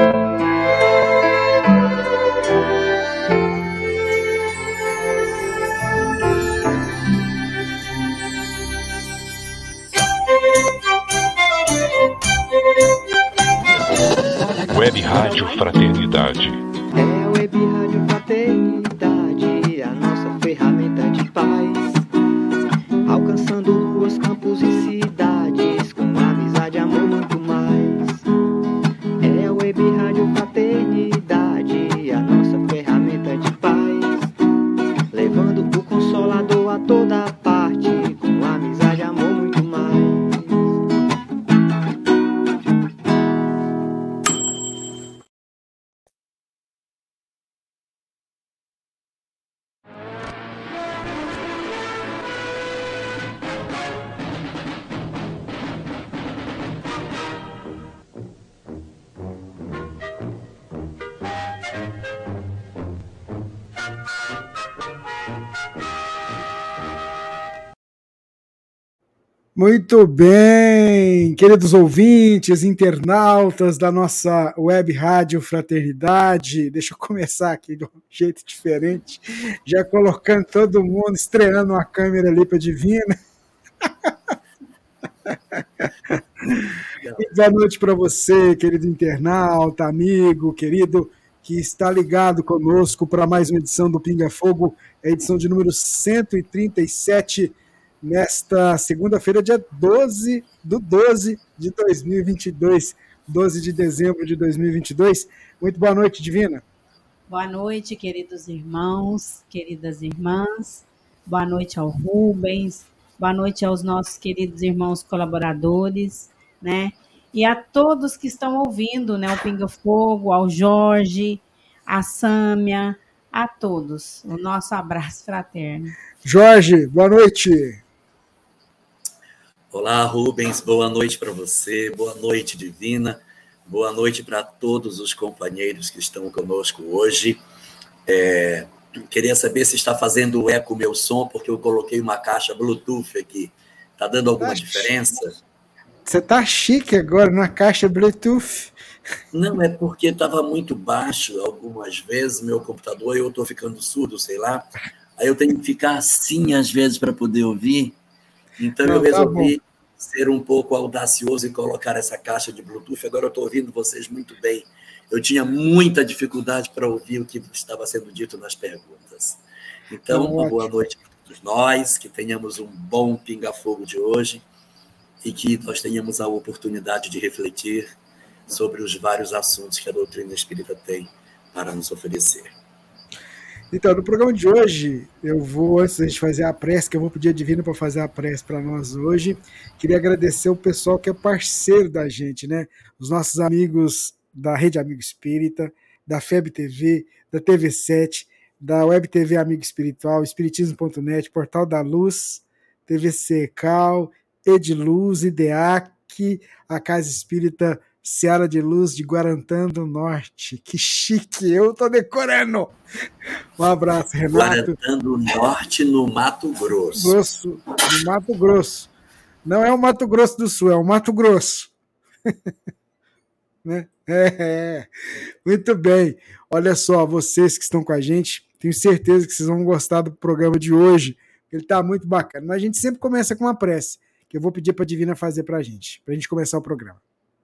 Web Rádio Fraternidade. É a Web Rádio Fraternidade, a nossa ferramenta de paz, alcançando ruas, campos e cidades, com amizade, amor, muito mais. É a Web Rádio Fraternidade, a nossa ferramenta de paz, levando o Consolador a toda parte, com amizade, amor, muito mais. Muito bem, queridos ouvintes, internautas da nossa Web Rádio Fraternidade. Deixa eu começar aqui de um jeito diferente, já colocando todo mundo, estreando uma câmera ali para a Divina. E boa noite para você, querido internauta, amigo, querido, que está ligado conosco para mais uma edição do Pinga Fogo, a edição de número 137, nesta segunda-feira, dia 12 de 2022, 12 de dezembro de 2022. Muito boa noite, Divina. Boa noite, queridos irmãos, queridas irmãs. Boa noite ao Rubens. Boa noite aos nossos queridos irmãos colaboradores, né? E a todos que estão ouvindo, né? O Pinga Fogo, ao Jorge, a Sâmia, a todos. O nosso abraço fraterno. Jorge, boa noite. Olá, Rubens, boa noite para você, boa noite, Divina, boa noite para todos os companheiros que estão conosco hoje. Queria saber se está fazendo eco o meu som, porque eu coloquei uma caixa Bluetooth aqui. Está dando alguma diferença? Você está chique agora na caixa Bluetooth. Não, é porque estava muito baixo algumas vezes meu computador e eu estou ficando surdo, sei lá. Aí eu tenho que ficar assim às vezes para poder ouvir. Então eu resolvi ser um pouco audacioso e colocar essa caixa de Bluetooth. Agora eu estou ouvindo vocês muito bem. Eu tinha muita dificuldade para ouvir o que estava sendo dito nas perguntas. Então, uma boa noite para todos nós, que tenhamos um bom pinga-fogo de hoje e que nós tenhamos a oportunidade de refletir sobre os vários assuntos que a doutrina espírita tem para nos oferecer. Então, no programa de hoje, eu vou, antes de fazer a prece, que eu vou pedir a Divina para fazer a prece para nós hoje, queria agradecer o pessoal que é parceiro da gente, né? Os nossos amigos da Rede Amigo Espírita, da FEB TV, da TV7, da Web TV Amigo Espiritual, Espiritismo.net, Portal da Luz, TVC Cal, Ediluz, IDEAC, a Casa Espírita Seara de Luz de Guarantã do Norte. Que chique, eu tô decorando. Um abraço, Renato. Guarantã do Norte, no Mato Grosso. No Mato Grosso. Não é o Mato Grosso do Sul, é o Mato Grosso. Né? Muito bem. Olha só, vocês que estão com a gente, tenho certeza que vocês vão gostar do programa de hoje. Ele está muito bacana. Mas a gente sempre começa com uma prece, que eu vou pedir para a Divina fazer para a gente começar o programa.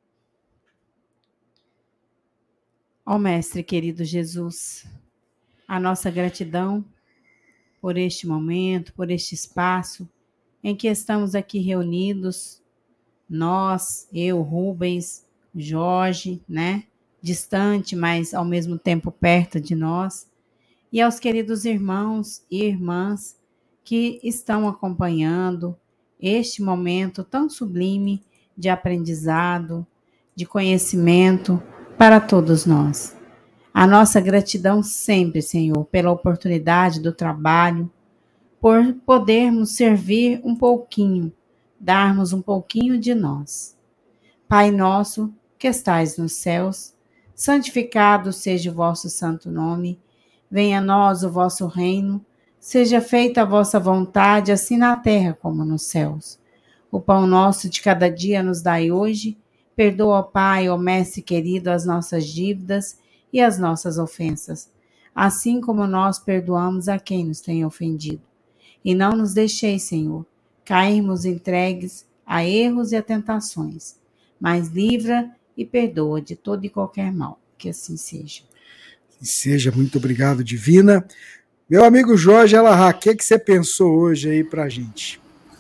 Ó Mestre querido Jesus, a nossa gratidão por este momento, por este espaço em que estamos aqui reunidos, nós, eu, Rubens, Jorge, né? Distante, mas ao mesmo tempo perto de nós, e aos queridos irmãos e irmãs que estão acompanhando este momento tão sublime de aprendizado, de conhecimento para todos nós. A nossa gratidão sempre, Senhor, pela oportunidade do trabalho, por podermos servir um pouquinho, darmos um pouquinho de nós. Pai nosso, que estais nos céus, santificado seja o vosso santo nome, venha a nós o vosso reino, seja feita a vossa vontade, assim na terra como nos céus. O pão nosso de cada dia nos dai hoje, Perdoa, ó Pai, ó Mestre querido, as nossas dívidas e as nossas ofensas, assim como nós perdoamos a quem nos tem ofendido. E não nos deixeis, Senhor, cairmos entregues a erros e a tentações, mas livra e perdoa de todo e qualquer mal. Que assim seja. Que seja, muito obrigado, Divina. Meu amigo Jorge Alahá, o que você pensou hoje aí pra gente?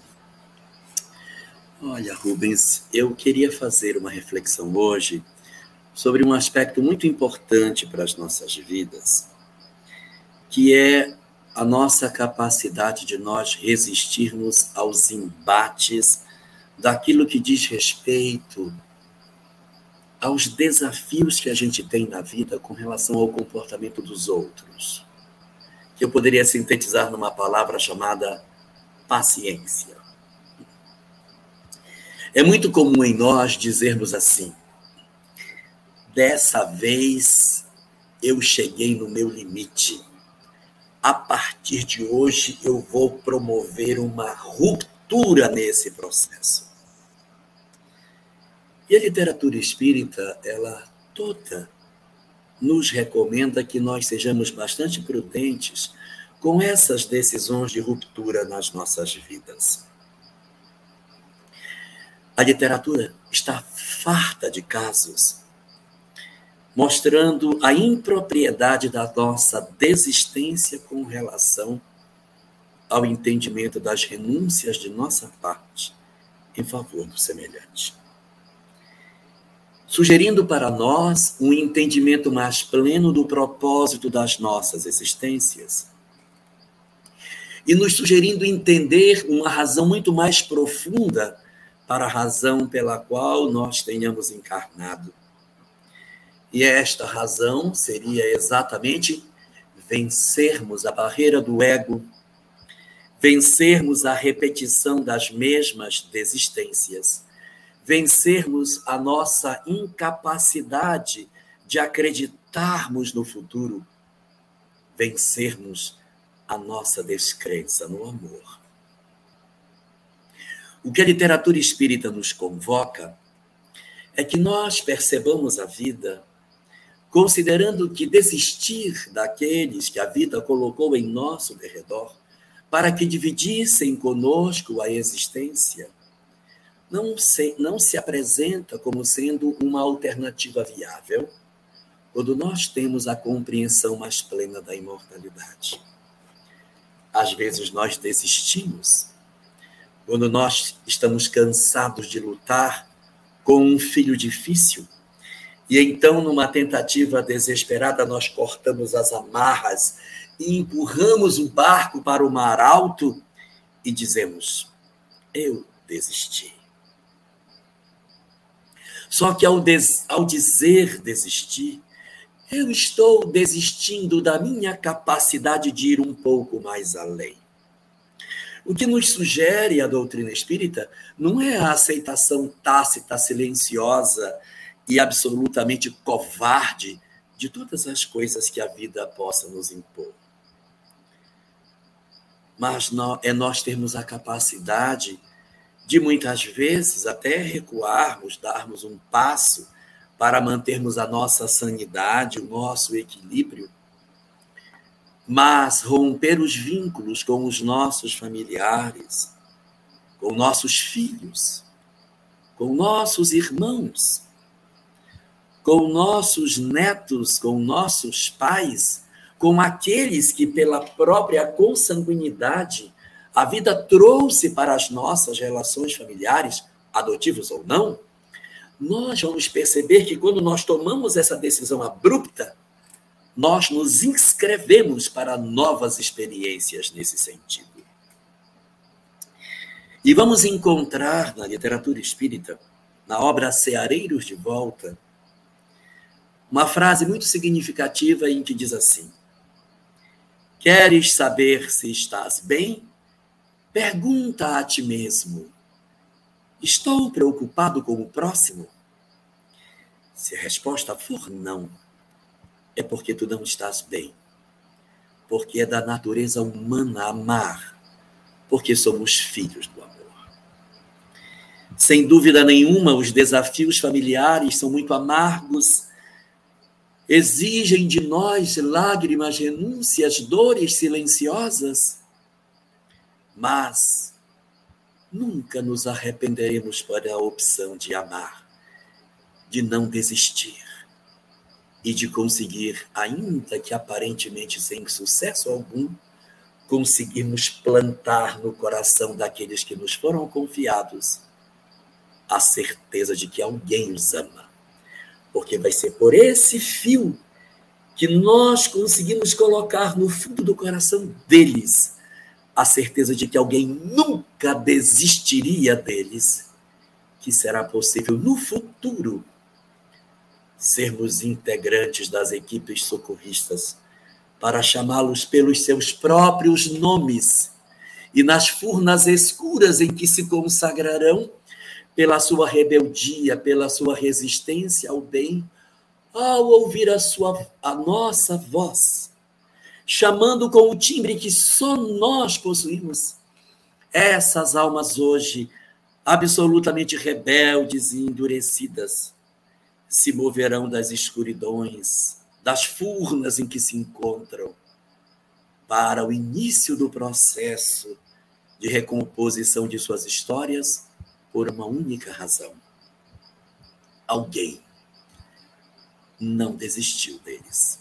Olha, Rubens, eu queria fazer uma reflexão hoje sobre um aspecto muito importante para as nossas vidas, que é a nossa capacidade de nós resistirmos aos embates daquilo que diz respeito aos desafios que a gente tem na vida com relação ao comportamento dos outros, que eu poderia sintetizar numa palavra chamada paciência. É muito comum em nós dizermos assim: dessa vez eu cheguei no meu limite. A partir de hoje eu vou promover uma ruptura nesse processo. E a literatura espírita, ela toda nos recomenda que nós sejamos bastante prudentes com essas decisões de ruptura nas nossas vidas. A literatura está farta de casos mostrando a impropriedade da nossa desistência com relação ao entendimento das renúncias de nossa parte em favor do semelhante. Sugerindo para nós um entendimento mais pleno do propósito das nossas existências e nos sugerindo entender uma razão muito mais profunda para a razão pela qual nós tenhamos encarnado. E esta razão seria exatamente vencermos a barreira do ego, vencermos a repetição das mesmas desistências, vencermos a nossa incapacidade de acreditarmos no futuro, vencermos a nossa descrença no amor. O que a literatura espírita nos convoca é que nós percebamos a vida considerando que desistir daqueles que a vida colocou em nosso derredor para que dividissem conosco a existência, não se apresenta como sendo uma alternativa viável quando nós temos a compreensão mais plena da imortalidade. Às vezes nós desistimos quando nós estamos cansados de lutar com um filho difícil. E então, numa tentativa desesperada, nós cortamos as amarras e empurramos o barco para o mar alto e dizemos: eu desisti. Só que ao dizer desistir, eu estou desistindo da minha capacidade de ir um pouco mais além. O que nos sugere a doutrina espírita não é a aceitação tácita, silenciosa e absolutamente covarde de todas as coisas que a vida possa nos impor. Mas nós termos a capacidade de, muitas vezes, até recuarmos, darmos um passo para mantermos a nossa sanidade, o nosso equilíbrio, mas romper os vínculos com os nossos familiares, com nossos filhos, com nossos irmãos, com nossos netos, com nossos pais, com aqueles que, pela própria consanguinidade, a vida trouxe para as nossas relações familiares, adotivos ou não, nós vamos perceber que quando nós tomamos essa decisão abrupta, nós nos inscrevemos para novas experiências nesse sentido. E vamos encontrar na literatura espírita, na obra Ceareiros de Volta, uma frase muito significativa em que diz assim: queres saber se estás bem? Pergunta a ti mesmo: estou preocupado com o próximo? Se a resposta for não, é porque tu não estás bem. Porque é da natureza humana amar. Porque somos filhos do amor. Sem dúvida nenhuma, os desafios familiares são muito amargos, exigem de nós lágrimas, renúncias, dores silenciosas, mas nunca nos arrependeremos por a opção de amar, de não desistir e de conseguir, ainda que aparentemente sem sucesso algum, conseguirmos plantar no coração daqueles que nos foram confiados a certeza de que alguém os ama. Porque vai ser por esse fio que nós conseguimos colocar no fundo do coração deles a certeza de que alguém nunca desistiria deles, que será possível no futuro sermos integrantes das equipes socorristas para chamá-los pelos seus próprios nomes e nas furnas escuras em que se consagrarão pela sua rebeldia, pela sua resistência ao bem, ao ouvir a nossa voz, chamando com o timbre que só nós possuímos, essas almas hoje, absolutamente rebeldes e endurecidas, se moverão das escuridões, das furnas em que se encontram, para o início do processo de recomposição de suas histórias, por uma única razão. Alguém não desistiu deles.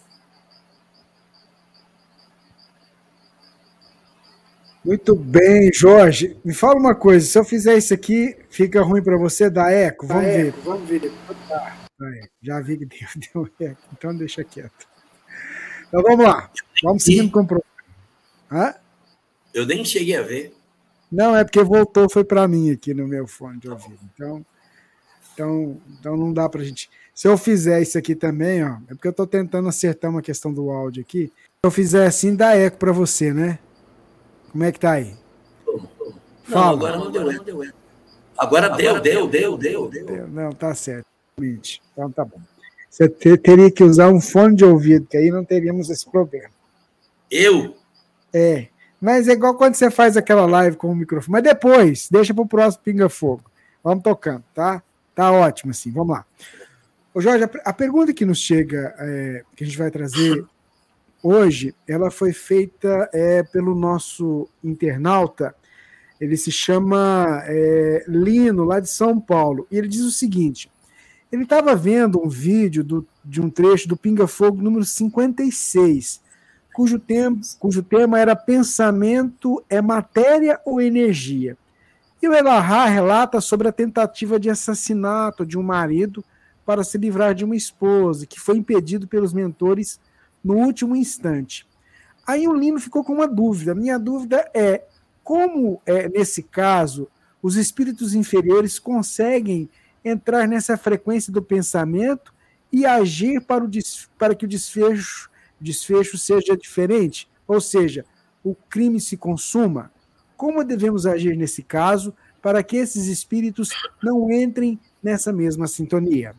Muito bem, Jorge. Me fala uma coisa, se eu fizer isso aqui, fica ruim para você dar eco? Vamos ver. Vamos ver. Já vi que deu eco, então deixa quieto. Então vamos lá, vamos seguindo com o programa. Eu nem cheguei a ver. Não, é porque voltou, foi para mim aqui no meu fone de ouvido. Então não dá para a gente... Se eu fizer isso aqui também, ó, é porque eu estou tentando acertar uma questão do áudio aqui. Se eu fizer assim, dá eco para você, né? Como é que tá aí? Fala. Não, agora não deu eco. Agora deu. Não, tá certo. Então tá bom. Você teria que usar um fone de ouvido, que aí não teríamos esse problema. Eu? É. Mas é igual quando você faz aquela live com o microfone. Mas depois, deixa para o próximo Pinga Fogo. Vamos tocando, tá? Tá ótimo assim. Vamos lá. Ô Jorge, a pergunta que nos chega, que a gente vai trazer hoje, ela foi feita pelo nosso internauta. Ele se chama Lino, lá de São Paulo. E ele diz o seguinte: ele estava vendo um vídeo de um trecho do Pinga Fogo número 56, cujo tema era pensamento é matéria ou energia. E o Elahá relata sobre a tentativa de assassinato de um marido para se livrar de uma esposa, que foi impedido pelos mentores no último instante. Aí o Lino ficou com uma dúvida. Minha dúvida é como, nesse caso, os espíritos inferiores conseguem entrar nessa frequência do pensamento e agir para que o desfecho seja diferente, ou seja, o crime se consuma. Como devemos agir nesse caso para que esses espíritos não entrem nessa mesma sintonia?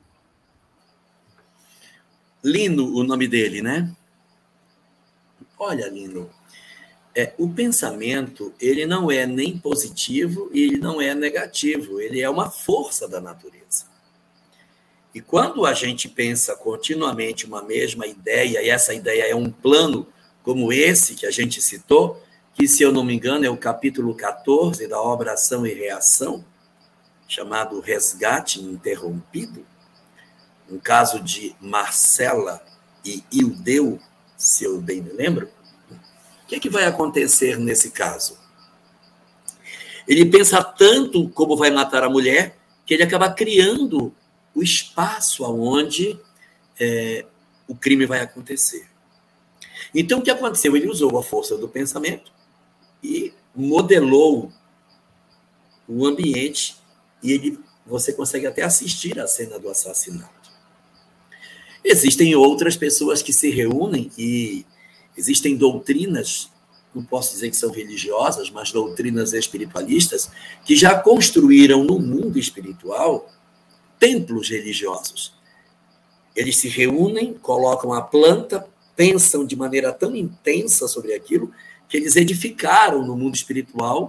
Lino, o nome dele, né? Olha, Lino, o pensamento, ele não é nem positivo e ele não é negativo, ele é uma força da natureza. E quando a gente pensa continuamente uma mesma ideia, e essa ideia é um plano como esse que a gente citou, que, se eu não me engano, é o capítulo 14 da obra Ação e Reação, chamado Resgate Interrompido, um caso de Marcela e Ildeu, se eu bem me lembro. O que vai acontecer nesse caso? Ele pensa tanto como vai matar a mulher, que ele acaba criando o espaço onde o crime vai acontecer. Então, o que aconteceu? Ele usou a força do pensamento e modelou o ambiente e você consegue até assistir a cena do assassinato. Existem outras pessoas que se reúnem e existem doutrinas, não posso dizer que são religiosas, mas doutrinas espiritualistas, que já construíram no mundo espiritual templos religiosos. Eles se reúnem, colocam a planta, pensam de maneira tão intensa sobre aquilo, que eles edificaram no mundo espiritual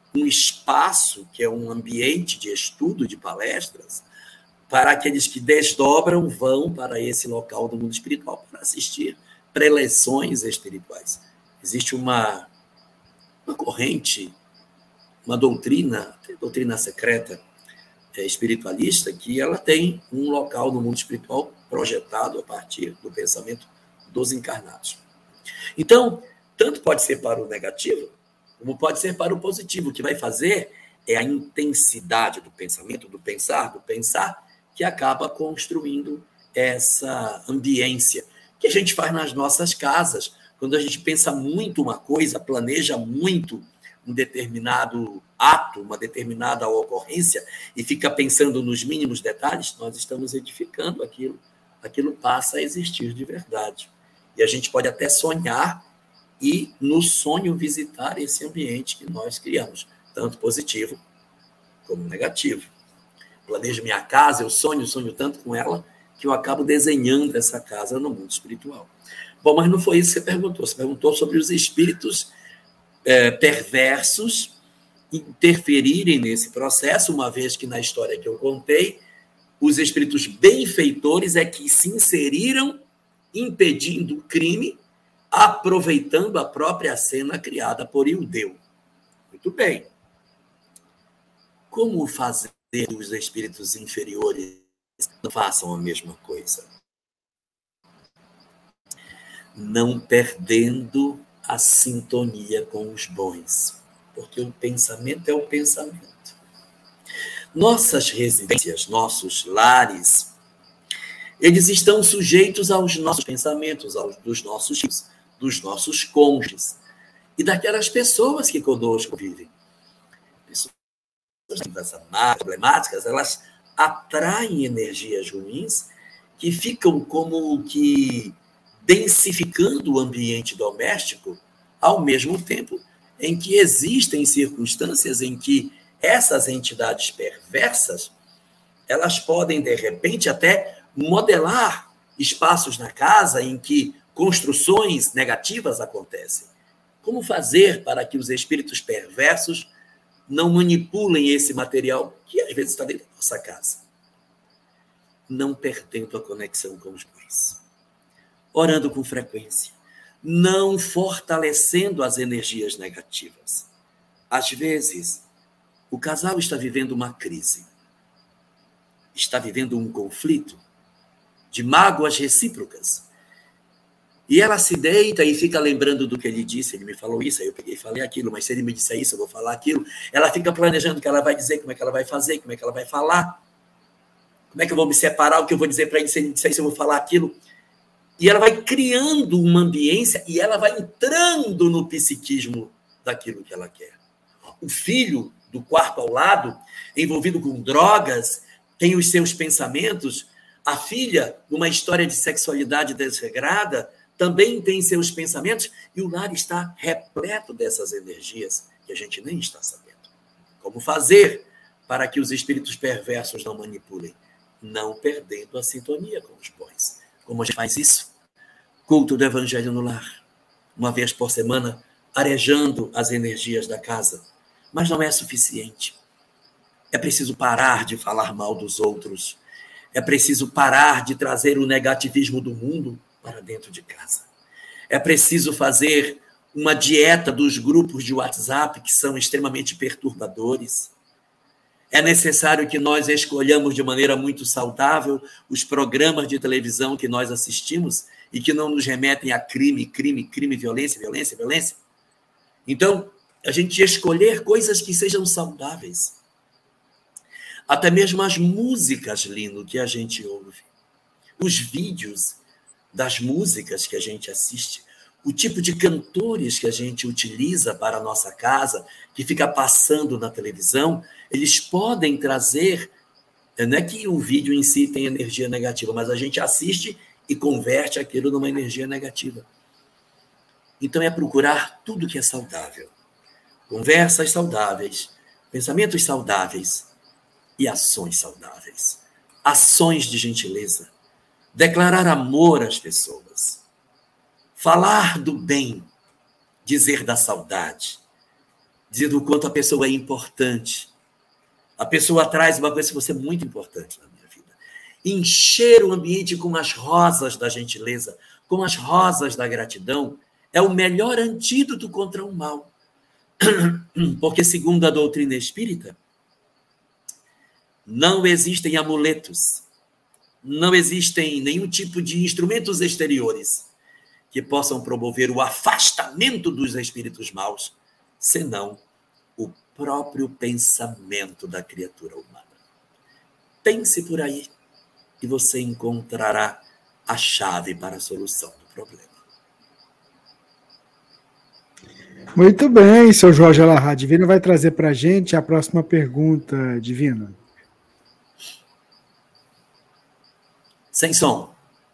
um espaço, que é um ambiente de estudo, de palestras, para aqueles que desdobram, vão para esse local do mundo espiritual para assistir preleções espirituais. Existe uma corrente, uma doutrina secreta espiritualista, que ela tem um local no mundo espiritual projetado a partir do pensamento dos encarnados. Então, tanto pode ser para o negativo, como pode ser para o positivo. O que vai fazer é a intensidade do pensamento, do pensar, que acaba construindo essa ambiência que a gente faz nas nossas casas. Quando a gente pensa muito uma coisa, planeja muito um determinado ato, uma determinada ocorrência, e fica pensando nos mínimos detalhes, nós estamos edificando aquilo. Aquilo passa a existir de verdade. E a gente pode até sonhar e, no sonho, visitar esse ambiente que nós criamos, tanto positivo como negativo. Planejo minha casa, eu sonho tanto com ela, que eu acabo desenhando essa casa no mundo espiritual. Bom, mas não foi isso que você perguntou. Você perguntou sobre os espíritos perversos interferirem nesse processo, uma vez que na história que eu contei, os espíritos benfeitores é que se inseriram impedindo o crime, aproveitando a própria cena criada por Ildeu. Muito bem. Como fazer que os espíritos inferiores não façam a mesma coisa? Não perdendo a sintonia com os bons, porque o pensamento é o pensamento. Nossas residências, nossos lares, eles estão sujeitos aos nossos pensamentos, aos dos nossos filhos, dos nossos cônjuges e daquelas pessoas que conosco vivem. Pessoas problemáticas, elas atraem energias ruins que ficam como que densificando o ambiente doméstico, ao mesmo tempo em que existem circunstâncias em que essas entidades perversas, elas podem, de repente, até modelar espaços na casa em que construções negativas acontecem. Como fazer para que os espíritos perversos não manipulem esse material que, às vezes, está dentro da nossa casa? Não perdendo a conexão com os bons. Orando com frequência. Não fortalecendo as energias negativas. Às vezes, o casal está vivendo uma crise. Está vivendo um conflito de mágoas recíprocas. E ela se deita e fica lembrando do que ele disse. Ele me falou isso, aí eu peguei e falei aquilo, mas se ele me disser isso, eu vou falar aquilo. Ela fica planejando o que ela vai dizer, como é que ela vai fazer, como é que ela vai falar. Como é que eu vou me separar, o que eu vou dizer para ele, se ele disser isso, eu vou falar aquilo. E ela vai criando uma ambiência e ela vai entrando no psiquismo daquilo que ela quer. O filho do quarto ao lado, envolvido com drogas, tem os seus pensamentos. A filha, numa história de sexualidade desregrada, também tem seus pensamentos, e o lar está repleto dessas energias que a gente nem está sabendo. Como fazer para que os espíritos perversos não manipulem? Não perdendo a sintonia com os bons. Como a gente faz isso? Culto do Evangelho no lar. Uma vez por semana, arejando as energias da casa. Mas não é suficiente. É preciso parar de falar mal dos outros. É preciso parar de trazer o negativismo do mundo para dentro de casa. É preciso fazer uma dieta dos grupos de WhatsApp que são extremamente perturbadores. É necessário que nós escolhamos de maneira muito saudável os programas de televisão que nós assistimos e que não nos remetem a crime, violência. Então, a gente escolher coisas que sejam saudáveis. Até mesmo as músicas, Lino, que a gente ouve. Os vídeos das músicas que a gente assiste. O tipo de cantores que a gente utiliza para a nossa casa, que fica passando na televisão, eles podem trazer... Não é que o vídeo em si tem energia negativa, mas a gente assiste e converte aquilo numa energia negativa. Então, é procurar tudo que é saudável. Conversas saudáveis, pensamentos saudáveis e ações saudáveis. Ações de gentileza. Declarar amor às pessoas. Falar do bem. Dizer da saudade. dizendo o quanto a pessoa é importante. A pessoa traz uma coisa que você é muito importante na minha vida. Encher o ambiente com as rosas da gentileza, com as rosas da gratidão, é o melhor antídoto contra o mal. Porque, segundo a doutrina espírita, não existem amuletos, não existem nenhum tipo de instrumentos exteriores que possam promover o afastamento dos espíritos maus, senão o próprio pensamento da criatura humana. Pense por aí e você encontrará a chave para a solução do problema. Muito bem, seu Jorge Alahá. Divino vai trazer para a gente a próxima pergunta, Divino. Sem som.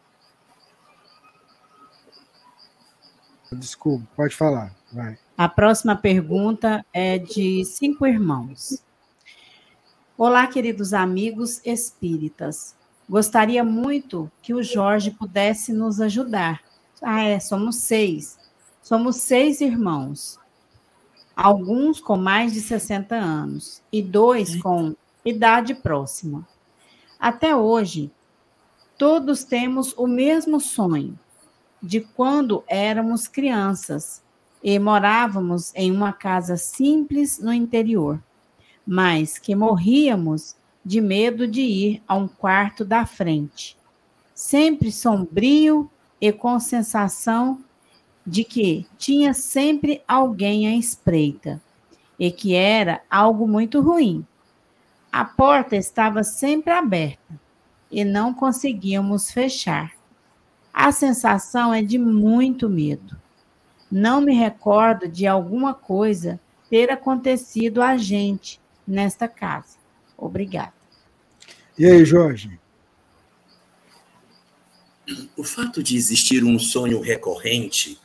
Desculpa, pode falar. Vai. A próxima pergunta é de 5 irmãos. Olá, queridos amigos espíritas. Gostaria muito que o Jorge pudesse nos ajudar. Somos 6. Somos 6 irmãos. Alguns com mais de 60 anos e 2 com idade próxima. Até hoje, todos temos o mesmo sonho de quando éramos crianças e morávamos em uma casa simples no interior, mas que morríamos de medo de ir a um quarto da frente, sempre sombrio e com sensação de que tinha sempre alguém à espreita e que era algo muito ruim. A porta estava sempre aberta e não conseguíamos fechar. A sensação é de muito medo. Não me recordo de alguma coisa ter acontecido a gente nesta casa. Obrigada. E aí, Jorge? O fato de existir um sonho recorrente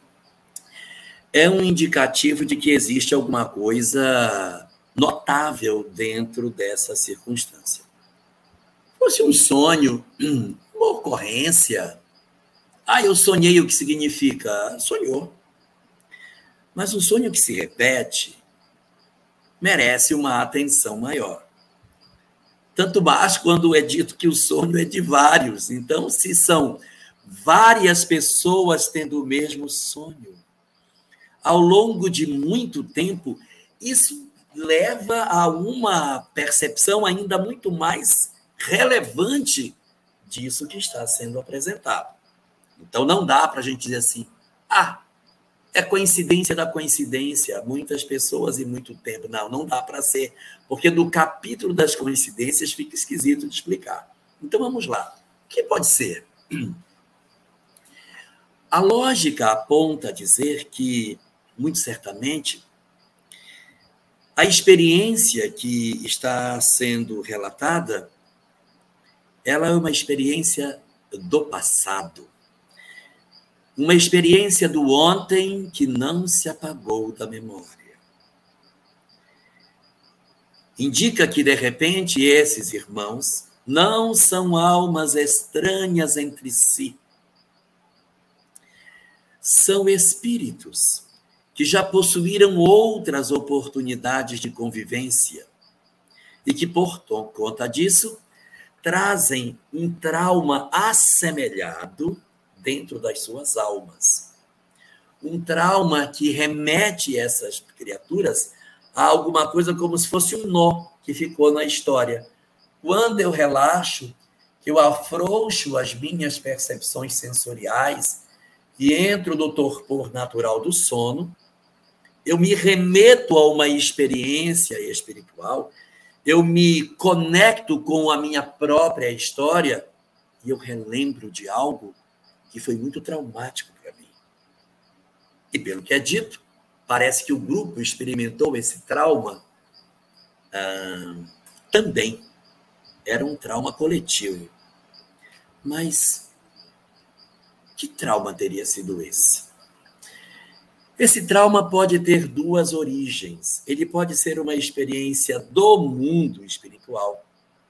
é um indicativo de que existe alguma coisa notável dentro dessa circunstância. Se fosse um sonho, uma ocorrência, eu sonhei, o que significa? Sonhou. Mas um sonho que se repete merece uma atenção maior. Tanto mais quando é dito que o sonho é de vários. Então, se são várias pessoas tendo o mesmo sonho, ao longo de muito tempo, isso leva a uma percepção ainda muito mais relevante disso que está sendo apresentado. Então, não dá para a gente dizer assim, é coincidência da coincidência, muitas pessoas e muito tempo. Não dá para ser, porque no capítulo das coincidências fica esquisito de explicar. Então, vamos lá. O que pode ser? A lógica aponta a dizer que, muito certamente, a experiência que está sendo relatada, ela é uma experiência do passado. Uma experiência do ontem que não se apagou da memória. Indica que, de repente, esses irmãos não são almas estranhas entre si. São espíritos que já possuíram outras oportunidades de convivência e que, por conta disso, trazem um trauma assemelhado dentro das suas almas. Um trauma que remete essas criaturas a alguma coisa como se fosse um nó que ficou na história. Quando eu relaxo, eu afrouxo as minhas percepções sensoriais e entro no torpor natural do sono, eu me remeto a uma experiência espiritual, eu me conecto com a minha própria história e eu relembro de algo que foi muito traumático para mim. E pelo que é dito, parece que o grupo experimentou esse trauma também. Era um trauma coletivo. Mas que trauma teria sido esse? Esse trauma pode ter duas origens. Ele pode ser uma experiência do mundo espiritual,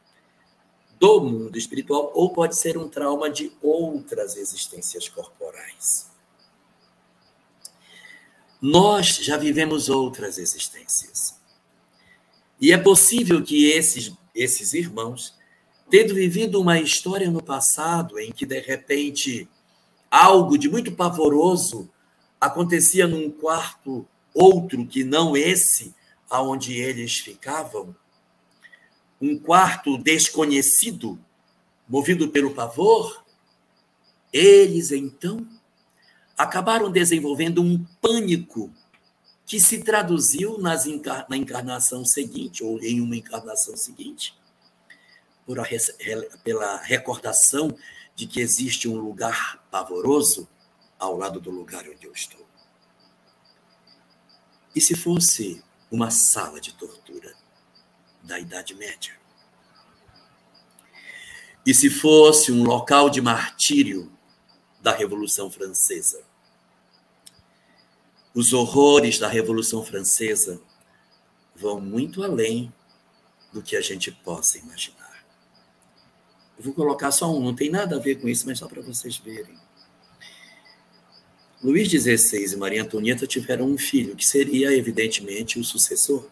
ou pode ser um trauma de outras existências corporais. Nós já vivemos outras existências. E é possível que esses irmãos, tendo vivido uma história no passado em que, de repente, algo de muito pavoroso acontecia num quarto outro que não esse aonde eles ficavam, um quarto desconhecido, movido pelo pavor, eles, então, acabaram desenvolvendo um pânico que se traduziu na encarnação seguinte, ou em uma encarnação seguinte, pela recordação de que existe um lugar pavoroso ao lado do lugar onde eu estou. E se fosse uma sala de tortura da Idade Média? E se fosse um local de martírio da Revolução Francesa? Os horrores da Revolução Francesa vão muito além do que a gente possa imaginar. Eu vou colocar só um, não tem nada a ver com isso, mas só para vocês verem. Luís XVI e Maria Antonieta tiveram um filho, que seria, evidentemente, o sucessor.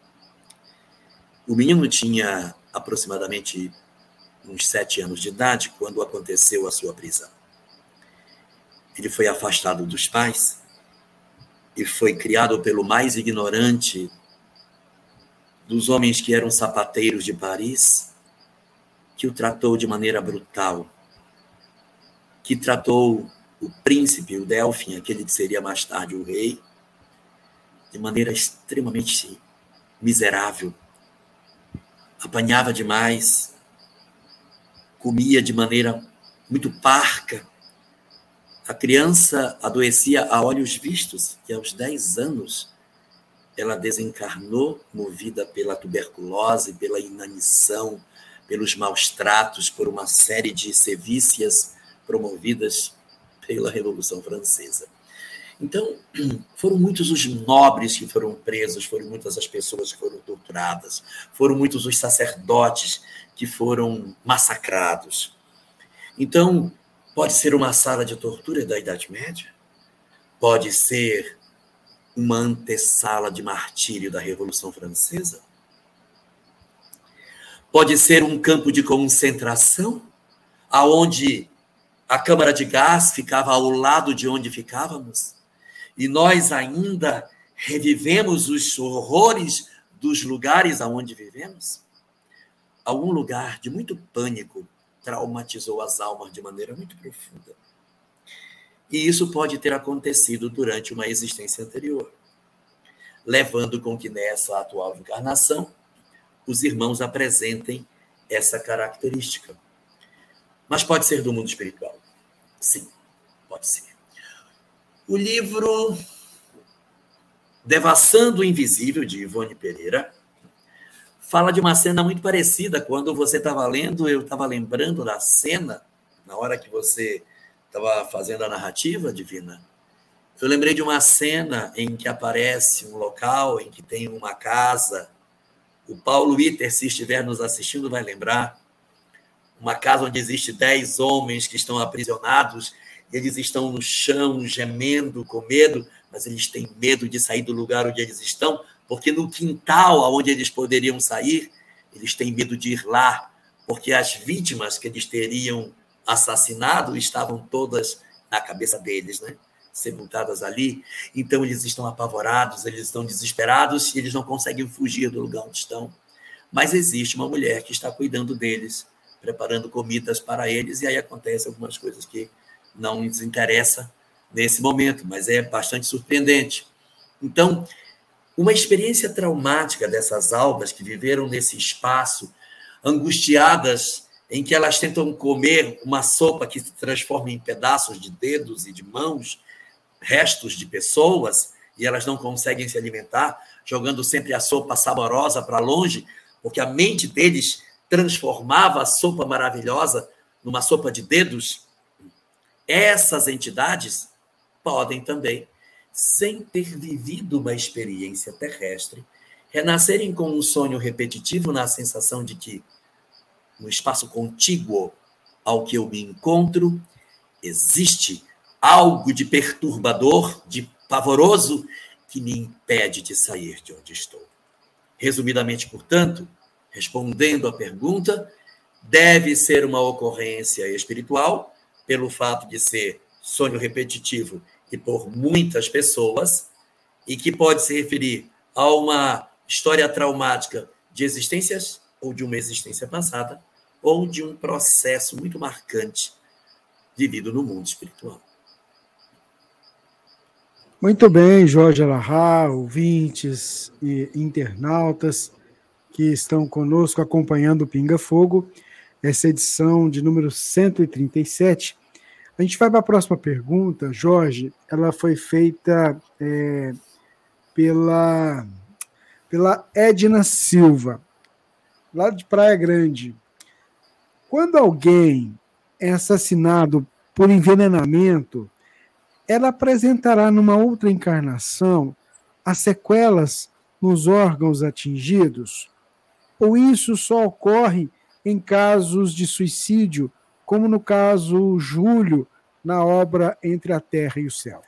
O menino tinha aproximadamente uns 7 anos de idade quando aconteceu a sua prisão. Ele foi afastado dos pais e foi criado pelo mais ignorante dos homens que eram sapateiros de Paris, que o tratou de maneira brutal, que tratou o príncipe, o Delfim, aquele que seria mais tarde o rei, de maneira extremamente miserável. Apanhava demais, comia de maneira muito parca. A criança adoecia a olhos vistos e aos 10 anos ela desencarnou, movida pela tuberculose, pela inanição, pelos maus tratos, por uma série de sevícias promovidas pela Revolução Francesa. Então, foram muitos os nobres que foram presos, foram muitas as pessoas que foram torturadas, foram muitos os sacerdotes que foram massacrados. Então, pode ser uma sala de tortura da Idade Média, pode ser uma antessala de martírio da Revolução Francesa, pode ser um campo de concentração, aonde a câmara de gás ficava ao lado de onde ficávamos, e nós ainda revivemos os horrores dos lugares aonde vivemos. Algum lugar de muito pânico traumatizou as almas de maneira muito profunda. E isso pode ter acontecido durante uma existência anterior, levando com que nessa atual encarnação os irmãos apresentem essa característica. Mas pode ser do mundo espiritual. Sim, pode ser. O livro Devassando o Invisível, de Ivone Pereira, fala de uma cena muito parecida. Quando você estava lendo, eu estava lembrando da cena, na hora que você estava fazendo a narrativa, Divina. Eu lembrei de uma cena em que aparece um local, em que tem uma casa. O Paulo Itter, se estiver nos assistindo, vai lembrar. Uma casa onde existe 10 homens que estão aprisionados, e eles estão no chão, gemendo, com medo, mas eles têm medo de sair do lugar onde eles estão, porque no quintal onde eles poderiam sair, eles têm medo de ir lá, porque as vítimas que eles teriam assassinado estavam todas na cabeça deles, né? Sepultadas ali. Então eles estão apavorados, eles estão desesperados e eles não conseguem fugir do lugar onde estão. Mas existe uma mulher que está cuidando deles, preparando comidas para eles, e aí acontecem algumas coisas que não nos interessam nesse momento, mas é bastante surpreendente. Então, uma experiência traumática dessas almas que viveram nesse espaço, angustiadas, em que elas tentam comer uma sopa que se transforma em pedaços de dedos e de mãos, restos de pessoas, e elas não conseguem se alimentar, jogando sempre a sopa saborosa para longe, porque a mente deles transformava a sopa maravilhosa numa sopa de dedos. Essas entidades podem também, sem ter vivido uma experiência terrestre, renascerem com um sonho repetitivo na sensação de que, no espaço contíguo ao que eu me encontro, existe algo de perturbador, de pavoroso que me impede de sair de onde estou. Resumidamente, portanto, respondendo à pergunta, deve ser uma ocorrência espiritual, pelo fato de ser sonho repetitivo e por muitas pessoas, e que pode se referir a uma história traumática de existências, ou de uma existência passada, ou de um processo muito marcante vivido no mundo espiritual. Muito bem, Jorge Alahá, ouvintes e internautas que estão conosco acompanhando o Pinga Fogo, essa edição de número 137. A gente vai para a próxima pergunta, Jorge. Ela foi feita pela Edna Silva, lá de Praia Grande. Quando alguém é assassinado por envenenamento, ela apresentará numa outra encarnação as sequelas nos órgãos atingidos? Ou isso só ocorre em casos de suicídio, como no caso Júlio, na obra Entre a Terra e o Céu?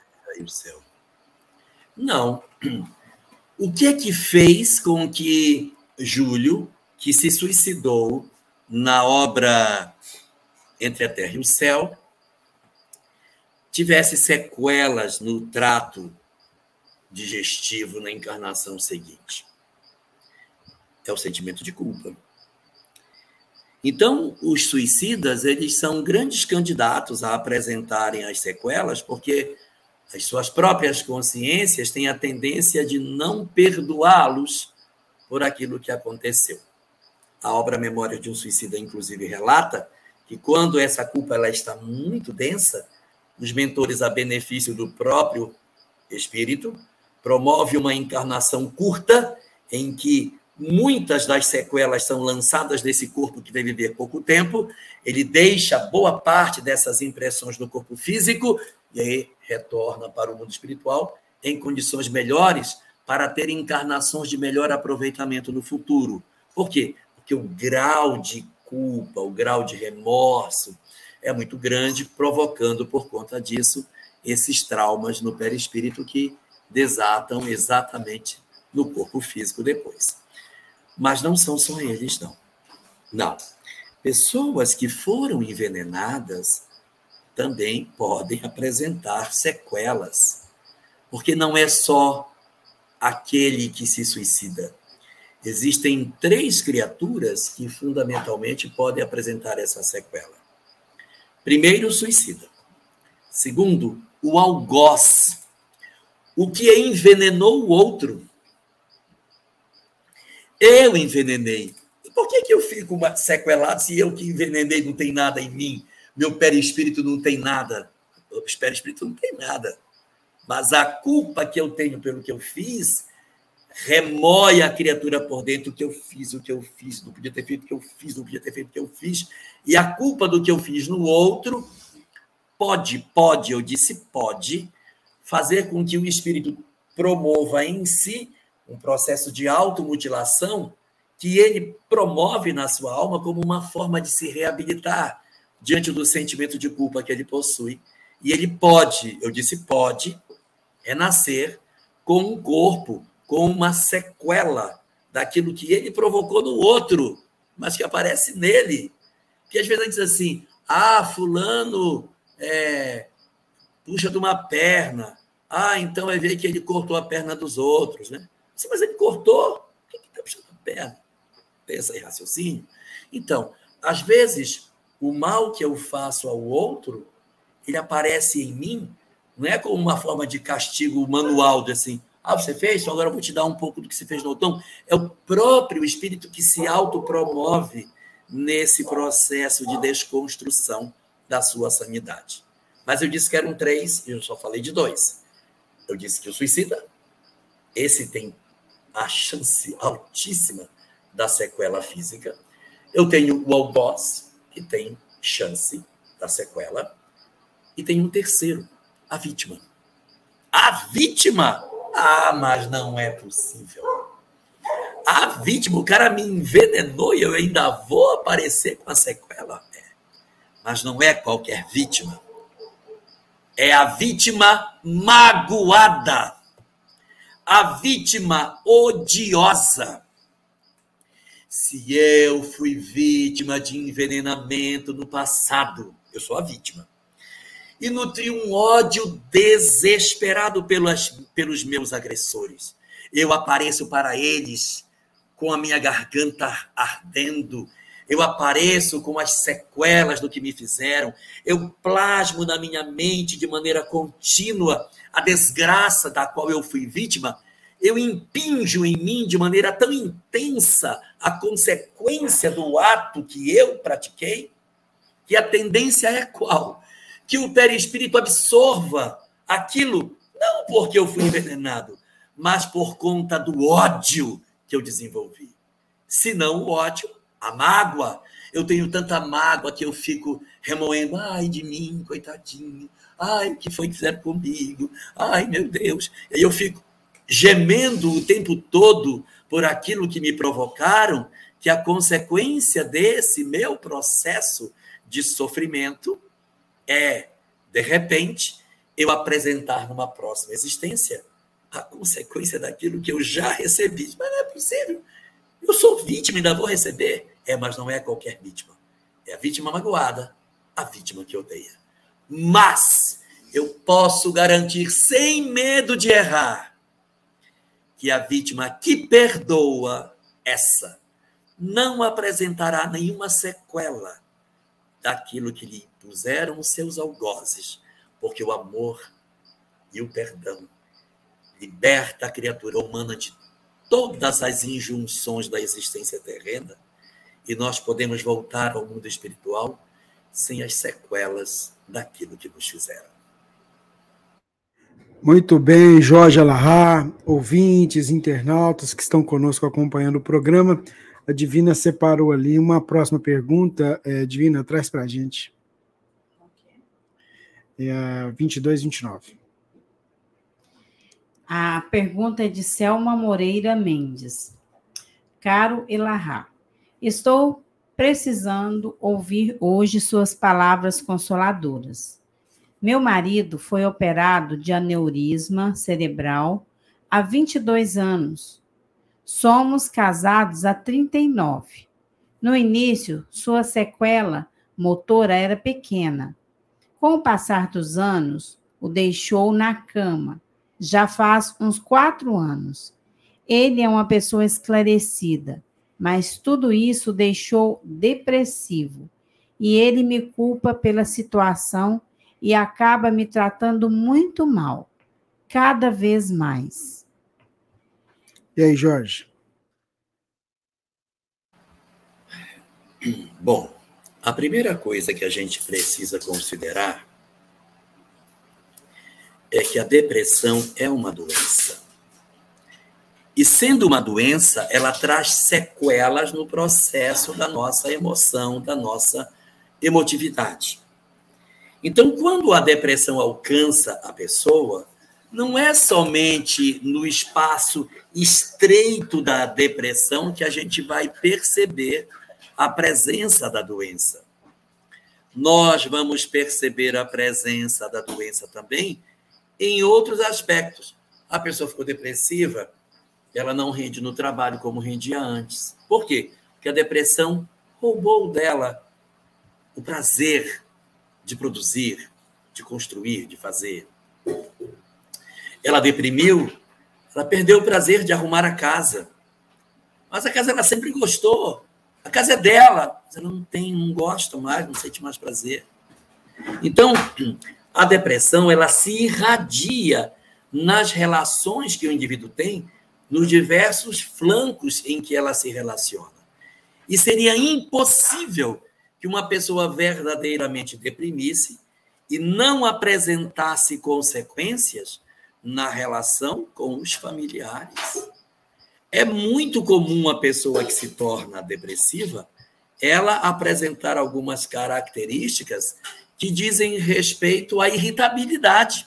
Não. O que é que fez com que Júlio, que se suicidou na obra Entre a Terra e o Céu, tivesse sequelas no trato digestivo na encarnação seguinte? É o sentimento de culpa. Então, os suicidas, eles são grandes candidatos a apresentarem as sequelas, porque as suas próprias consciências têm a tendência de não perdoá-los por aquilo que aconteceu. A obra Memória de um Suicida, inclusive, relata que quando essa culpa ela está muito densa, os mentores, a benefício do próprio espírito, promovem uma encarnação curta em que muitas das sequelas são lançadas desse corpo que vai viver pouco tempo, ele deixa boa parte dessas impressões no corpo físico e aí retorna para o mundo espiritual em condições melhores para ter encarnações de melhor aproveitamento no futuro. Por quê? Porque o grau de culpa, o grau de remorso é muito grande, provocando, por conta disso, esses traumas no perispírito que desatam exatamente no corpo físico depois. Mas não são só eles, não. Não. Pessoas que foram envenenadas também podem apresentar sequelas, porque não é só aquele que se suicida. Existem 3 criaturas que, fundamentalmente, podem apresentar essa sequela. Primeiro, o suicida. Segundo, o algoz, o que envenenou o outro. Eu envenenei. E por que eu fico sequelado se eu que envenenei não tem nada em mim? Meu perispírito não tem nada. O perispírito não tem nada. Mas a culpa que eu tenho pelo que eu fiz remói a criatura por dentro, o que eu fiz, não podia ter feito o que eu fiz, não podia ter feito o que eu fiz. E a culpa do que eu fiz no outro pode, eu disse pode, fazer com que o espírito promova em si um processo de automutilação que ele promove na sua alma como uma forma de se reabilitar diante do sentimento de culpa que ele possui. E ele pode, eu disse pode, renascer com um corpo, com uma sequela daquilo que ele provocou no outro, mas que aparece nele. Porque às vezes a gente diz assim, fulano puxa de uma perna, então vai ver que ele cortou a perna dos outros, né? Mas ele cortou, por que está puxando a perna? Pensa em raciocínio. Então, às vezes, o mal que eu faço ao outro, ele aparece em mim, não é como uma forma de castigo manual, de assim, você fez, então agora eu vou te dar um pouco do que você fez no outro. É o próprio espírito que se autopromove nesse processo de desconstrução da sua sanidade. Mas eu disse que eram 3, e eu só falei de 2. Eu disse que o suicida, esse tem a chance altíssima da sequela física. Eu tenho o algoz, que tem chance da sequela. E tem um terceiro, a vítima. A vítima? Mas não é possível. A vítima, o cara me envenenou e eu ainda vou aparecer com a sequela? Mas não é qualquer vítima. é a vítima magoada, a vítima odiosa. Se eu fui vítima de envenenamento no passado, eu sou a vítima, e nutri um ódio desesperado pelos meus agressores, eu apareço para eles com a minha garganta ardendo, eu apareço com as sequelas do que me fizeram, eu plasmo na minha mente de maneira contínua a desgraça da qual eu fui vítima, eu impinjo em mim de maneira tão intensa a consequência do ato que eu pratiquei, que a tendência é qual? Que o perispírito absorva aquilo, não porque eu fui envenenado, mas por conta do ódio que eu desenvolvi. Se não o ódio, a mágoa. Eu tenho tanta mágoa que eu fico remoendo. Ai, de mim, coitadinho. Ai, o que foi que fizeram comigo? Ai, meu Deus. E aí eu fico gemendo o tempo todo por aquilo que me provocaram, que a consequência desse meu processo de sofrimento é, de repente, eu apresentar numa próxima existência a consequência daquilo que eu já recebi. Mas não é possível. Eu sou vítima e ainda vou receber. Mas não é qualquer vítima. É a vítima magoada, a vítima que odeia. Mas eu posso garantir, sem medo de errar, que a vítima que perdoa, essa, não apresentará nenhuma sequela daquilo que lhe puseram os seus algozes, porque o amor e o perdão liberta a criatura humana de todas as injunções da existência terrena e nós podemos voltar ao mundo espiritual sem as sequelas daquilo que nos fizeram. Muito bem, Jorge Alahá, ouvintes, internautas que estão conosco acompanhando o programa. A Divina separou ali uma próxima pergunta. Divina, traz para a gente. É a 22, 29. A pergunta é de Selma Moreira Mendes. Caro Elahá, estou precisando ouvir hoje suas palavras consoladoras. Meu marido foi operado de aneurisma cerebral há 22 anos. Somos casados há 39. No início, sua sequela motora era pequena. Com o passar dos anos, o deixou na cama. Já faz uns 4 anos. Ele é uma pessoa esclarecida, mas tudo isso o deixou depressivo. E ele me culpa pela situação e acaba me tratando muito mal, cada vez mais. E aí, Jorge? Bom, a primeira coisa que a gente precisa considerar é que a depressão é uma doença. E sendo uma doença, ela traz sequelas no processo da nossa emoção, da nossa emotividade. Então, quando a depressão alcança a pessoa, não é somente no espaço estreito da depressão que a gente vai perceber a presença da doença. Nós vamos perceber a presença da doença também em outros aspectos. A pessoa ficou depressiva, ela não rende no trabalho como rendia antes. Por quê? Porque a depressão roubou dela o prazer de produzir, de construir, de fazer. Ela deprimiu, ela perdeu o prazer de arrumar a casa. Mas a casa ela sempre gostou. A casa é dela. Mas ela não gosta mais, não sente mais prazer. Então, a depressão, ela se irradia nas relações que o indivíduo tem, nos diversos flancos em que ela se relaciona. E seria impossível que uma pessoa verdadeiramente deprimisse e não apresentasse consequências na relação com os familiares. É muito comum a pessoa que se torna depressiva, ela apresentar algumas características que dizem respeito à irritabilidade.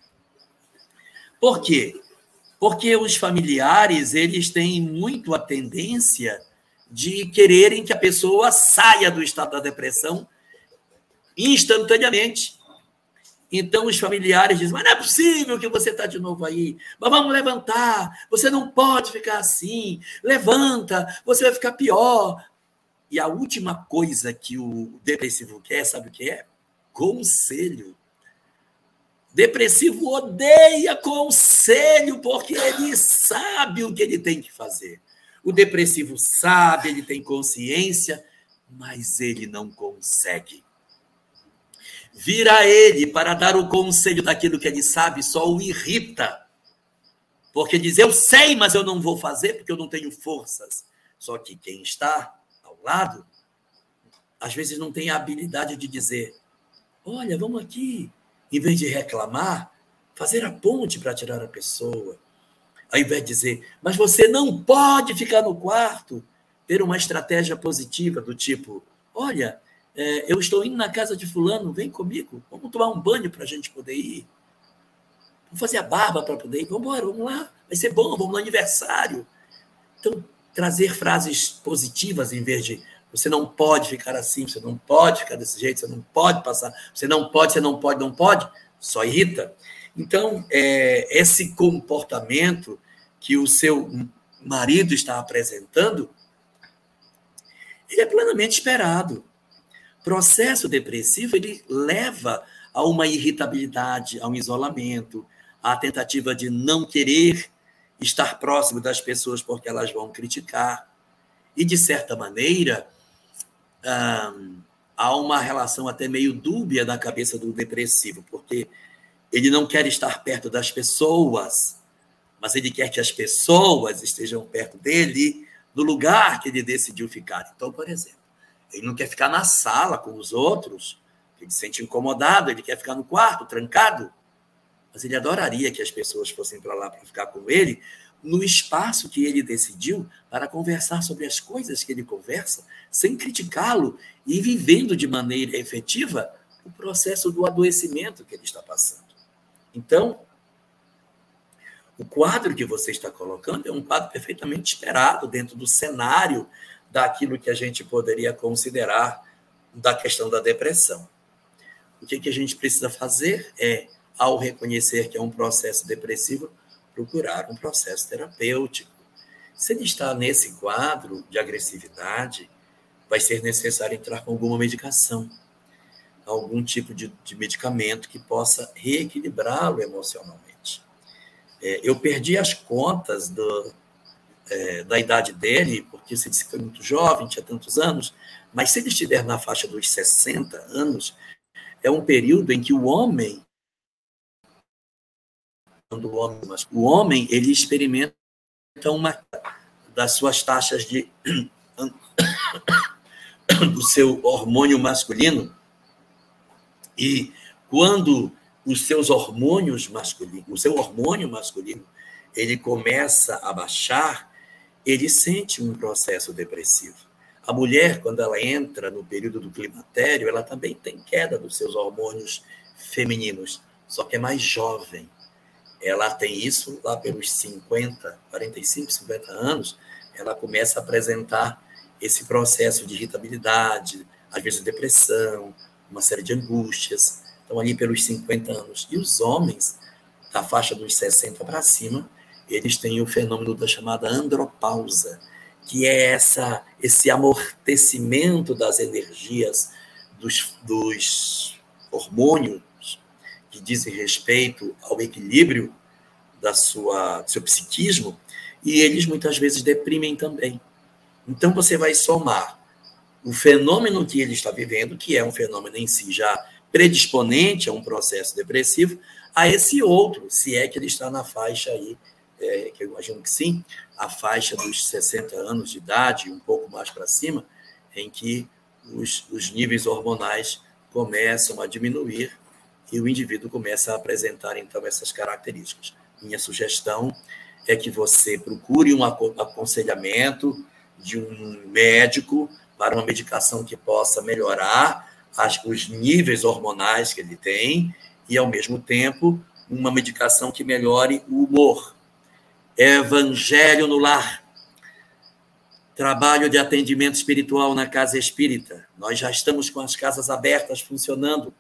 Por quê? Porque os familiares, eles têm muito a tendência de quererem que a pessoa saia do estado da depressão instantaneamente. Então os familiares dizem, mas não é possível que você está de novo aí, mas vamos levantar, você não pode ficar assim, levanta, você vai ficar pior. E a última coisa que o depressivo quer, sabe o que é? Conselho. Depressivo odeia conselho, porque ele sabe o que ele tem que fazer. O depressivo sabe, ele tem consciência, mas ele não consegue. Vir a ele para dar o conselho daquilo que ele sabe só o irrita. Porque diz, eu sei, mas eu não vou fazer porque eu não tenho forças. Só que quem está ao lado, às vezes não tem a habilidade de dizer, olha, vamos aqui. Em vez de reclamar, fazer a ponte para tirar a pessoa. Ao invés de dizer, mas você não pode ficar no quarto, ter uma estratégia positiva do tipo, olha, eu estou indo na casa de fulano, vem comigo, vamos tomar um banho para a gente poder ir. Vamos fazer a barba para poder ir, vamos embora, vamos lá, vai ser bom, vamos no aniversário. Então, trazer frases positivas em vez de você não pode ficar assim, você não pode ficar desse jeito, você não pode passar, você não pode, só irrita. Então, esse comportamento que o seu marido está apresentando, ele é plenamente esperado. Processo depressivo, ele leva a uma irritabilidade, a um isolamento, à tentativa de não querer estar próximo das pessoas porque elas vão criticar. E, de certa maneira, há uma relação até meio dúbia na cabeça do depressivo, porque ele não quer estar perto das pessoas, mas ele quer que as pessoas estejam perto dele no lugar que ele decidiu ficar. Então, por exemplo, ele não quer ficar na sala com os outros, ele se sente incomodado, ele quer ficar no quarto, trancado, mas ele adoraria que as pessoas fossem para lá para ficar com ele, no espaço que ele decidiu para conversar sobre as coisas que ele conversa, sem criticá-lo e vivendo de maneira efetiva o processo do adoecimento que ele está passando. Então, o quadro que você está colocando é um quadro perfeitamente esperado dentro do cenário daquilo que a gente poderia considerar da questão da depressão. O que a gente precisa fazer é, ao reconhecer que é um processo depressivo, procurar um processo terapêutico. Se ele está nesse quadro de agressividade, vai ser necessário entrar com alguma medicação, algum tipo de medicamento que possa reequilibrá-lo emocionalmente. Eu perdi as contas da idade dele, porque você disse que foi muito jovem, tinha tantos anos, mas se ele estiver na faixa dos 60 anos, é um período em que o homem ele experimenta uma das suas taxas do seu hormônio masculino, e quando o seu hormônio masculino, ele começa a baixar, ele sente um processo depressivo. A mulher, quando ela entra no período do climatério, ela também tem queda dos seus hormônios femininos, só que é mais jovem. Ela tem isso lá pelos 45, 50 anos, ela começa a apresentar esse processo de irritabilidade, às vezes depressão, uma série de angústias. Então, ali pelos 50 anos. E os homens, da faixa dos 60 para cima, eles têm o fenômeno da chamada andropausa, que é esse amortecimento das energias dos hormônios que dizem respeito ao equilíbrio do seu psiquismo, e eles muitas vezes deprimem também. Então, você vai somar o fenômeno que ele está vivendo, que é um fenômeno em si já predisponente a um processo depressivo, a esse outro, se é que ele está na faixa aí, que eu imagino que sim, a faixa dos 60 anos de idade, um pouco mais para cima, em que os níveis hormonais começam a diminuir e o indivíduo começa a apresentar, então, essas características. Minha sugestão é que você procure um aconselhamento de um médico para uma medicação que possa melhorar os níveis hormonais que ele tem e, ao mesmo tempo, uma medicação que melhore o humor. Evangelho no lar. Trabalho de atendimento espiritual na Casa Espírita. Nós já estamos com as casas abertas funcionando.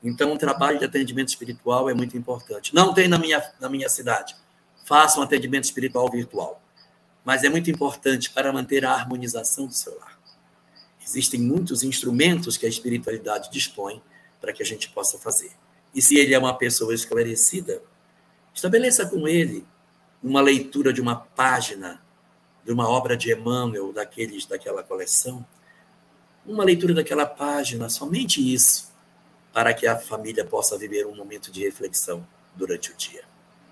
Então, o trabalho de atendimento espiritual é muito importante. Não tem na minha cidade. Faça um atendimento espiritual virtual. Mas é muito importante para manter a harmonização do seu lar. Existem muitos instrumentos que a espiritualidade dispõe para que a gente possa fazer. E se ele é uma pessoa esclarecida, estabeleça com ele uma leitura de uma página, de uma obra de Emmanuel, daquela coleção, uma leitura daquela página, somente isso, para que a família possa viver um momento de reflexão durante o dia.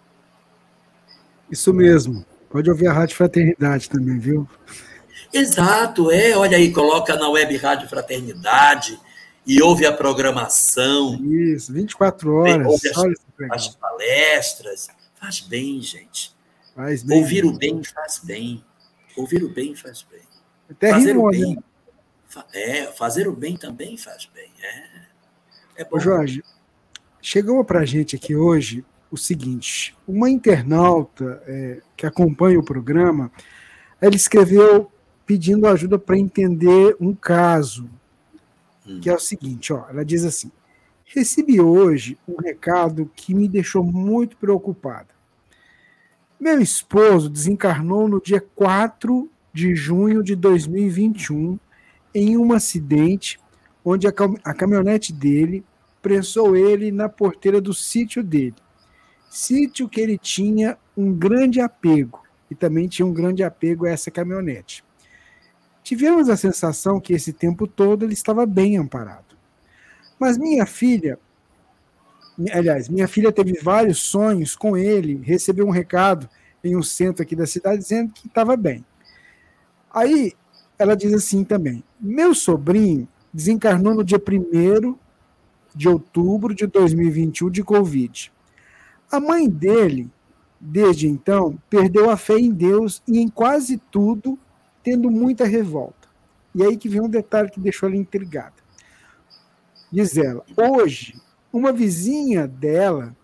Isso mesmo. Pode ouvir a Rádio Fraternidade também, viu? Exato, olha aí, coloca na web Rádio Fraternidade e ouve a programação. Isso, 24 horas. Ouve as palestras. Faz bem, gente. Faz bem. Ouvir o bem faz bem. Ouvir o bem faz bem. Até fazer rimou, o bem, né? Fazer o bem também faz bem. É bom. Ô Jorge, chegou para a gente aqui hoje o seguinte: uma internauta que acompanha o programa, ela escreveu pedindo ajuda para entender um caso, que é o seguinte, ela diz assim: recebi hoje um recado que me deixou muito preocupada. Meu esposo desencarnou no dia 4 de junho de 2021 em um acidente onde a caminhonete dele prensou ele na porteira do sítio dele. Sítio que ele tinha um grande apego, e também tinha um grande apego a essa caminhonete. Tivemos a sensação que esse tempo todo ele estava bem amparado. Mas minha filha teve vários sonhos com ele, recebeu um recado em um centro aqui da cidade dizendo que estava bem. Aí ela diz assim também: meu sobrinho desencarnou no dia 1º de outubro de 2021 de Covid. A mãe dele, desde então, perdeu a fé em Deus e em quase tudo, tendo muita revolta. E aí que vem um detalhe que deixou ela intrigada. Diz ela: hoje, uma vizinha dela,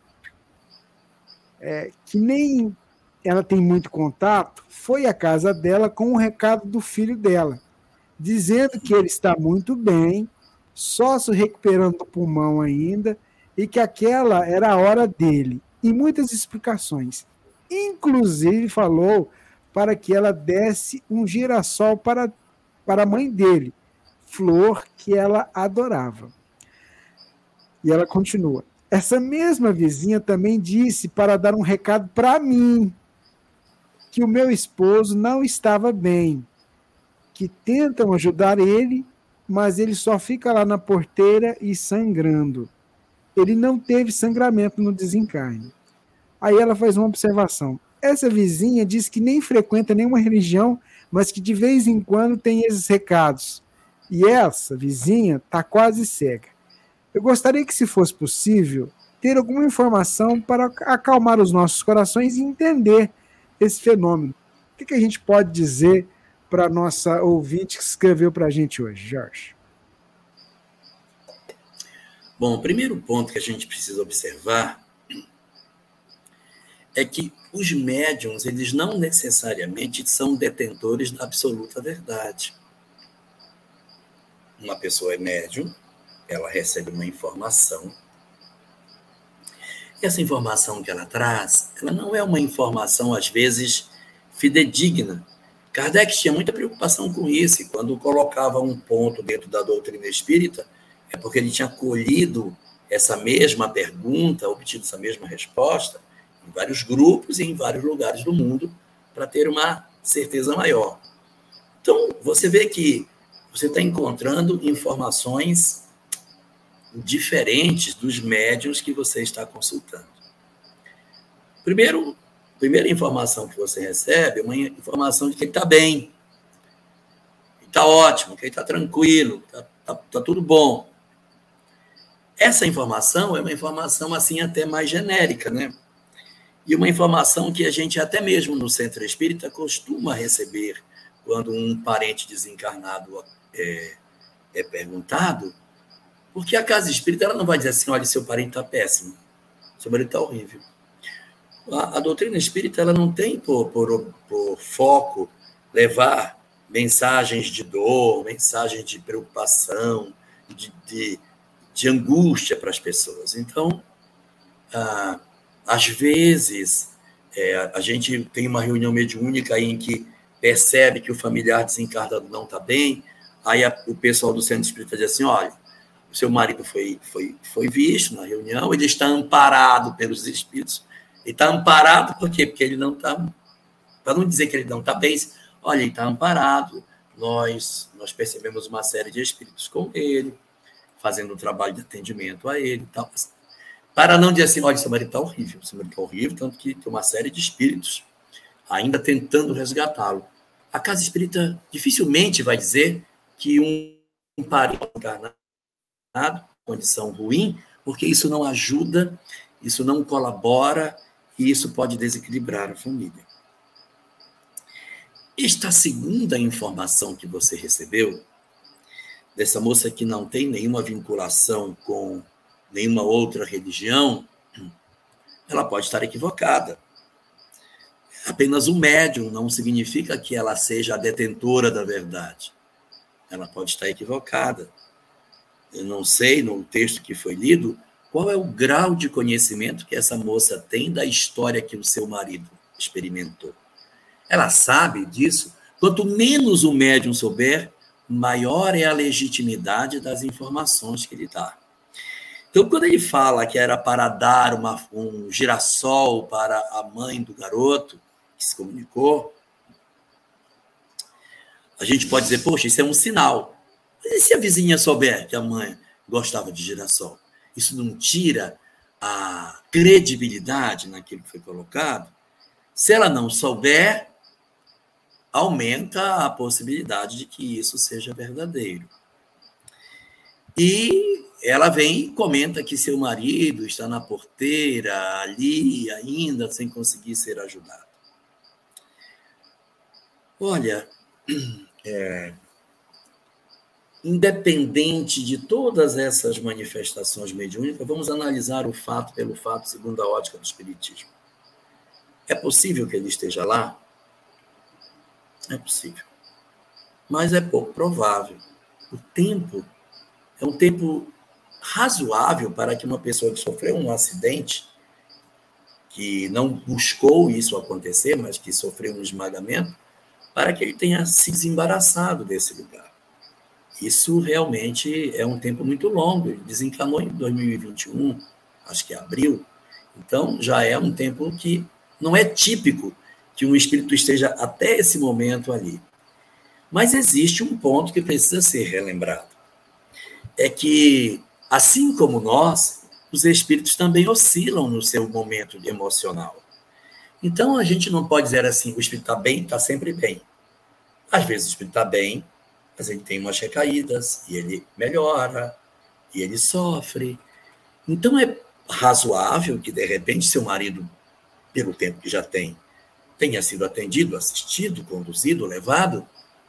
que nem ela tem muito contato, foi à casa dela com um recado do filho dela, dizendo que ele está muito bem, só se recuperando do pulmão ainda, e que aquela era a hora dele. E muitas explicações. Inclusive falou para que ela desse um girassol para a mãe dele, flor que ela adorava. E ela continua: essa mesma vizinha também disse para dar um recado para mim, que o meu esposo não estava bem, que tentam ajudar ele, mas ele só fica lá na porteira e sangrando. Ele não teve sangramento no desencarne. Aí ela faz uma observação: essa vizinha diz que nem frequenta nenhuma religião, mas que de vez em quando tem esses recados. E essa vizinha está quase cega. Eu gostaria que, se fosse possível, ter alguma informação para acalmar os nossos corações e entender esse fenômeno. O que a gente pode dizer para a nossa ouvinte que escreveu para a gente hoje, Jorge? Bom, o primeiro ponto que a gente precisa observar é que os médiuns, eles não necessariamente são detentores da absoluta verdade. Uma pessoa é médium, ela recebe uma informação. E essa informação que ela traz, ela não é uma informação, às vezes, fidedigna. Kardec tinha muita preocupação com isso, e quando colocava um ponto dentro da doutrina espírita, é porque ele tinha colhido essa mesma pergunta, obtido essa mesma resposta, em vários grupos e em vários lugares do mundo, para ter uma certeza maior. Então, você vê que você está encontrando informações diferentes dos médiuns que você está consultando. Primeira informação que você recebe é uma informação de que ele está bem, está ótimo, que ele está tranquilo, está tudo bom. Essa informação é uma informação assim até mais genérica, né? E uma informação que a gente até mesmo no centro espírita costuma receber quando um parente desencarnado é perguntado, porque a casa espírita ela não vai dizer assim: olha, seu parente está péssimo, seu marido está horrível. A doutrina espírita ela não tem por foco levar mensagens de dor, mensagens de preocupação, de de angústia para as pessoas. Então, às vezes, a gente tem uma reunião mediúnica em que percebe que o familiar desencarnado não está bem, aí o pessoal do centro espírita diz assim, olha, o seu marido foi visto na reunião, ele está amparado pelos espíritos. Ele está amparado por quê? Porque ele não está, para não dizer que ele não está bem, olha, ele está amparado, nós percebemos uma série de espíritos com ele, fazendo um trabalho de atendimento a ele e tal. Para não dizer assim, olha, seu marido está horrível, tanto que tem uma série de espíritos ainda tentando resgatá-lo. A casa espírita dificilmente vai dizer que um parente encarnado, condição ruim, porque isso não ajuda, isso não colabora e isso pode desequilibrar a família. Esta segunda informação que você recebeu, dessa moça que não tem nenhuma vinculação com nenhuma outra religião, ela pode estar equivocada. Apenas um médium não significa que ela seja a detentora da verdade. Ela pode estar equivocada. Eu não sei, no texto que foi lido, qual é o grau de conhecimento que essa moça tem da história que o seu marido experimentou. Ela sabe disso. Quanto menos o médium souber, maior é a legitimidade das informações que ele dá. Então, quando ele fala que era para dar um girassol para a mãe do garoto, que se comunicou, a gente pode dizer, poxa, isso é um sinal. Mas e se a vizinha souber que a mãe gostava de girassol? Isso não tira a credibilidade naquilo que foi colocado? Se ela não souber, aumenta a possibilidade de que isso seja verdadeiro. E ela vem e comenta que seu marido está na porteira, ali ainda, sem conseguir ser ajudado. Olha, independente de todas essas manifestações mediúnicas, vamos analisar o fato pelo fato, segundo a ótica do Espiritismo. É possível que ele esteja lá? É possível. Mas é pouco provável. O tempo é um tempo razoável para que uma pessoa que sofreu um acidente, que não buscou isso acontecer, mas que sofreu um esmagamento, para que ele tenha se desembaraçado desse lugar. Isso realmente é um tempo muito longo. Ele desencanou em 2021, acho que abril. Então, já é um tempo que não é típico que um espírito esteja até esse momento ali. Mas existe um ponto que precisa ser relembrado. É que, assim como nós, os espíritos também oscilam no seu momento emocional. Então, a gente não pode dizer assim, o espírito está bem, está sempre bem. Às vezes o espírito está bem, mas ele tem umas recaídas, e ele melhora, e ele sofre. Então, é razoável que, de repente, seu marido, pelo tempo que já tem, tenha sido atendido, assistido, conduzido, levado.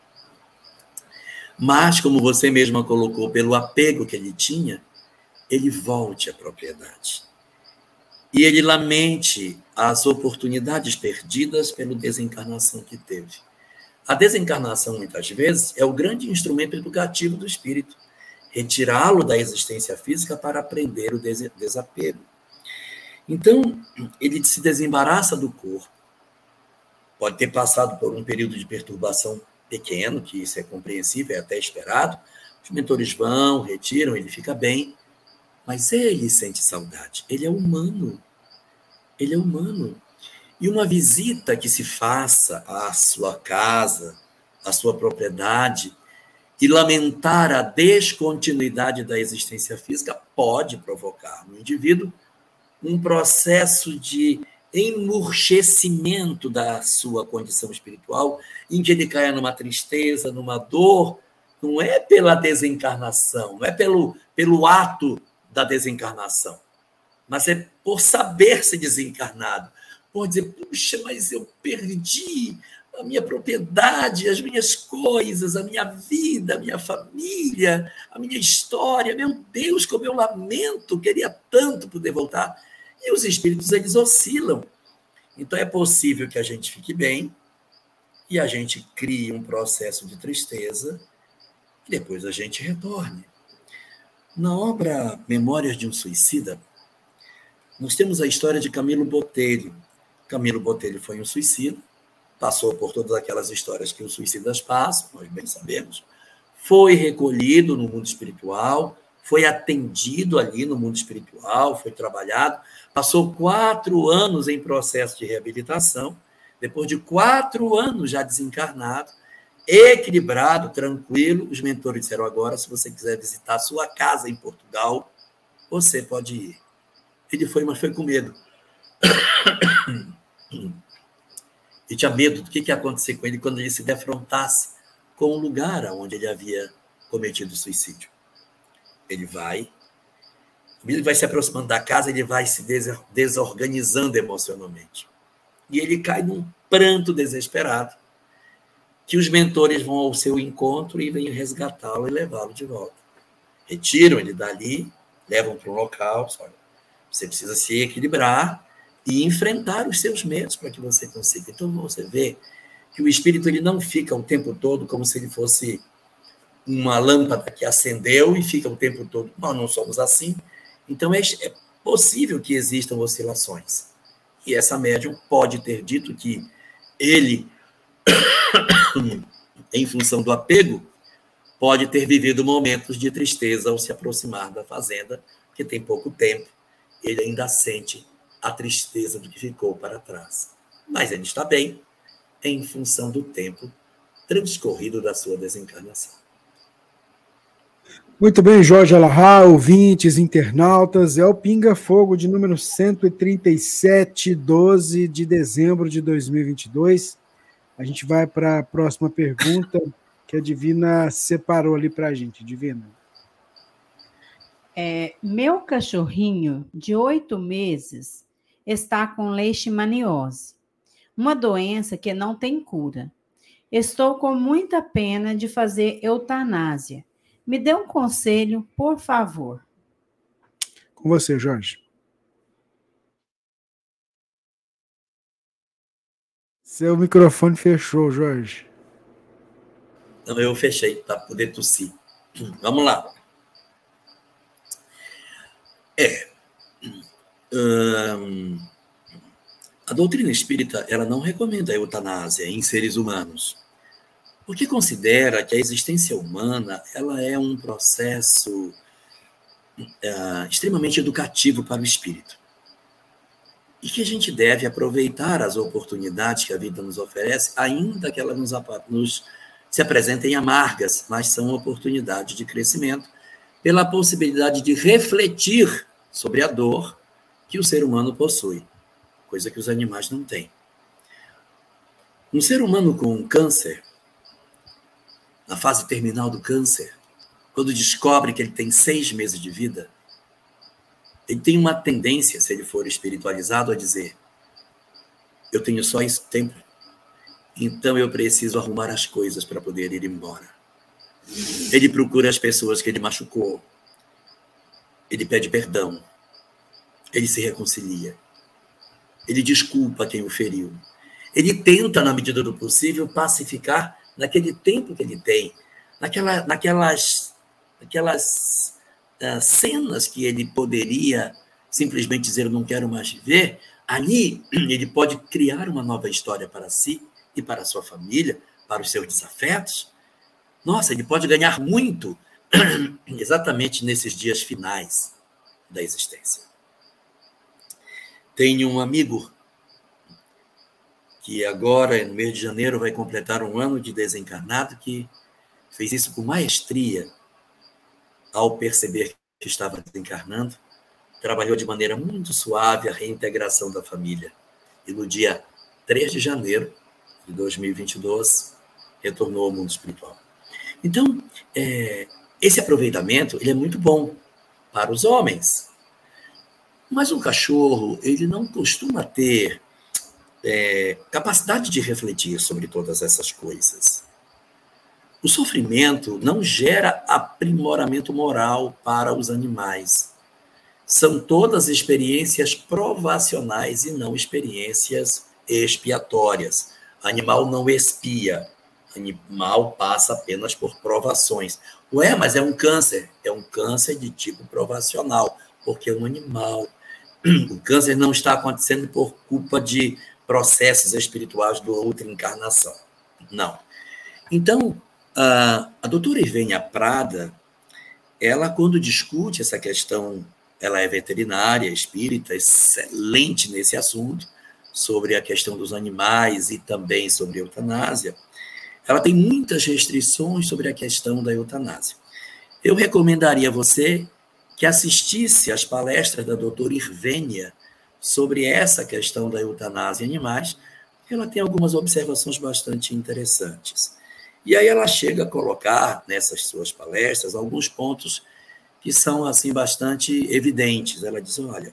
Mas, como você mesma colocou, pelo apego que ele tinha, ele volte à propriedade. E ele lamente as oportunidades perdidas pela desencarnação que teve. A desencarnação, muitas vezes, é o grande instrumento educativo do espírito, retirá-lo da existência física para aprender o desapego. Então, ele se desembaraça do corpo. Pode ter passado por um período de perturbação pequeno, que isso é compreensível, é até esperado. Os mentores vão, retiram, ele fica bem. Mas ele sente saudade. Ele é humano. Ele é humano. E uma visita que se faça à sua casa, à sua propriedade, e lamentar a descontinuidade da existência física pode provocar no indivíduo um processo de emurchecimento da sua condição espiritual, em que ele caia numa tristeza, numa dor. Não é pela desencarnação, não é pelo ato da desencarnação, mas é por saber-se desencarnado. Por dizer, puxa, mas eu perdi a minha propriedade, as minhas coisas, a minha vida, a minha família, a minha história. Meu Deus, como eu lamento, queria tanto poder voltar. E os espíritos, eles oscilam. Então, é possível que a gente fique bem e a gente crie um processo de tristeza e depois a gente retorne. Na obra Memórias de um Suicida, nós temos a história de Camilo Botelho. Camilo Botelho foi um suicida, passou por todas aquelas histórias que os suicidas passam, nós bem sabemos, foi recolhido no mundo espiritual, foi atendido ali no mundo espiritual, foi trabalhado, passou 4 anos em processo de reabilitação, depois de 4 anos já desencarnado, equilibrado, tranquilo, os mentores disseram agora, se você quiser visitar a sua casa em Portugal, você pode ir. Ele foi, mas foi com medo. E tinha medo do que ia acontecer com ele quando ele se defrontasse com o lugar onde ele havia cometido suicídio. Ele vai se aproximando da casa, ele vai se desorganizando emocionalmente. E ele cai num pranto desesperado, que os mentores vão ao seu encontro e vêm resgatá-lo e levá-lo de volta. Retiram ele dali, levam para um local, olha, você precisa se equilibrar e enfrentar os seus medos para que você consiga. Então, você vê que o espírito ele não fica o tempo todo como se ele fosse uma lâmpada que acendeu e fica o tempo todo. Nós não somos assim. Então, é possível que existam oscilações. E essa médium pode ter dito que ele, em função do apego, pode ter vivido momentos de tristeza ao se aproximar da fazenda, porque tem pouco tempo, ele ainda sente a tristeza do que ficou para trás. Mas ele está bem em função do tempo transcorrido da sua desencarnação. Muito bem, Jorge Alahá, ouvintes, internautas, é o Pinga Fogo de número 137, 12 de dezembro de 2022. A gente vai para a próxima pergunta que a Divina separou ali para a gente. Divina. Meu cachorrinho de 8 meses está com leishmaniose, uma doença que não tem cura. Estou com muita pena de fazer eutanásia. Me dê um conselho, por favor. Com você, Jorge. Seu microfone fechou, Jorge. Não, eu fechei para poder tossir. Vamos lá. A doutrina espírita ela não recomenda a eutanásia em seres humanos, porque considera que a existência humana ela é um processo extremamente educativo para o espírito e que a gente deve aproveitar as oportunidades que a vida nos oferece, ainda que elas nos se apresentem amargas, mas são oportunidades de crescimento pela possibilidade de refletir sobre a dor que o ser humano possui, coisa que os animais não têm. Um ser humano com câncer, na fase terminal do câncer, quando descobre que ele tem 6 meses de vida, ele tem uma tendência, se ele for espiritualizado, a dizer: eu tenho só esse tempo, então eu preciso arrumar as coisas para poder ir embora. Ele procura as pessoas que ele machucou, ele pede perdão, ele se reconcilia, ele desculpa quem o feriu, ele tenta, na medida do possível, pacificar naquele tempo que ele tem, naquelas cenas que ele poderia simplesmente dizer: eu não quero mais viver. Ali ele pode criar uma nova história para si e para a sua família, para os seus desafetos. Nossa, ele pode ganhar muito exatamente nesses dias finais da existência. Tenho um amigo que agora, no mês de janeiro, vai completar 1 ano de desencarnado, que fez isso com maestria ao perceber que estava desencarnando, trabalhou de maneira muito suave a reintegração da família. E no dia 3 de janeiro de 2022, retornou ao mundo espiritual. Então, esse aproveitamento ele é muito bom para os homens. Mas o cachorro, ele não costuma ter capacidade de refletir sobre todas essas coisas. O sofrimento não gera aprimoramento moral para os animais. São todas experiências provacionais e não experiências expiatórias. O animal não expia, animal passa apenas por provações. Ué, mas é um câncer. É um câncer de tipo provacional, porque é um animal. O câncer não está acontecendo por culpa de processos espirituais de outra encarnação. Não. Então, a doutora Irvênia Prada, ela, quando discute essa questão, ela é veterinária, espírita, excelente nesse assunto, sobre a questão dos animais e também sobre a eutanásia, ela tem muitas restrições sobre a questão da eutanásia. Eu recomendaria a você que assistisse às palestras da doutora Irvênia sobre essa questão da eutanásia em animais, porque ela tem algumas observações bastante interessantes. E aí ela chega a colocar nessas suas palestras alguns pontos que são assim bastante evidentes. Ela diz, olha,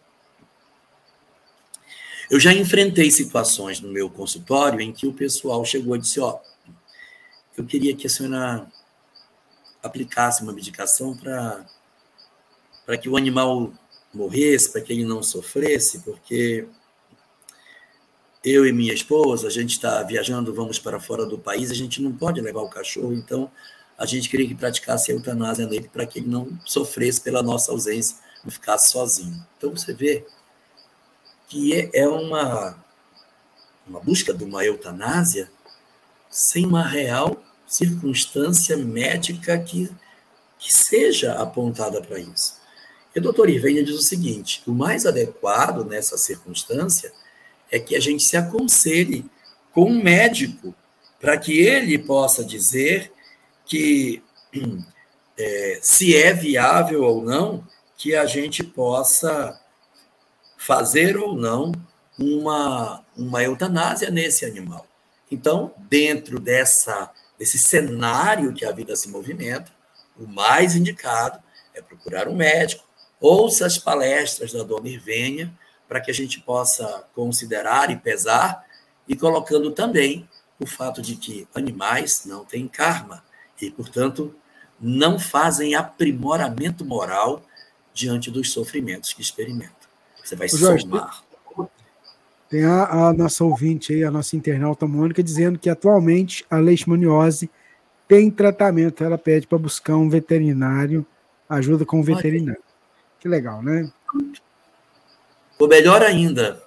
eu já enfrentei situações no meu consultório em que o pessoal chegou e disse, eu queria que a senhora aplicasse uma medicação para que o animal morresse, para que ele não sofresse, porque eu e minha esposa, a gente está viajando, vamos para fora do país, a gente não pode levar o cachorro, então a gente queria que praticasse a eutanásia nele para que ele não sofresse pela nossa ausência, não ficasse sozinho. Então você vê que é uma busca de uma eutanásia sem uma real circunstância médica que seja apontada para isso. E a doutora Irvênia diz o seguinte, o mais adequado nessa circunstância é que a gente se aconselhe com um médico para que ele possa dizer que se é viável ou não, que a gente possa fazer ou não uma eutanásia nesse animal. Então, dentro desse cenário que a vida se movimenta, o mais indicado é procurar um médico, ouça as palestras da dona Irvênia, para que a gente possa considerar e pesar, e colocando também o fato de que animais não têm karma e, portanto, não fazem aprimoramento moral diante dos sofrimentos que experimentam. Você vai somar. Tem a nossa ouvinte aí, a nossa internauta Mônica, dizendo que atualmente a leishmaniose tem tratamento. Ela pede para buscar um veterinário, ajuda com o veterinário. Que legal, né? Ficou melhor ainda.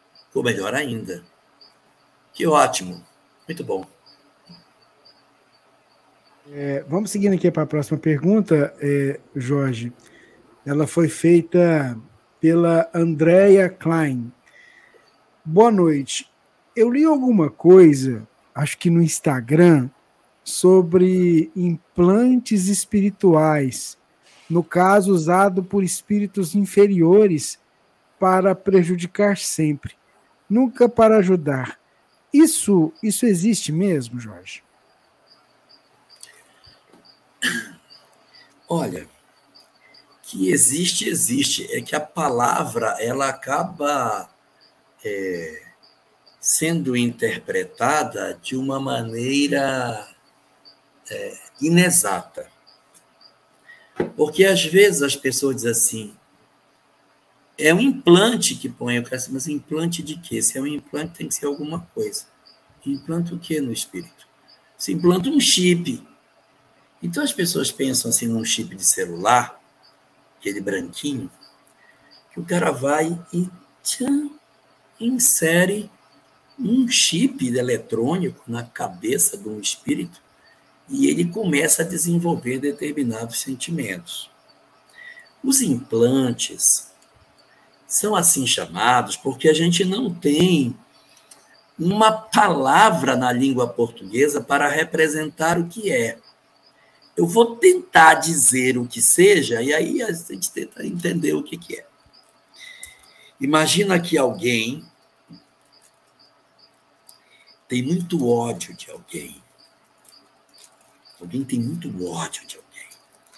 Que ótimo. Muito bom. Vamos seguindo aqui para a próxima pergunta, Jorge. Ela foi feita pela Andrea Klein. Boa noite. Eu li alguma coisa, acho que no Instagram, sobre implantes espirituais, no caso usado por espíritos inferiores para prejudicar sempre, nunca para ajudar. Isso existe mesmo, Jorge? Olha, que existe. É que a palavra ela acaba sendo interpretada de uma maneira inexata. Porque, às vezes, as pessoas dizem assim, é um implante que põe, eu quero saber, mas implante de quê? Se é um implante, tem que ser alguma coisa. Implanta o quê no espírito? Se implanta um chip. Então, as pessoas pensam assim num chip de celular, aquele branquinho, que o cara vai e insere um chip eletrônico na cabeça de um espírito e ele começa a desenvolver determinados sentimentos. Os implantes são assim chamados porque a gente não tem uma palavra na língua portuguesa para representar o que é. Eu vou tentar dizer o que seja e aí a gente tenta entender o que é. Imagina que alguém tem muito ódio de alguém. Alguém tem muito ódio de alguém.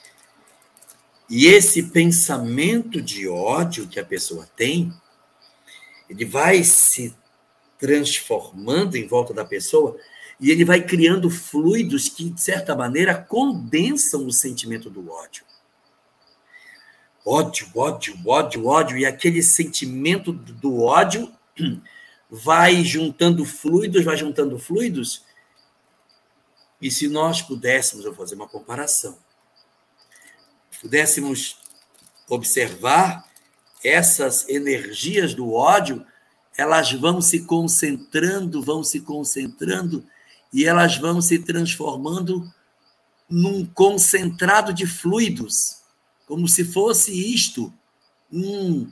E esse pensamento de ódio que a pessoa tem, ele vai se transformando em volta da pessoa e ele vai criando fluidos que, de certa maneira, condensam o sentimento do ódio. Ódio, e aquele sentimento do ódio vai juntando fluidos, E se nós pudéssemos, eu vou fazer uma comparação, pudéssemos observar essas energias do ódio, elas vão se concentrando, e elas vão se transformando num concentrado de fluidos, como se fosse isto, um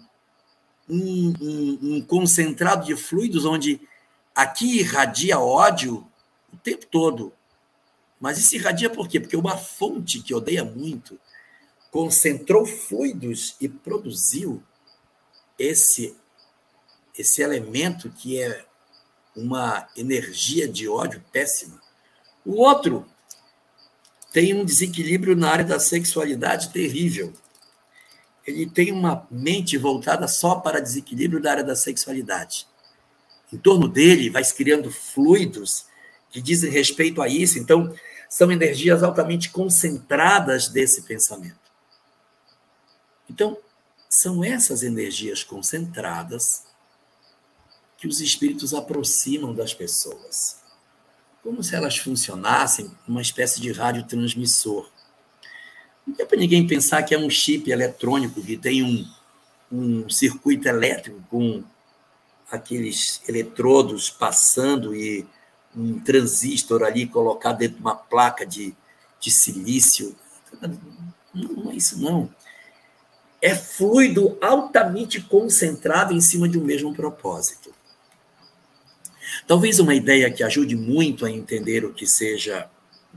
concentrado de fluidos, onde aqui irradia ódio o tempo todo. Mas isso irradia por quê? Porque uma fonte que odeia muito concentrou fluidos e produziu esse elemento que é uma energia de ódio péssima. O outro tem um desequilíbrio na área da sexualidade terrível. Ele tem uma mente voltada só para desequilíbrio da área da sexualidade. Em torno dele vai se criando fluidos que dizem respeito a isso. Então, são energias altamente concentradas desse pensamento. Então, são essas energias concentradas que os espíritos aproximam das pessoas, como se elas funcionassem uma espécie de radiotransmissor. Não é para ninguém pensar que é um chip eletrônico que tem um circuito elétrico com aqueles eletrodos passando e um transistor ali colocado dentro de uma placa de silício. Não é isso, não. É fluido altamente concentrado em cima de um mesmo propósito. Talvez uma ideia que ajude muito a entender o que seja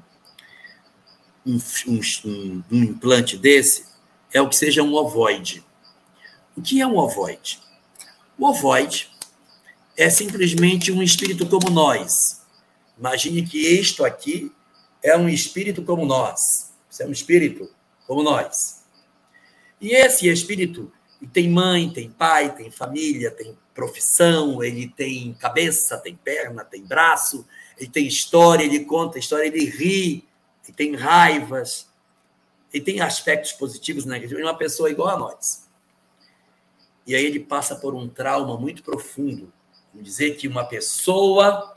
um implante desse é o que seja um ovoide. O que é um ovoide? O ovoide é simplesmente um espírito como nós. Imagine que isto aqui é um espírito como nós. Isso é um espírito como nós. E esse espírito tem mãe, tem pai, tem família, tem profissão, ele tem cabeça, tem perna, tem braço, ele tem história, ele conta história, ele ri, ele tem raivas, ele tem aspectos positivos e negativos, uma pessoa igual a nós. E aí ele passa por um trauma muito profundo. Vamos dizer que uma pessoa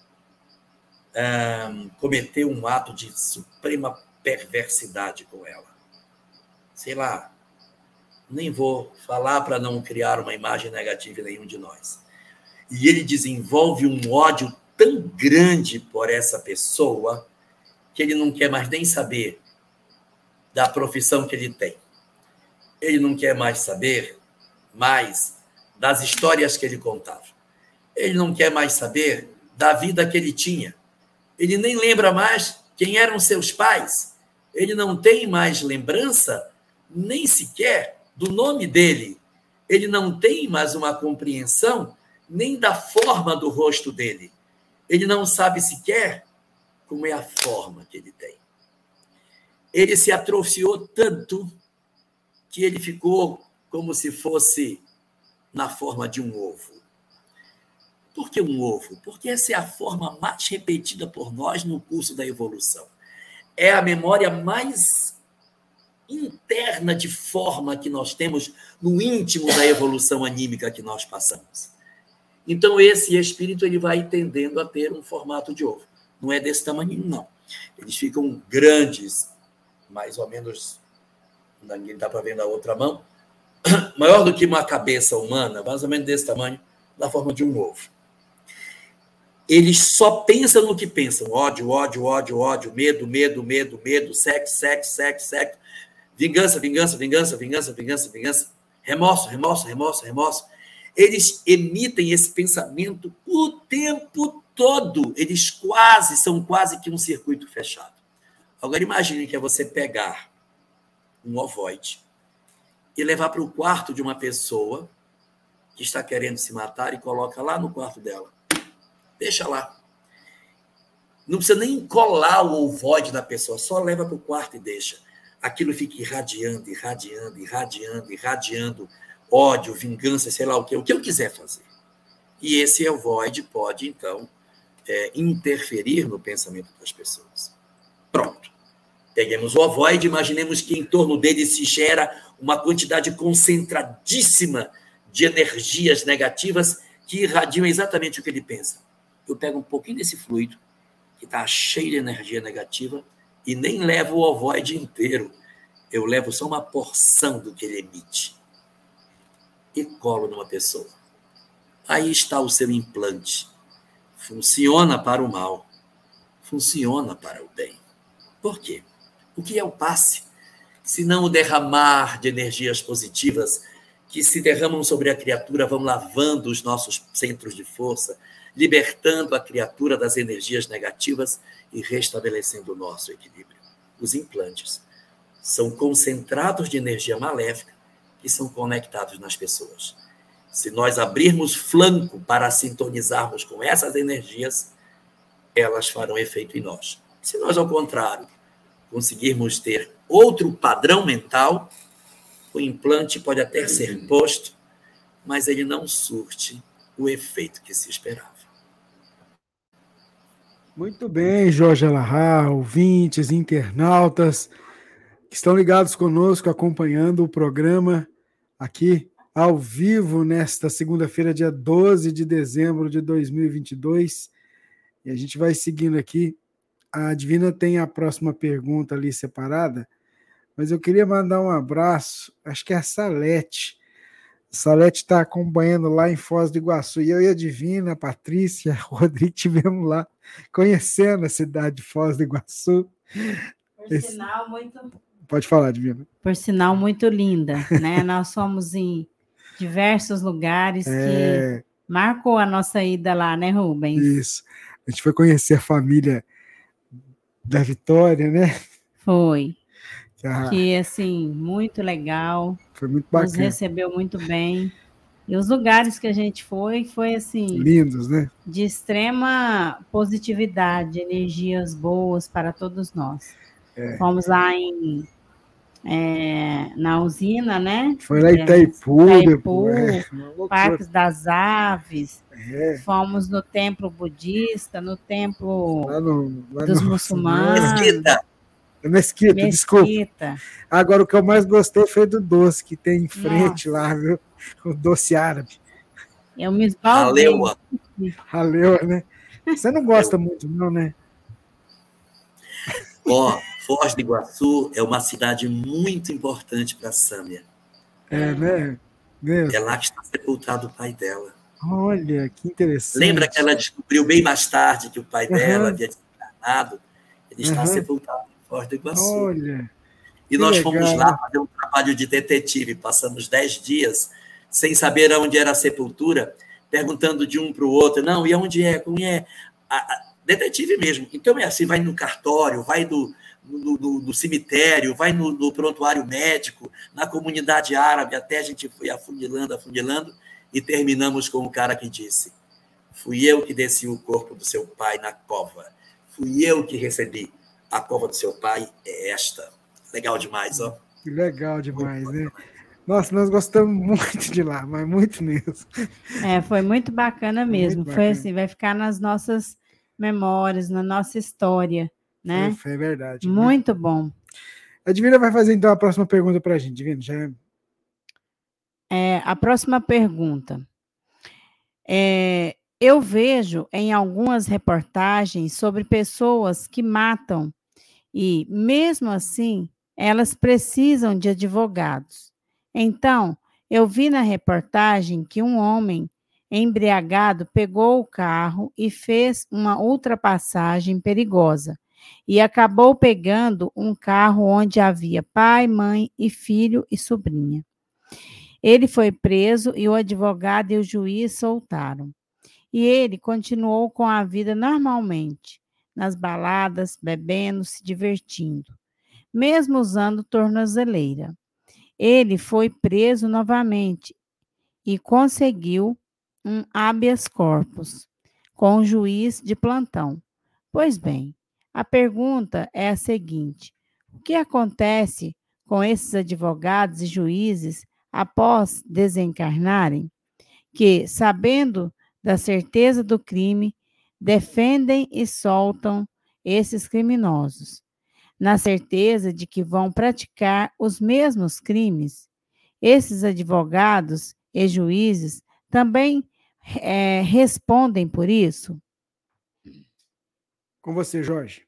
cometeu um ato de suprema perversidade com ela. Sei lá, nem vou falar para não criar uma imagem negativa em nenhum de nós. E ele desenvolve um ódio tão grande por essa pessoa que ele não quer mais nem saber da profissão que ele tem. Ele não quer mais saber das histórias que ele contava. Ele não quer mais saber da vida que ele tinha. Ele nem lembra mais quem eram seus pais. Ele não tem mais lembrança nem sequer do nome dele. Ele não tem mais uma compreensão nem da forma do rosto dele. Ele não sabe sequer como é a forma que ele tem. Ele se atrofiou tanto que ele ficou como se fosse na forma de um ovo. Por que um ovo? Porque essa é a forma mais repetida por nós no curso da evolução. É a memória mais interna de forma que nós temos no íntimo da evolução anímica que nós passamos. Então, esse espírito ele vai tendendo a ter um formato de ovo. Não é desse tamanho, não. Eles ficam grandes, mais ou menos, ninguém dá para ver na outra mão, maior do que uma cabeça humana, mais ou menos desse tamanho, na forma de um ovo. Eles só pensam no que pensam. Ódio, ódio, ódio, ódio, medo, medo, medo, medo, sexo, sexo, sexo, sexo, vingança, vingança, vingança, vingança, vingança, vingança, remorso, remorso, remorso, remorso. Eles emitem esse pensamento o tempo todo. Eles são quase que um circuito fechado. Agora, imagine que é você pegar um ovoide e levar para o quarto de uma pessoa que está querendo se matar e coloca lá no quarto dela. Deixa lá. Não precisa nem colar o ovoide da pessoa, só leva para o quarto e deixa. Aquilo fica irradiando, irradiando, irradiando, irradiando ódio, vingança, sei lá o que eu quiser fazer. E esse ovoide pode, então, interferir no pensamento das pessoas. Pronto. Peguemos o ovoide, imaginemos que em torno dele se gera uma quantidade concentradíssima de energias negativas que irradiam exatamente o que ele pensa. Eu pego um pouquinho desse fluido, que está cheio de energia negativa, e nem levo o ovoide inteiro. Eu levo só uma porção do que ele emite e colo numa pessoa. Aí está o seu implante. Funciona para o mal, funciona para o bem. Por quê? O que é o passe? Se não o derramar de energias positivas que se derramam sobre a criatura, vão lavando os nossos centros de força, libertando a criatura das energias negativas e restabelecendo o nosso equilíbrio. Os implantes são concentrados de energia maléfica que são conectados nas pessoas. Se nós abrirmos flanco para sintonizarmos com essas energias, elas farão efeito em nós. Se nós, ao contrário, conseguirmos ter outro padrão mental, o implante pode até ser posto, mas ele não surte o efeito que se esperava. Muito bem, Jorge Alahá, ouvintes, internautas que estão ligados conosco, acompanhando o programa aqui ao vivo nesta segunda-feira, dia 12 de dezembro de 2022. E a gente vai seguindo aqui. A Divina tem a próxima pergunta ali separada, mas eu queria mandar um abraço, acho que é a Salete. A Salete está acompanhando lá em Foz do Iguaçu. E eu e a Divina, a Patrícia, o Rodrigo estivemos lá conhecendo a cidade de Foz do Iguaçu. Por sinal, muito... Pode falar, Divina. Por sinal, muito linda, né? Nós fomos em diversos lugares que marcou a nossa ida lá, né, Rubens? Isso. A gente foi conhecer a família da Vitória, né? Foi. Que, assim, muito legal. Foi muito bacana. Nos recebeu muito bem. E os lugares que a gente foi, assim... lindos, né? De extrema positividade, energias boas para todos nós. Fomos lá na usina, né? Foi lá em Itaipu, Parques das Aves. Fomos no templo budista, no templo dos muçulmanos. Mesquita, desculpa. Agora, o que eu mais gostei foi do doce que tem em frente lá, viu? O doce árabe. Eu me esbaldei. Raleua, né? Você não gosta muito, não, né? Foz do Iguaçu é uma cidade muito importante para a Sâmia. Né? É lá que está sepultado o pai dela. Olha, que interessante. Lembra que ela descobriu bem mais tarde que o pai dela havia desencarnado? Ele está sepultado em Foz do Iguaçu. Olha, e nós fomos lá fazer um trabalho de detetive. Passamos 10 dias sem saber aonde era a sepultura, perguntando de um para o outro. Não, e aonde é? Como é? Detetive mesmo. Então é assim, vai no cartório, vai no cemitério, vai no prontuário médico, na comunidade árabe, até a gente foi afunilando, e terminamos com o cara que disse: fui eu que desci o corpo do seu pai na cova, fui eu que recebi, a cova do seu pai é esta. Legal demais, ó. Legal demais, né? Nossa, nós gostamos muito de lá, mas muito mesmo. Foi muito bacana mesmo. Foi assim, vai ficar nas nossas memórias, na nossa história, né? É verdade. Muito bom. A Divina vai fazer, então, a próxima pergunta para a gente. Divina, já... a próxima pergunta. Eu vejo em algumas reportagens sobre pessoas que matam e, mesmo assim, elas precisam de advogados. Então, eu vi na reportagem que um homem embriagado pegou o carro e fez uma ultrapassagem perigosa e acabou pegando um carro onde havia pai, mãe e filho e sobrinha. Ele foi preso e o advogado e o juiz soltaram. E ele continuou com a vida normalmente, nas baladas, bebendo, se divertindo, mesmo usando tornozeleira. Ele foi preso novamente e conseguiu um habeas corpus com o juiz de plantão. Pois bem, a pergunta é a seguinte: o que acontece com esses advogados e juízes após desencarnarem, que, sabendo da certeza do crime, defendem e soltam esses criminosos, na certeza de que vão praticar os mesmos crimes? Esses advogados e juízes também respondem por isso? Com você, Jorge.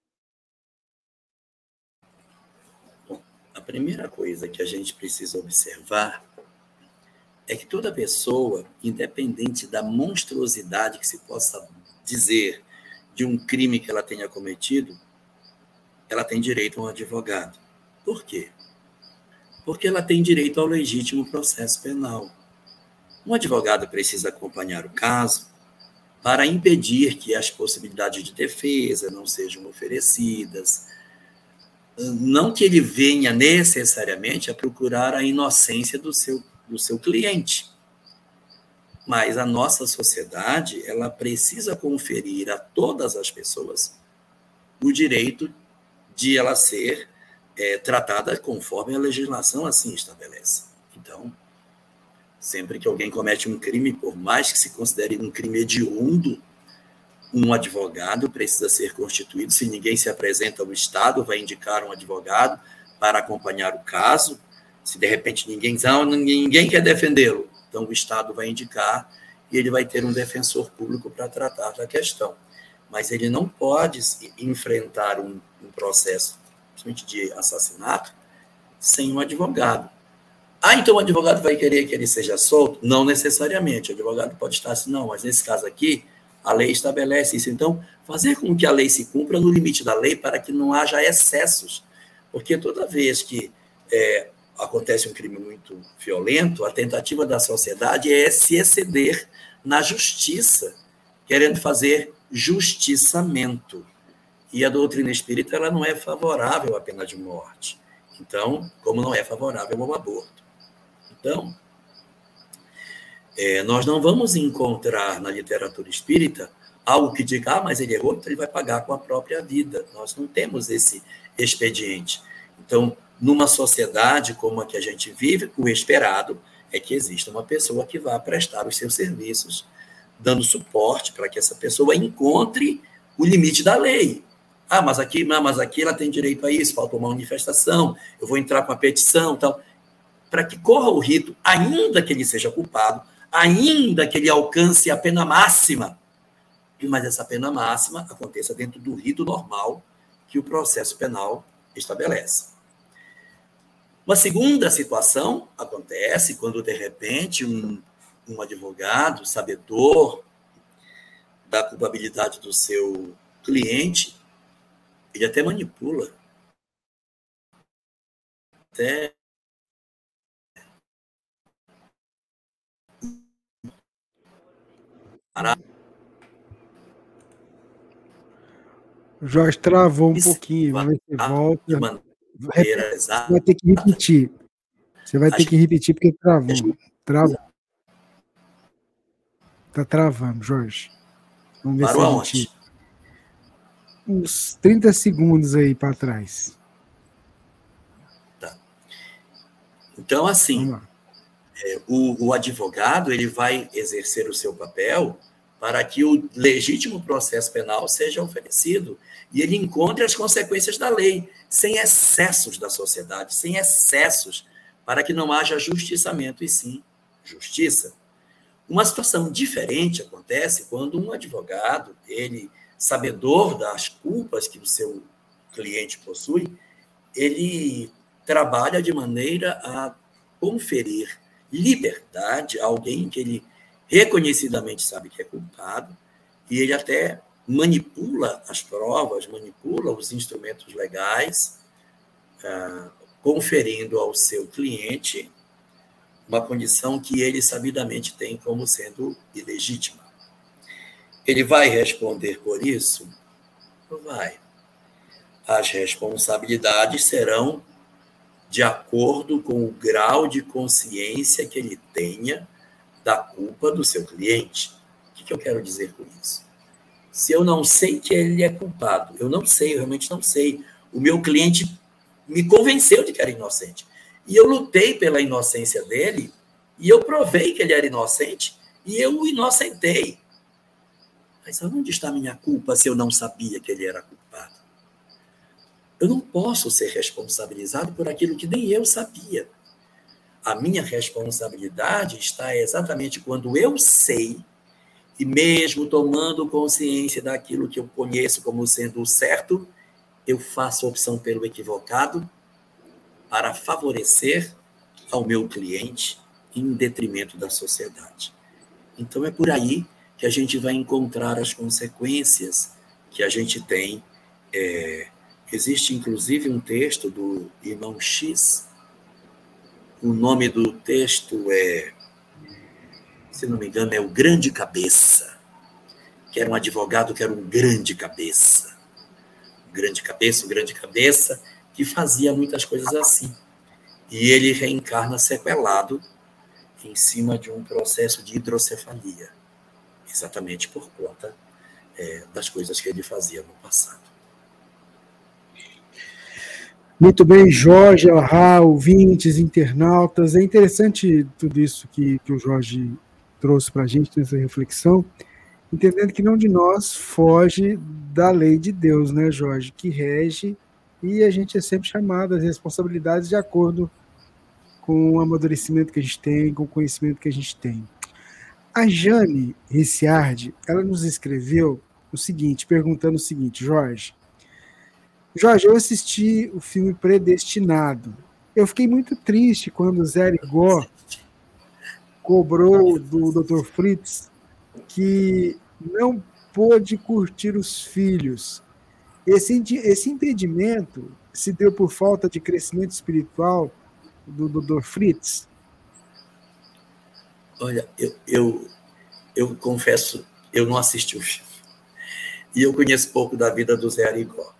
Bom, a primeira coisa que a gente precisa observar é que toda pessoa, independente da monstruosidade que se possa dizer de um crime que ela tenha cometido, ela tem direito a um advogado. Por quê? Porque ela tem direito ao legítimo processo penal. Um advogado precisa acompanhar o caso para impedir que as possibilidades de defesa não sejam oferecidas. Não que ele venha necessariamente a procurar a inocência do seu cliente. Mas a nossa sociedade, ela precisa conferir a todas as pessoas o direito de ela ser tratada conforme a legislação assim estabelece. Então, sempre que alguém comete um crime, por mais que se considere um crime hediondo, um advogado precisa ser constituído. Se ninguém se apresenta, o Estado vai indicar um advogado para acompanhar o caso. Se de repente ninguém quer defendê-lo, então o Estado vai indicar e ele vai ter um defensor público para tratar da questão. Mas ele não pode enfrentar um processo, principalmente de assassinato, sem um advogado. Então o advogado vai querer que ele seja solto? Não necessariamente. O advogado pode estar assim, não, mas nesse caso aqui, a lei estabelece isso. Então, fazer com que a lei se cumpra no limite da lei para que não haja excessos. Porque toda vez que acontece um crime muito violento, a tentativa da sociedade é se exceder na justiça, querendo fazer justiçamento. E a doutrina espírita ela não é favorável à pena de morte. Então, como não é favorável ao aborto. Então, nós não vamos encontrar na literatura espírita algo que diga, mas ele errou, então ele vai pagar com a própria vida. Nós não temos esse expediente. Então, numa sociedade como a que a gente vive, o esperado é que exista uma pessoa que vá prestar os seus serviços, dando suporte para que essa pessoa encontre o limite da lei. Mas aqui ela tem direito a isso, faltou uma manifestação, eu vou entrar com a petição, tal, para que corra o rito, ainda que ele seja culpado, ainda que ele alcance a pena máxima, mas essa pena máxima aconteça dentro do rito normal que o processo penal estabelece. Uma segunda situação acontece quando, de repente, um advogado, sabedor da culpabilidade do seu cliente, ele até manipula, até O Jorge travou um pouquinho, vai ver se volta. Você vai ter que repetir. Você vai ter que repetir porque travou. Tá travando, Jorge. Vamos ver se a gente... Uns 30 segundos aí para trás. Tá. Então, assim, o advogado ele vai exercer o seu papel para que o legítimo processo penal seja oferecido e ele encontre as consequências da lei, sem excessos da sociedade, sem excessos, para que não haja justiçamento e sim justiça. Uma situação diferente acontece quando um advogado, ele, sabedor das culpas que o seu cliente possui, ele trabalha de maneira a conferir liberdade a alguém que ele reconhecidamente sabe que é culpado, e ele até manipula as provas, manipula os instrumentos legais, conferindo ao seu cliente uma condição que ele sabidamente tem como sendo ilegítima. Ele vai responder por isso? Não vai. As responsabilidades serão de acordo com o grau de consciência que ele tenha da culpa do seu cliente. O que eu quero dizer com isso? Se eu não sei que ele é culpado, eu realmente não sei. O meu cliente me convenceu de que era inocente. E eu lutei pela inocência dele, e eu provei que ele era inocente, e eu o inocentei. Mas onde está a minha culpa se eu não sabia que ele era culpado? Eu não posso ser responsabilizado por aquilo que nem eu sabia. A minha responsabilidade está exatamente quando eu sei E mesmo tomando consciência daquilo que eu conheço como sendo o certo, eu faço a opção pelo equivocado para favorecer ao meu cliente em detrimento da sociedade. Então é por aí que a gente vai encontrar as consequências que a gente tem. Existe inclusive um texto do irmão X, o nome do texto se não me engano, é o Grande Cabeça, que era um advogado que era um grande cabeça. Um grande cabeça, que fazia muitas coisas assim. E ele reencarna sequelado em cima de um processo de hidrocefalia, exatamente por conta das coisas que ele fazia no passado. Muito bem, Jorge, Elhá, ouvintes, internautas. É interessante tudo isso que o Jorge trouxe para a gente nessa reflexão, entendendo que não de nós foge da lei de Deus, né, Jorge, que rege, e a gente é sempre chamado às responsabilidades de acordo com o amadurecimento que a gente tem, com o conhecimento que a gente tem. A Jane Ricciardi, ela nos escreveu o seguinte, perguntando o seguinte: Jorge, eu assisti o filme Predestinado. Eu fiquei muito triste quando o Zé Arigó cobrou do Dr. Fritz que não pôde curtir os filhos. Esse impedimento se deu por falta de crescimento espiritual do Dr. Fritz? Olha, eu confesso, eu não assisti o filme. E eu conheço pouco da vida do Zé Arigó.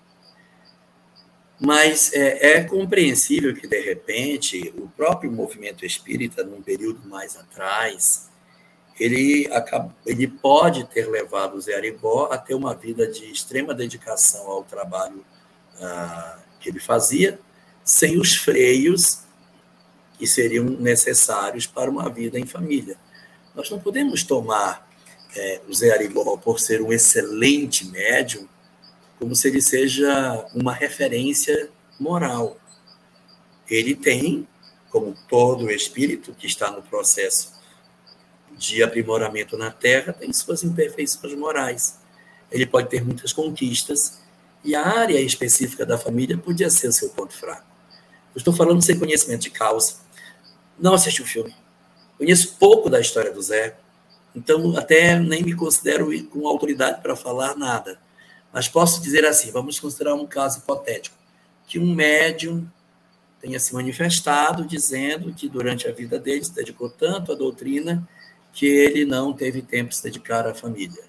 Mas é compreensível que, de repente, o próprio movimento espírita, num período mais atrás, ele pode ter levado o Zé Arigó a ter uma vida de extrema dedicação ao trabalho que ele fazia, sem os freios que seriam necessários para uma vida em família. Nós não podemos tomar o Zé Arigó por ser um excelente médium como se ele seja uma referência moral. Ele tem, como todo espírito que está no processo de aprimoramento na Terra, tem suas imperfeições morais. Ele pode ter muitas conquistas e a área específica da família podia ser o seu ponto fraco. Eu estou falando sem conhecimento de causa. Não assisti o filme. Conheço pouco da história do Zé, então até nem me considero com autoridade para falar nada. Mas posso dizer assim, vamos considerar um caso hipotético, que um médium tenha se manifestado dizendo que durante a vida dele se dedicou tanto à doutrina que ele não teve tempo de se dedicar à família.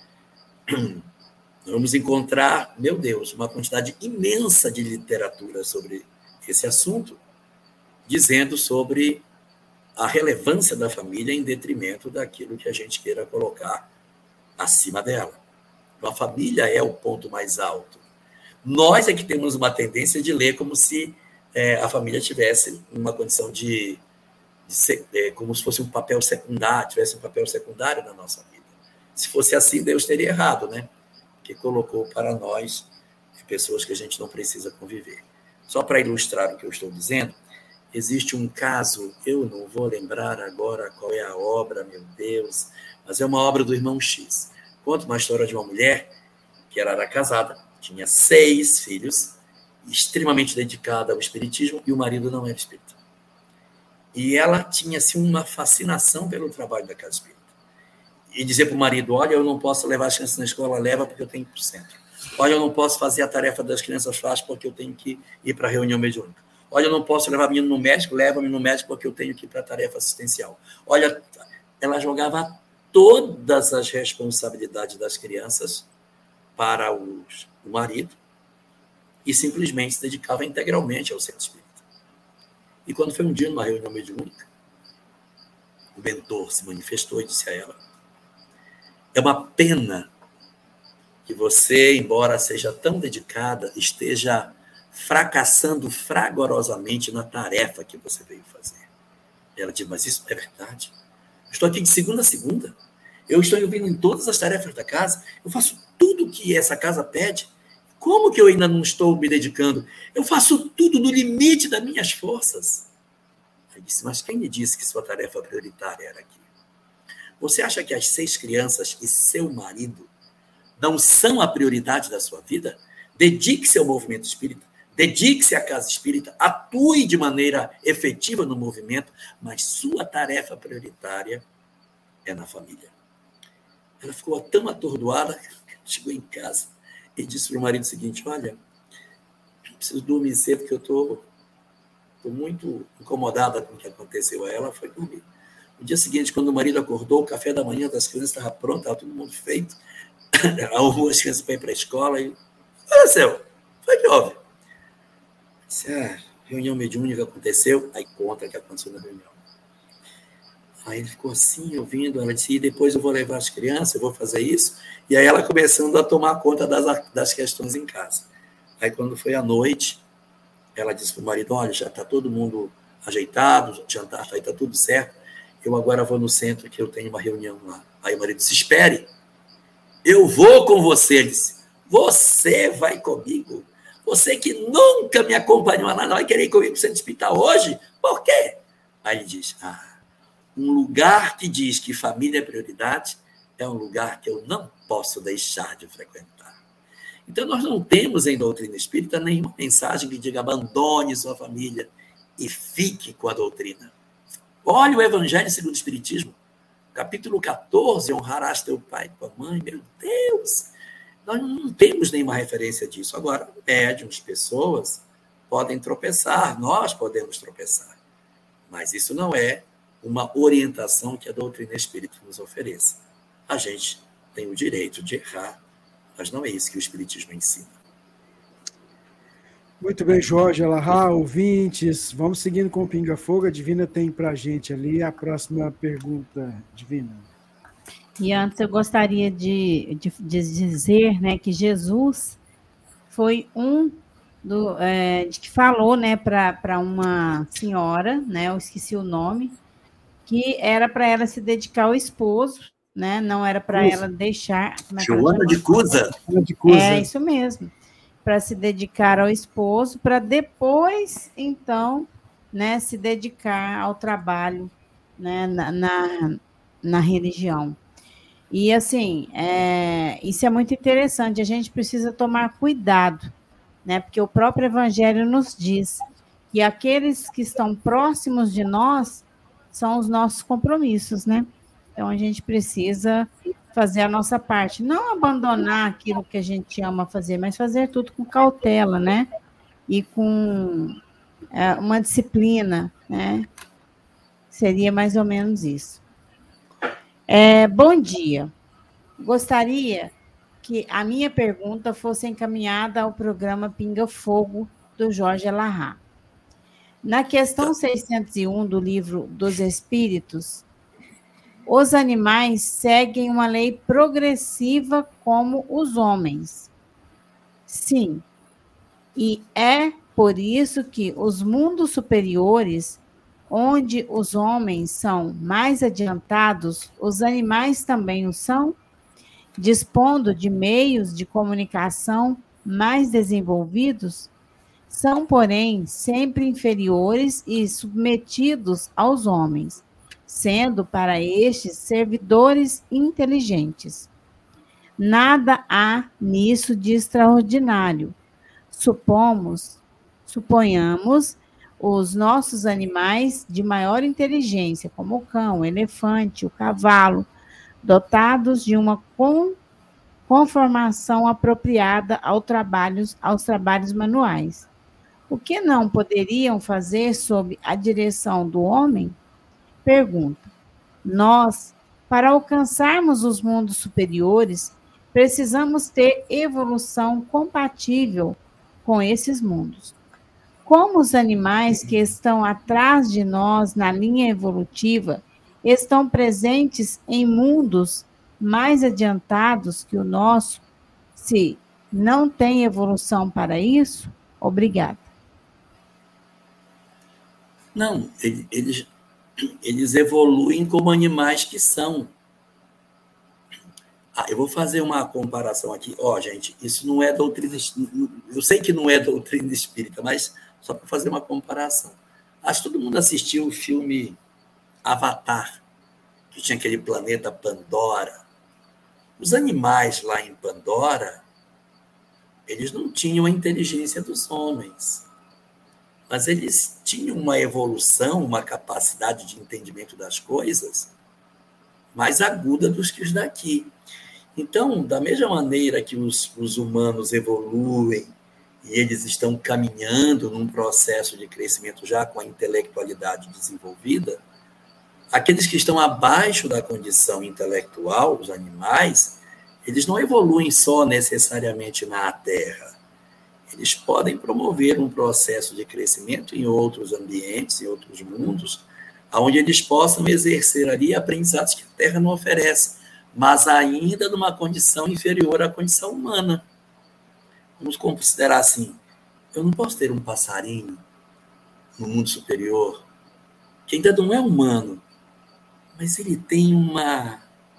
Vamos encontrar, meu Deus, uma quantidade imensa de literatura sobre esse assunto, dizendo sobre a relevância da família em detrimento daquilo que a gente queira colocar acima dela. A família é o ponto mais alto. Nós é que temos uma tendência de ler como se a família tivesse uma condição de ser, como se fosse um papel secundário, tivesse um papel secundário na nossa vida. Se fosse assim, Deus teria errado, né? Que colocou para nós pessoas que a gente não precisa conviver. Só para ilustrar o que eu estou dizendo, existe um caso, eu não vou lembrar agora qual é a obra, meu Deus, mas é uma obra do irmão X. Conta uma história de uma mulher que era casada, tinha 6 filhos, extremamente dedicada ao espiritismo, e o marido não era espírita. E ela tinha assim, uma fascinação pelo trabalho da casa espírita. E dizer para o marido, olha, eu não posso levar as crianças na escola, leva porque eu tenho que ir para o centro. Olha, eu não posso fazer a tarefa das crianças faz porque eu tenho que ir para a reunião mediúnica. Olha, eu não posso levar menino no médico, leva-me no médico porque eu tenho que ir para a tarefa assistencial. Olha, ela jogava todas as responsabilidades das crianças para o marido e simplesmente se dedicava integralmente ao centro espírita. E quando foi um dia numa reunião mediúnica, o mentor se manifestou e disse a ela: é uma pena que você, embora seja tão dedicada, esteja fracassando fragorosamente na tarefa que você veio fazer. Ela disse, mas isso é verdade? Estou aqui de segunda a segunda. Eu estou envolvido em todas as tarefas da casa. Eu faço tudo o que essa casa pede. Como que eu ainda não estou me dedicando? Eu faço tudo no limite das minhas forças. Aí disse, mas quem lhe disse que sua tarefa prioritária era aqui? Você acha que as 6 crianças e seu marido não são a prioridade da sua vida? Dedique-se ao movimento espírita, dedique-se à casa espírita, atue de maneira efetiva no movimento, mas sua tarefa prioritária é na família. Ela ficou tão atordoada, chegou em casa e disse para o marido o seguinte: olha, preciso dormir cedo porque eu estou muito incomodada com o que aconteceu. Aí ela foi dormir. No dia seguinte, quando o marido acordou, o café da manhã das crianças estava pronto, estava todo mundo feito, arrumou as crianças para ir para a escola e... Olha, céu, foi que houve? Disse, reunião mediúnica aconteceu, aí conta o que aconteceu na reunião. Aí ele ficou assim, ouvindo, ela disse, e depois eu vou levar as crianças, eu vou fazer isso, e aí ela começando a tomar conta das questões em casa. Aí quando foi à noite, ela disse para o marido, olha, já está todo mundo ajeitado, o jantar está tudo certo, eu agora vou no centro que eu tenho uma reunião lá. Aí o marido disse, espere, eu vou com você. Ele disse, você vai comigo? Você que nunca me acompanhou a nada, vai querer ir comigo para o centro espírita hoje? Por quê? Aí ele diz, um lugar que diz que família é prioridade é um lugar que eu não posso deixar de frequentar. Então, nós não temos em doutrina espírita nenhuma mensagem que diga abandone sua família e fique com a doutrina. Olha o Evangelho segundo o Espiritismo, capítulo 14, honrarás teu pai e tua mãe. Meu Deus! Nós não temos nenhuma referência disso. Agora, médiuns, pessoas podem tropeçar, nós podemos tropeçar. Mas isso não é uma orientação que a doutrina espírita nos ofereça. A gente tem o direito de errar, mas não é isso que o Espiritismo ensina. Muito bem, Jorge Alahá, ouvintes. Vamos seguindo com o Pinga Fogo. A Divina tem para a gente ali a próxima pergunta, Divina. E antes eu gostaria de dizer, né, que Jesus foi que falou, né, para uma senhora, né, eu esqueci o nome, que era para ela se dedicar ao esposo, né, não era para ela deixar... Joana de Cusa. É isso mesmo. Para se dedicar ao esposo, para depois, então, né, se dedicar ao trabalho, né, na religião. E, assim, isso é muito interessante, a gente precisa tomar cuidado, né, porque o próprio Evangelho nos diz que aqueles que estão próximos de nós são os nossos compromissos, né? Então, a gente precisa fazer a nossa parte, não abandonar aquilo que a gente ama fazer, mas fazer tudo com cautela, né? E com uma disciplina, né? Seria mais ou menos isso. Bom dia. Gostaria que a minha pergunta fosse encaminhada ao programa Pinga Fogo, do Jorge Alahá. Na questão 601 do livro dos Espíritos, os animais seguem uma lei progressiva como os homens. Sim, e é por isso que os mundos superiores, onde os homens são mais adiantados, os animais também o são, dispondo de meios de comunicação mais desenvolvidos, são, porém, sempre inferiores e submetidos aos homens, sendo para estes servidores inteligentes. Nada há nisso de extraordinário. Suponhamos os nossos animais de maior inteligência, como o cão, o elefante, o cavalo, dotados de uma conformação apropriada aos trabalhos manuais. O que não poderiam fazer sob a direção do homem? Pergunta. Nós, para alcançarmos os mundos superiores, precisamos ter evolução compatível com esses mundos. Como os animais que estão atrás de nós na linha evolutiva estão presentes em mundos mais adiantados que o nosso, se não tem evolução para isso? Obrigada. Não, eles evoluem como animais que são. Eu vou fazer uma comparação aqui. Gente, isso não é doutrina... Eu sei que não é doutrina espírita, mas só para fazer uma comparação. Acho que todo mundo assistiu o filme Avatar. que tinha aquele planeta Pandora. Os animais lá em Pandora, eles não tinham a inteligência dos homens, mas eles tinham uma evolução, uma capacidade de entendimento das coisas mais aguda dos que os daqui. Então, da mesma maneira que os humanos evoluem e eles estão caminhando num processo de crescimento já com a intelectualidade desenvolvida, aqueles que estão abaixo da condição intelectual, os animais, eles não evoluem só necessariamente na Terra. Eles podem promover um processo de crescimento em outros ambientes, em outros mundos, onde eles possam exercer ali aprendizados que a Terra não oferece, mas ainda numa condição inferior à condição humana. Vamos considerar assim, eu não posso ter um passarinho no mundo superior, que ainda não é humano, mas ele tem uma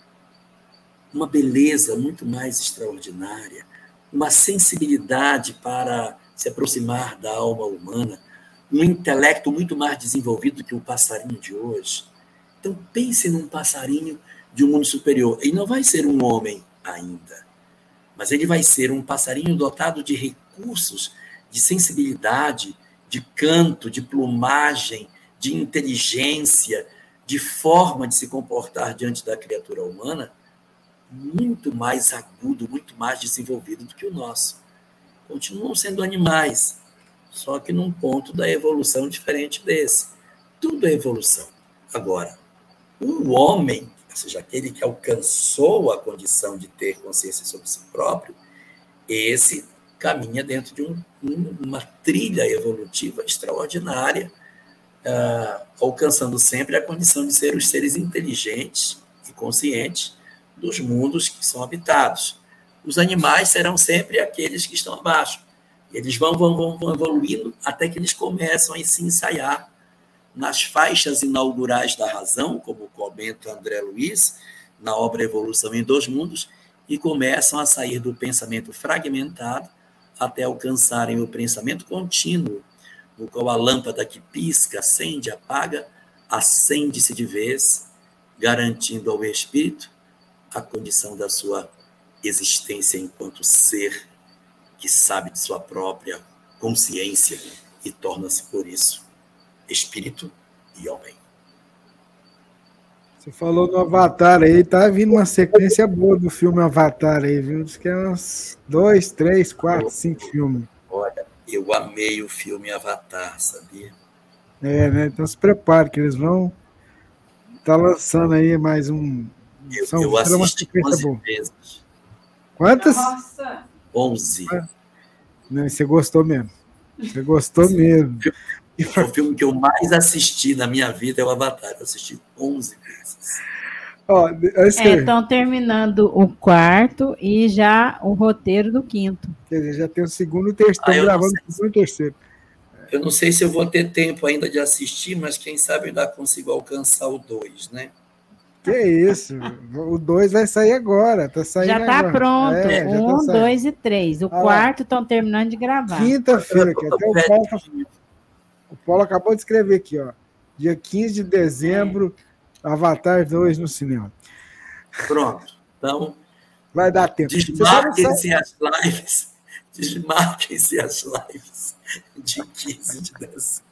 beleza muito mais extraordinária, uma sensibilidade para se aproximar da alma humana, um intelecto muito mais desenvolvido que o passarinho de hoje. Então, pense num passarinho de um mundo superior. Ele não vai ser um homem ainda, mas ele vai ser um passarinho dotado de recursos, de sensibilidade, de canto, de plumagem, de inteligência, de forma de se comportar diante da criatura humana, muito mais agudo, muito mais desenvolvido do que o nosso. Continuam sendo animais, só que num ponto da evolução diferente desse. Tudo é evolução. Agora, o homem, ou seja, aquele que alcançou a condição de ter consciência sobre si próprio, esse caminha dentro de uma trilha evolutiva extraordinária, alcançando sempre a condição de ser os seres inteligentes e conscientes dos mundos que são habitados. Os animais serão sempre aqueles que estão abaixo. Eles vão evoluindo até que eles começam a se ensaiar nas faixas inaugurais da razão, como comenta André Luiz, na obra Evolução em Dois Mundos, e começam a sair do pensamento fragmentado até alcançarem o pensamento contínuo, no qual a lâmpada que pisca, acende, apaga, acende-se de vez, garantindo ao espírito a condição da sua existência enquanto ser que sabe de sua própria consciência e torna-se, por isso, espírito e homem. Você falou no Avatar aí, tá vindo uma sequência boa do filme Avatar aí, viu? Diz que é uns 2, 3, 4, 5 filmes. Olha, eu amei o filme Avatar, sabia? É, né? Então se prepare, que eles vão estar lançando aí mais um. Eu assisti 11 vezes. Quantas? Nossa! 11. Não, você gostou mesmo. Você gostou mesmo. O filme que eu mais assisti na minha vida é o Avatar. Eu assisti 11 vezes. Estão terminando o quarto e já o roteiro do quinto. Quer dizer, já tem o segundo e o terceiro. Estão gravando o segundo e o terceiro. Eu não sei se eu vou ter tempo ainda de assistir, mas quem sabe eu ainda consigo alcançar o 2, né? Que isso? O 2 vai sair agora. Tá saindo já está pronto. 1, 2 e 3. O quarto estão terminando de gravar. Quinta-feira, aqui. Até o Paulo acabou de escrever aqui, ó. Dia 15 de dezembro, Avatar 2 no cinema. Pronto. Então, vai dar tempo. Desmarquem-se as lives. Desmarquem-se as lives de 15 de dezembro.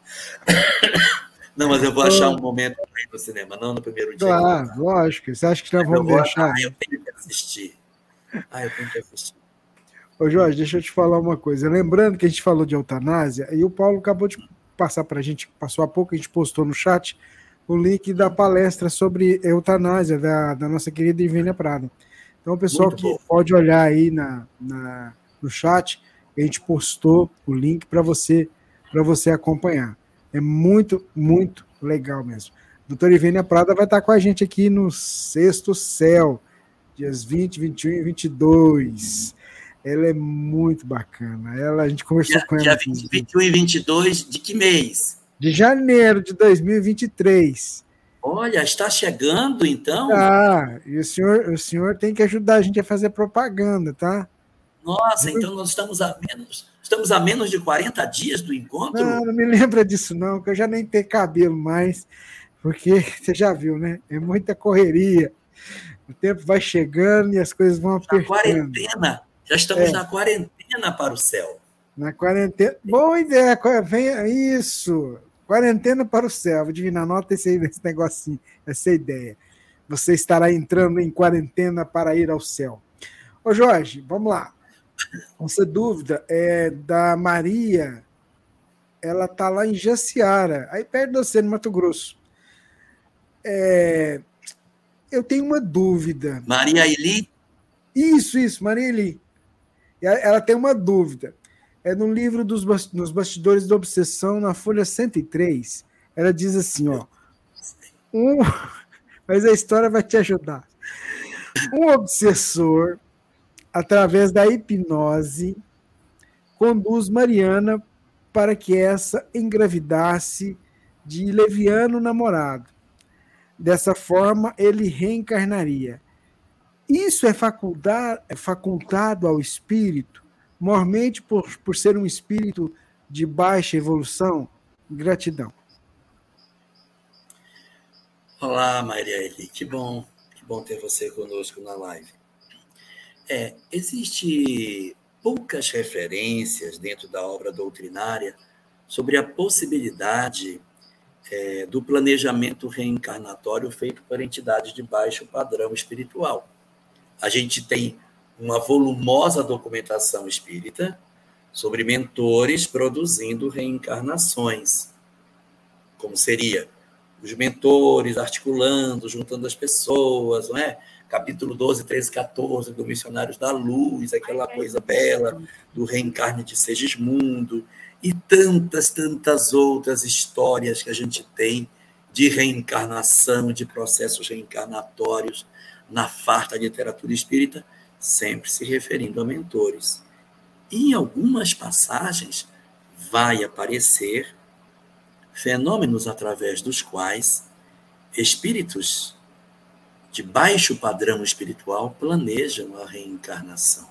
Não, mas eu vou achar um momento para ir no cinema, não no primeiro dia. Claro, lógico. Você acha que nós vamos deixar? Eu tenho que assistir. Eu tenho que assistir. Ô, Jorge, deixa eu te falar uma coisa. Lembrando que a gente falou de eutanásia, e o Paulo acabou de passar para a gente, passou há pouco, a gente postou no chat o link da palestra sobre eutanásia da nossa querida Ivênia Prada. Então, o pessoal que pode olhar aí no chat, a gente postou o link para você acompanhar. É muito, muito legal mesmo. A doutora Ivênia Prada vai estar com a gente aqui no Sexto Céu, dias 20, 21 e 22. Ela é muito bacana. A gente conversou com ela. Dia 20, 21 e 22 de que mês? De janeiro de 2023. Olha, está chegando, então? E o senhor tem que ajudar a gente a fazer propaganda, tá? Nossa, então nós estamos a menos de 40 dias do encontro? Não me lembra disso não, que eu já nem tenho cabelo mais. Porque você já viu, né? É muita correria. O tempo vai chegando e as coisas vão apertando. Quarentena. Já estamos na quarentena para o céu. Na quarentena. Boa ideia. Vem isso. Quarentena para o céu. Divina, anota esse negocinho, essa ideia. Você estará entrando em quarentena para ir ao céu. Ô, Jorge, vamos lá. Essa dúvida é da Maria. Ela está lá em Jaciara, aí perto de você, no Mato Grosso. Eu tenho uma dúvida. Maria Eli? Isso, Maria Eli. Ela tem uma dúvida. É no livro Nos Bastidores da Obsessão, na folha 103. Ela diz assim, ó. Mas a história vai te ajudar. Um obsessor, através da hipnose, conduz Mariana para que essa engravidasse de leviano namorado. Dessa forma, ele reencarnaria. Isso é facultado ao espírito, mormente por ser um espírito de baixa evolução? Gratidão. Olá, Maria Eli, que bom ter você conosco na live. Existe poucas referências dentro da obra doutrinária sobre a possibilidade do planejamento reencarnatório feito por entidades de baixo padrão espiritual. A gente tem uma volumosa documentação espírita sobre mentores produzindo reencarnações, como seria os mentores articulando, juntando as pessoas, não é? Capítulo 12, 13, 14 do Missionários da Luz, aquela coisa bela do reencarne de Segismundo, e tantas outras histórias que a gente tem de reencarnação, de processos reencarnatórios na farta literatura espírita, sempre se referindo a mentores. E em algumas passagens vai aparecer fenômenos através dos quais espíritos de baixo padrão espiritual planejam a reencarnação.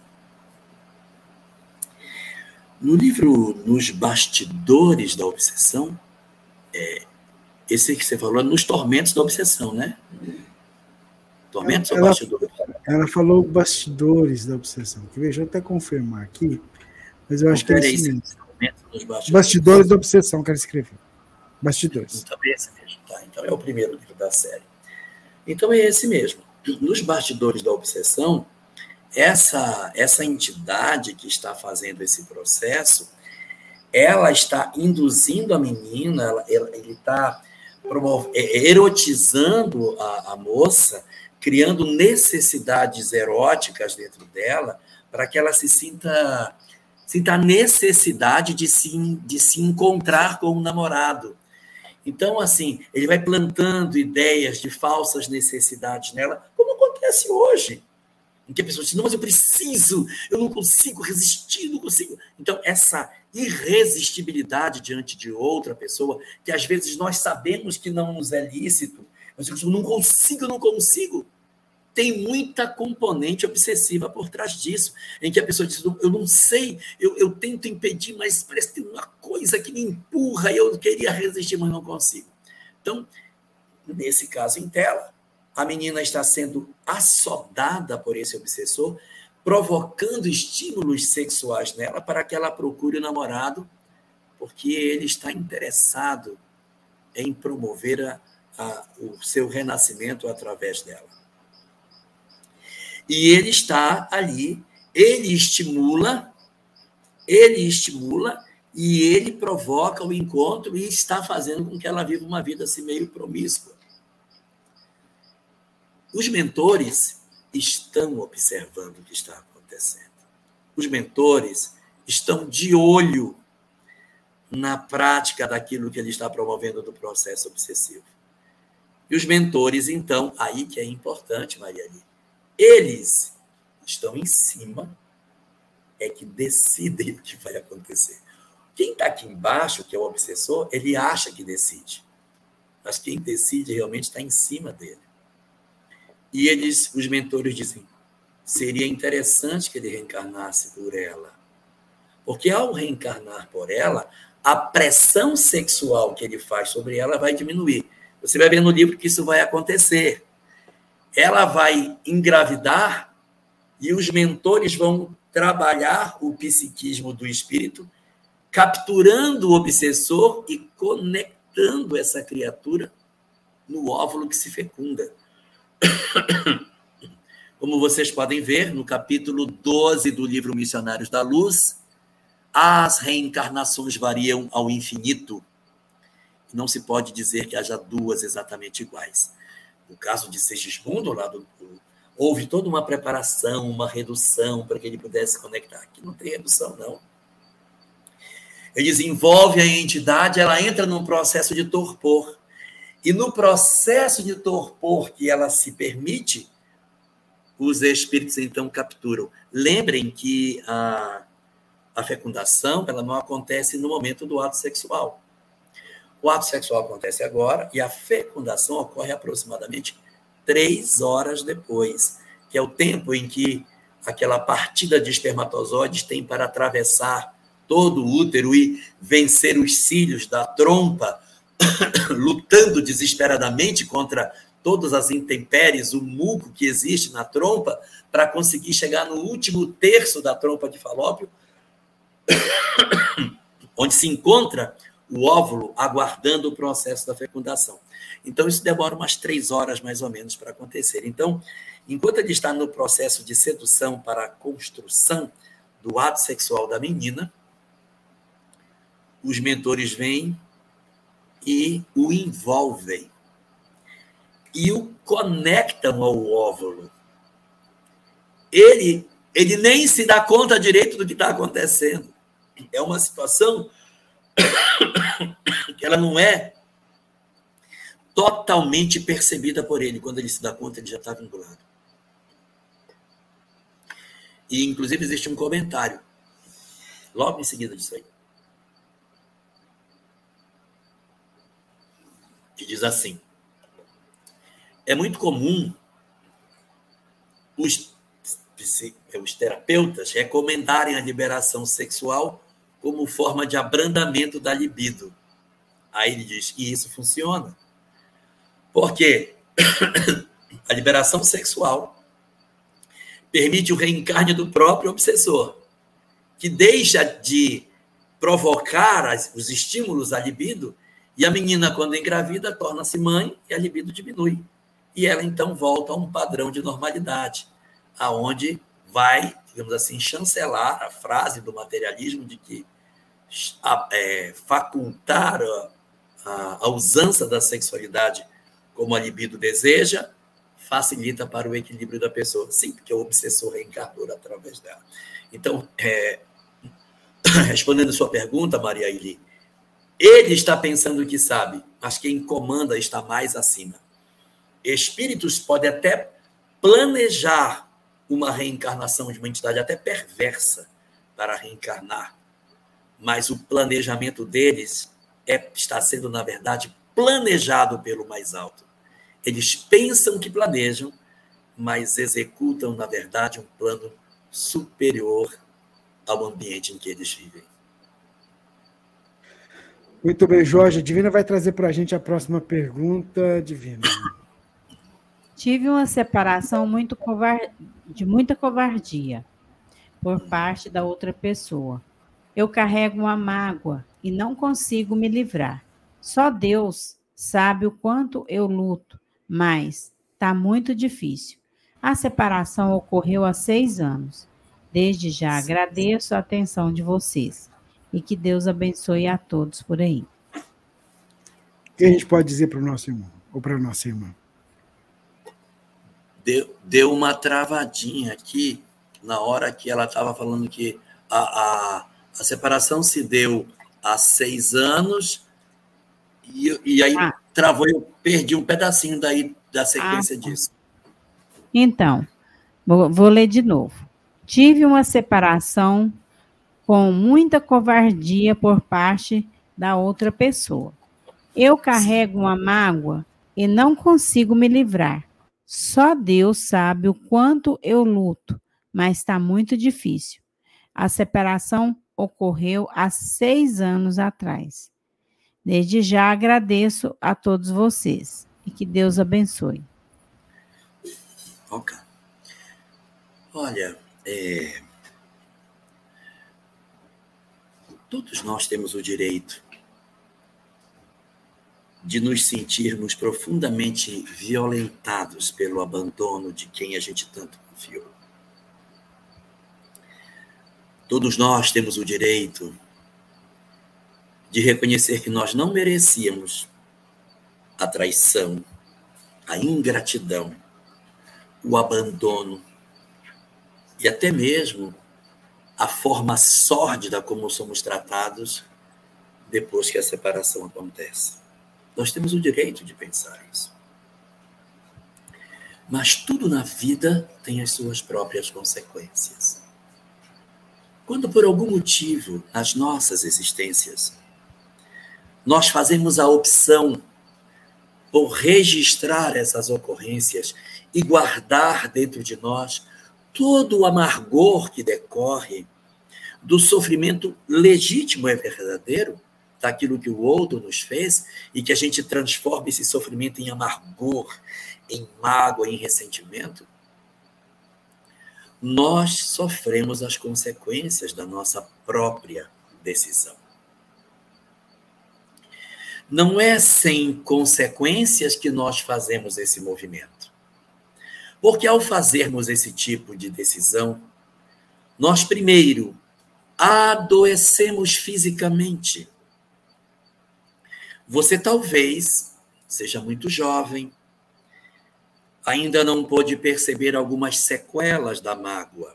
No livro Nos Bastidores da Obsessão, esse que você falou, Nos Tormentos da Obsessão, né? Tormentos ou Bastidores? Ela falou Bastidores da Obsessão. Deixa eu até confirmar aqui, mas eu acho que é isso mesmo. Bastidores da Obsessão, quero escrever. Bastidores. Então é esse mesmo, tá? Então é o primeiro livro da série. Então é esse mesmo. Nos Bastidores da Obsessão, essa entidade que está fazendo esse processo, ela está induzindo a menina, ele está erotizando a moça, criando necessidades eróticas dentro dela, para que ela se sinta a necessidade de se encontrar com um namorado. Então, assim, ele vai plantando ideias de falsas necessidades nela, como acontece hoje, em que a pessoa diz, não, mas eu não consigo resistir, não consigo. Então, essa irresistibilidade diante de outra pessoa, que às vezes nós sabemos que não nos é lícito, mas eu não consigo, tem muita componente obsessiva por trás disso, em que a pessoa diz, eu não sei, eu tento impedir, mas parece que tem uma coisa que me empurra e eu queria resistir, mas não consigo. Então, nesse caso em tela, a menina está sendo assodada por esse obsessor, provocando estímulos sexuais nela para que ela procure o namorado, porque ele está interessado em promover o seu renascimento através dela. E ele está ali, ele estimula e ele provoca o encontro e está fazendo com que ela viva uma vida assim meio promíscua. Os mentores estão observando o que está acontecendo. Os mentores estão de olho na prática daquilo que ele está promovendo do processo obsessivo. E os mentores, então, aí que é importante, Maria Eli, eles estão em cima, é que decidem o que vai acontecer. Quem está aqui embaixo, que é o obsessor, ele acha que decide. Mas quem decide realmente está em cima dele. E os mentores dizem, seria interessante que ele reencarnasse por ela. Porque ao reencarnar por ela, a pressão sexual que ele faz sobre ela vai diminuir. Você vai ver no livro que isso vai acontecer. Ela vai engravidar e os mentores vão trabalhar o psiquismo do espírito, capturando o obsessor e conectando essa criatura no óvulo que se fecunda. Como vocês podem ver, no capítulo 12 do livro Missionários da Luz, as reencarnações variam ao infinito. Não se pode dizer que haja duas exatamente iguais. No caso de Segismundo, houve toda uma preparação, uma redução para que ele pudesse conectar. Aqui não tem redução, não. Ele desenvolve a entidade, ela entra num processo de torpor. E no processo de torpor que ela se permite, os espíritos então capturam. Lembrem que a fecundação ela não acontece no momento do ato sexual. O ato sexual acontece agora e a fecundação ocorre aproximadamente 3 horas depois, que é o tempo em que aquela partida de espermatozoides tem para atravessar todo o útero e vencer os cílios da trompa, lutando desesperadamente contra todas as intempéries, o muco que existe na trompa, para conseguir chegar no último terço da trompa de Falópio, onde se encontra o óvulo aguardando o processo da fecundação. Então, isso demora umas 3 horas, mais ou menos, para acontecer. Então, enquanto ele está no processo de sedução para a construção do ato sexual da menina, os mentores vêm e o envolvem e o conectam ao óvulo. Ele nem se dá conta direito do que está acontecendo. É uma situação que ela não é totalmente percebida por ele. Quando ele se dá conta, ele já está vinculado. E, inclusive, existe um comentário logo em seguida disso aí, que diz assim: é muito comum os terapeutas recomendarem a liberação sexual como forma de abrandamento da libido. Aí ele diz que isso funciona. Porque a liberação sexual permite o reencarne do próprio obsessor, que deixa de provocar os estímulos à libido, e a menina, quando engravida, torna-se mãe e a libido diminui. E ela, então, volta a um padrão de normalidade, aonde vai, digamos assim, chancelar a frase do materialismo de que facultar a usança da sexualidade como a libido deseja facilita para o equilíbrio da pessoa. Sim, porque o obsessor reencarnou através dela. Então, respondendo a sua pergunta, Maria Ili, ele está pensando que sabe, mas quem comanda está mais acima. Espíritos podem até planejar uma reencarnação de uma entidade até perversa para reencarnar, mas o planejamento deles está sendo, na verdade, planejado pelo mais alto. Eles pensam que planejam, mas executam, na verdade, um plano superior ao ambiente em que eles vivem. Muito bem, Jorge. A Divina vai trazer para a gente a próxima pergunta. Divina. Tive uma separação de muita covardia por parte da outra pessoa. Eu carrego uma mágoa e não consigo me livrar. Só Deus sabe o quanto eu luto, mas está muito difícil. A separação ocorreu há 6 anos. Desde já agradeço a atenção de vocês e que Deus abençoe a todos por aí. O que a gente pode dizer para o nosso irmão ou para a nossa irmã? Deu uma travadinha aqui na hora que ela estava falando que a separação se deu há 6 anos e aí travou e eu perdi um pedacinho daí da sequência disso. Então, vou ler de novo. Tive uma separação com muita covardia por parte da outra pessoa. Eu carrego uma mágoa e não consigo me livrar. Só Deus sabe o quanto eu luto, mas está muito difícil. A separação ocorreu há 6 anos atrás. Desde já agradeço a todos vocês e que Deus abençoe. Ok. Olha, todos nós temos o direito de nos sentirmos profundamente violentados pelo abandono de quem a gente tanto confiou. Todos nós temos o direito de reconhecer que nós não merecíamos a traição, a ingratidão, o abandono e até mesmo a forma sórdida como somos tratados depois que a separação acontece. Nós temos o direito de pensar isso. Mas tudo na vida tem as suas próprias consequências. Quando por algum motivo nas nossas existências nós fazemos a opção por registrar essas ocorrências e guardar dentro de nós todo o amargor que decorre do sofrimento legítimo e verdadeiro daquilo que o outro nos fez e que a gente transforma esse sofrimento em amargor, em mágoa, em ressentimento, nós sofremos as consequências da nossa própria decisão. Não é sem consequências que nós fazemos esse movimento. Porque ao fazermos esse tipo de decisão, nós primeiro adoecemos fisicamente. Você talvez seja muito jovem, ainda não pôde perceber algumas sequelas da mágoa.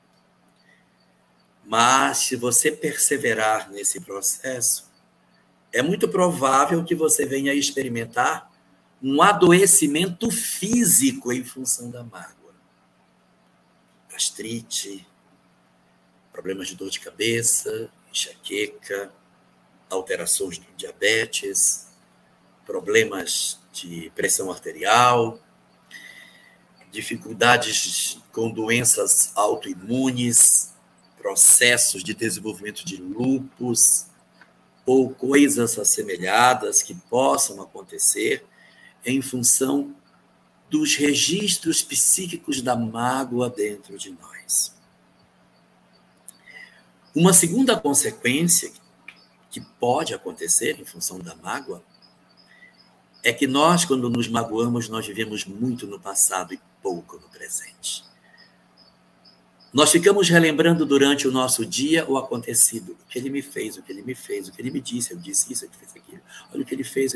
Mas se você perseverar nesse processo, é muito provável que você venha experimentar um adoecimento físico em função da mágoa. Gastrite, problemas de dor de cabeça, enxaqueca, alterações do diabetes, problemas de pressão arterial, dificuldades com doenças autoimunes, processos de desenvolvimento de lúpus, ou coisas assemelhadas que possam acontecer em função dos registros psíquicos da mágoa dentro de nós. Uma segunda consequência que pode acontecer em função da mágoa é que nós, quando nos magoamos, nós vivemos muito no passado e pouco no presente. Nós ficamos relembrando durante o nosso dia o acontecido, o que ele me fez, o que ele me fez, o que ele me disse, eu disse isso, ele fez aquilo, olha o que ele fez.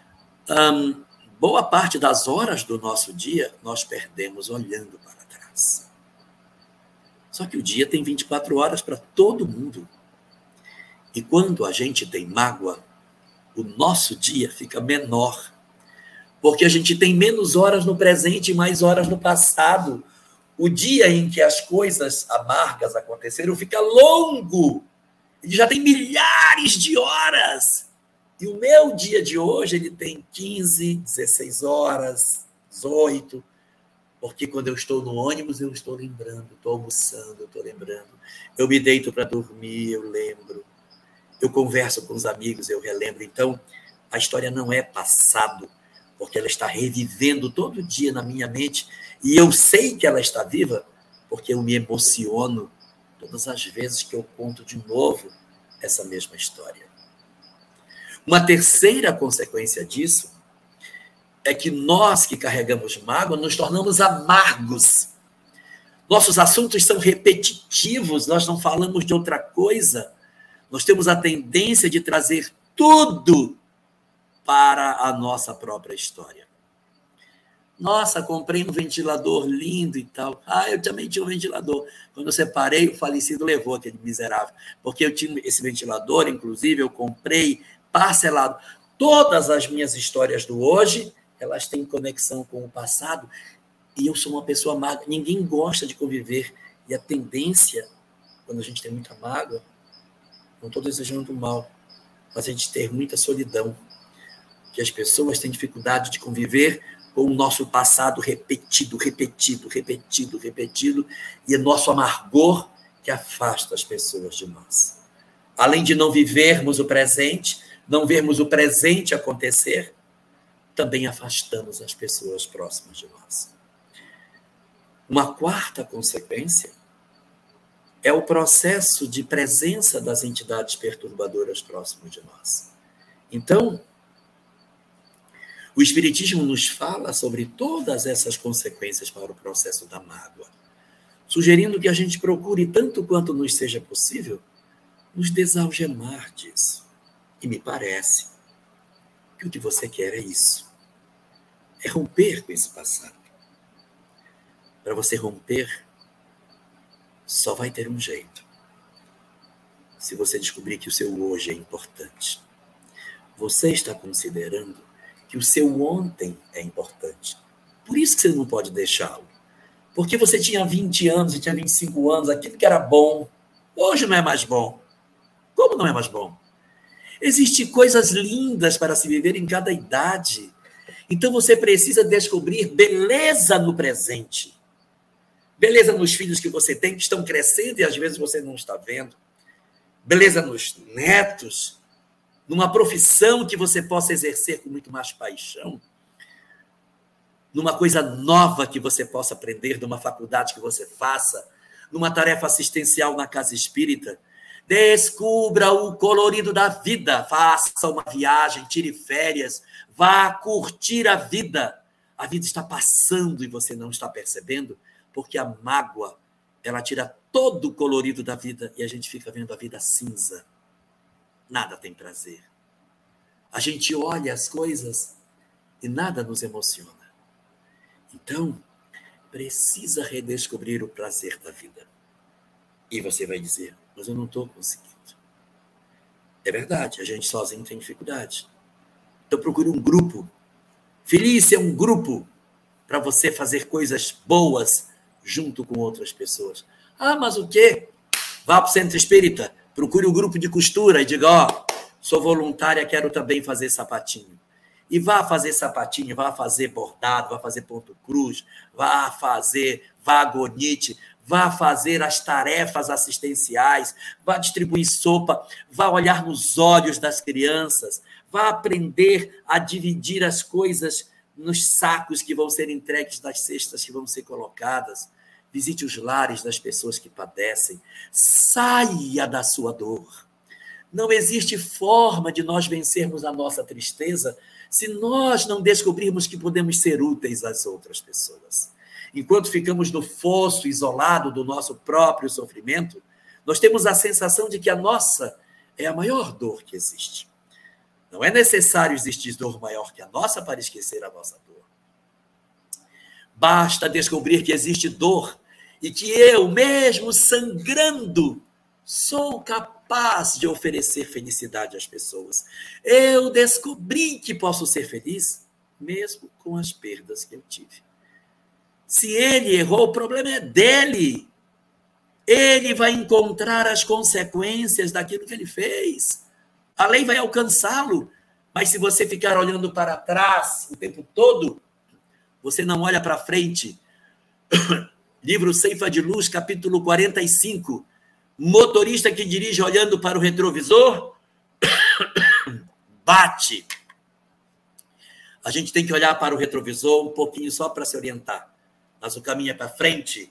Boa parte das horas do nosso dia nós perdemos olhando para trás. Só que o dia tem 24 horas para todo mundo. E quando a gente tem mágoa, o nosso dia fica menor, porque a gente tem menos horas no presente e mais horas no passado. O dia em que as coisas amargas aconteceram fica longo. Ele já tem milhares de horas. E o meu dia de hoje, ele tem 15, 16 horas, 18. Porque quando eu estou no ônibus, eu estou lembrando. Estou almoçando, eu estou lembrando. Eu me deito para dormir, eu lembro. Eu converso com os amigos, eu relembro. Então, a história não é passado, porque ela está revivendo todo dia na minha mente. E eu sei que ela está viva porque eu me emociono todas as vezes que eu conto de novo essa mesma história. Uma terceira consequência disso é que nós que carregamos mágoa nos tornamos amargos. Nossos assuntos são repetitivos, nós não falamos de outra coisa. Nós temos a tendência de trazer tudo para a nossa própria história. Nossa, comprei um ventilador lindo e tal. Eu também tinha um ventilador. Quando eu separei, o falecido levou aquele miserável. Porque eu tinha esse ventilador, inclusive, eu comprei parcelado. Todas as minhas histórias do hoje, elas têm conexão com o passado. E eu sou uma pessoa mágoa. Ninguém gosta de conviver. E a tendência, quando a gente tem muita mágoa, não estou desejando mal, mas a gente ter muita solidão. Que as pessoas têm dificuldade de conviver com o nosso passado repetido, e é nosso amargor que afasta as pessoas de nós. Além de não vivermos o presente, não vermos o presente acontecer, também afastamos as pessoas próximas de nós. Uma quarta consequência é o processo de presença das entidades perturbadoras próximas de nós. Então, o Espiritismo nos fala sobre todas essas consequências para o processo da mágoa, sugerindo que a gente procure, tanto quanto nos seja possível, nos desalgemar disso. E me parece que o que você quer é isso. É romper com esse passado. Para você romper, só vai ter um jeito. Se você descobrir que o seu hoje é importante. Você está considerando que o seu ontem é importante. Por isso que você não pode deixá-lo. Porque você tinha 20 anos e tinha 25 anos, aquilo que era bom, hoje não é mais bom. Como não é mais bom? Existem coisas lindas para se viver em cada idade. Então você precisa descobrir beleza no presente. Beleza nos filhos que você tem, que estão crescendo e às vezes você não está vendo. Beleza nos netos. Numa profissão que você possa exercer com muito mais paixão. Numa coisa nova que você possa aprender, numa faculdade que você faça. Numa tarefa assistencial na casa espírita. Descubra o colorido da vida. Faça uma viagem, tire férias. Vá curtir a vida. A vida está passando e você não está percebendo, porque a mágoa, ela tira todo o colorido da vida e a gente fica vendo a vida cinza. Nada tem prazer. A gente olha as coisas e nada nos emociona. Então, precisa redescobrir o prazer da vida. E você vai dizer, mas eu não estou conseguindo. É verdade, a gente sozinho tem dificuldade. Então procure um grupo. Feliz é um grupo para você fazer coisas boas junto com outras pessoas. Ah, mas o quê? Vá para o centro espírita, procure um grupo de costura e diga, sou voluntária, quero também fazer sapatinho. E vá fazer sapatinho, vá fazer bordado, vá fazer ponto cruz, vá fazer vagonite, vá fazer as tarefas assistenciais, vá distribuir sopa, vá olhar nos olhos das crianças, vá aprender a dividir as coisas nos sacos que vão ser entregues nas cestas que vão ser colocadas. Visite os lares das pessoas que padecem. Saia da sua dor. Não existe forma de nós vencermos a nossa tristeza se nós não descobrirmos que podemos ser úteis às outras pessoas. Enquanto ficamos no fosso isolado do nosso próprio sofrimento, nós temos a sensação de que a nossa é a maior dor que existe. Não é necessário existir dor maior que a nossa para esquecer a nossa dor. Basta descobrir que existe dor e que eu, mesmo sangrando, sou capaz de oferecer felicidade às pessoas. Eu descobri que posso ser feliz, mesmo com as perdas que eu tive. Se ele errou, o problema é dele. Ele vai encontrar as consequências daquilo que ele fez. A lei vai alcançá-lo. Mas se você ficar olhando para trás o tempo todo, você não olha para frente. Livro Ceifa de Luz, capítulo 45. Motorista que dirige olhando para o retrovisor, bate. A gente tem que olhar para o retrovisor um pouquinho só para se orientar. Mas o caminho é para frente.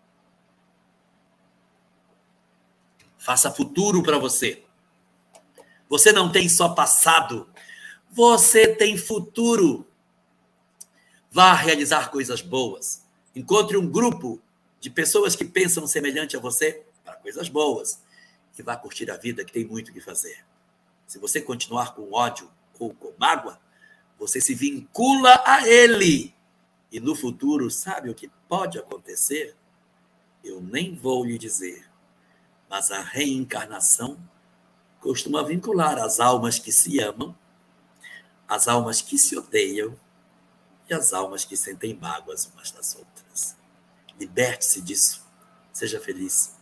Faça futuro para você. Você não tem só passado. Você tem futuro. Vá realizar coisas boas. Encontre um grupo de pessoas que pensam semelhante a você para coisas boas. E vá curtir a vida, que tem muito o que fazer. Se você continuar com ódio ou com mágoa, você se vincula a ele. E no futuro, sabe o que pode acontecer? Eu nem vou lhe dizer. Mas a reencarnação costuma vincular as almas que se amam, as almas que se odeiam e as almas que sentem mágoas umas das outras. Liberte-se disso. Seja feliz.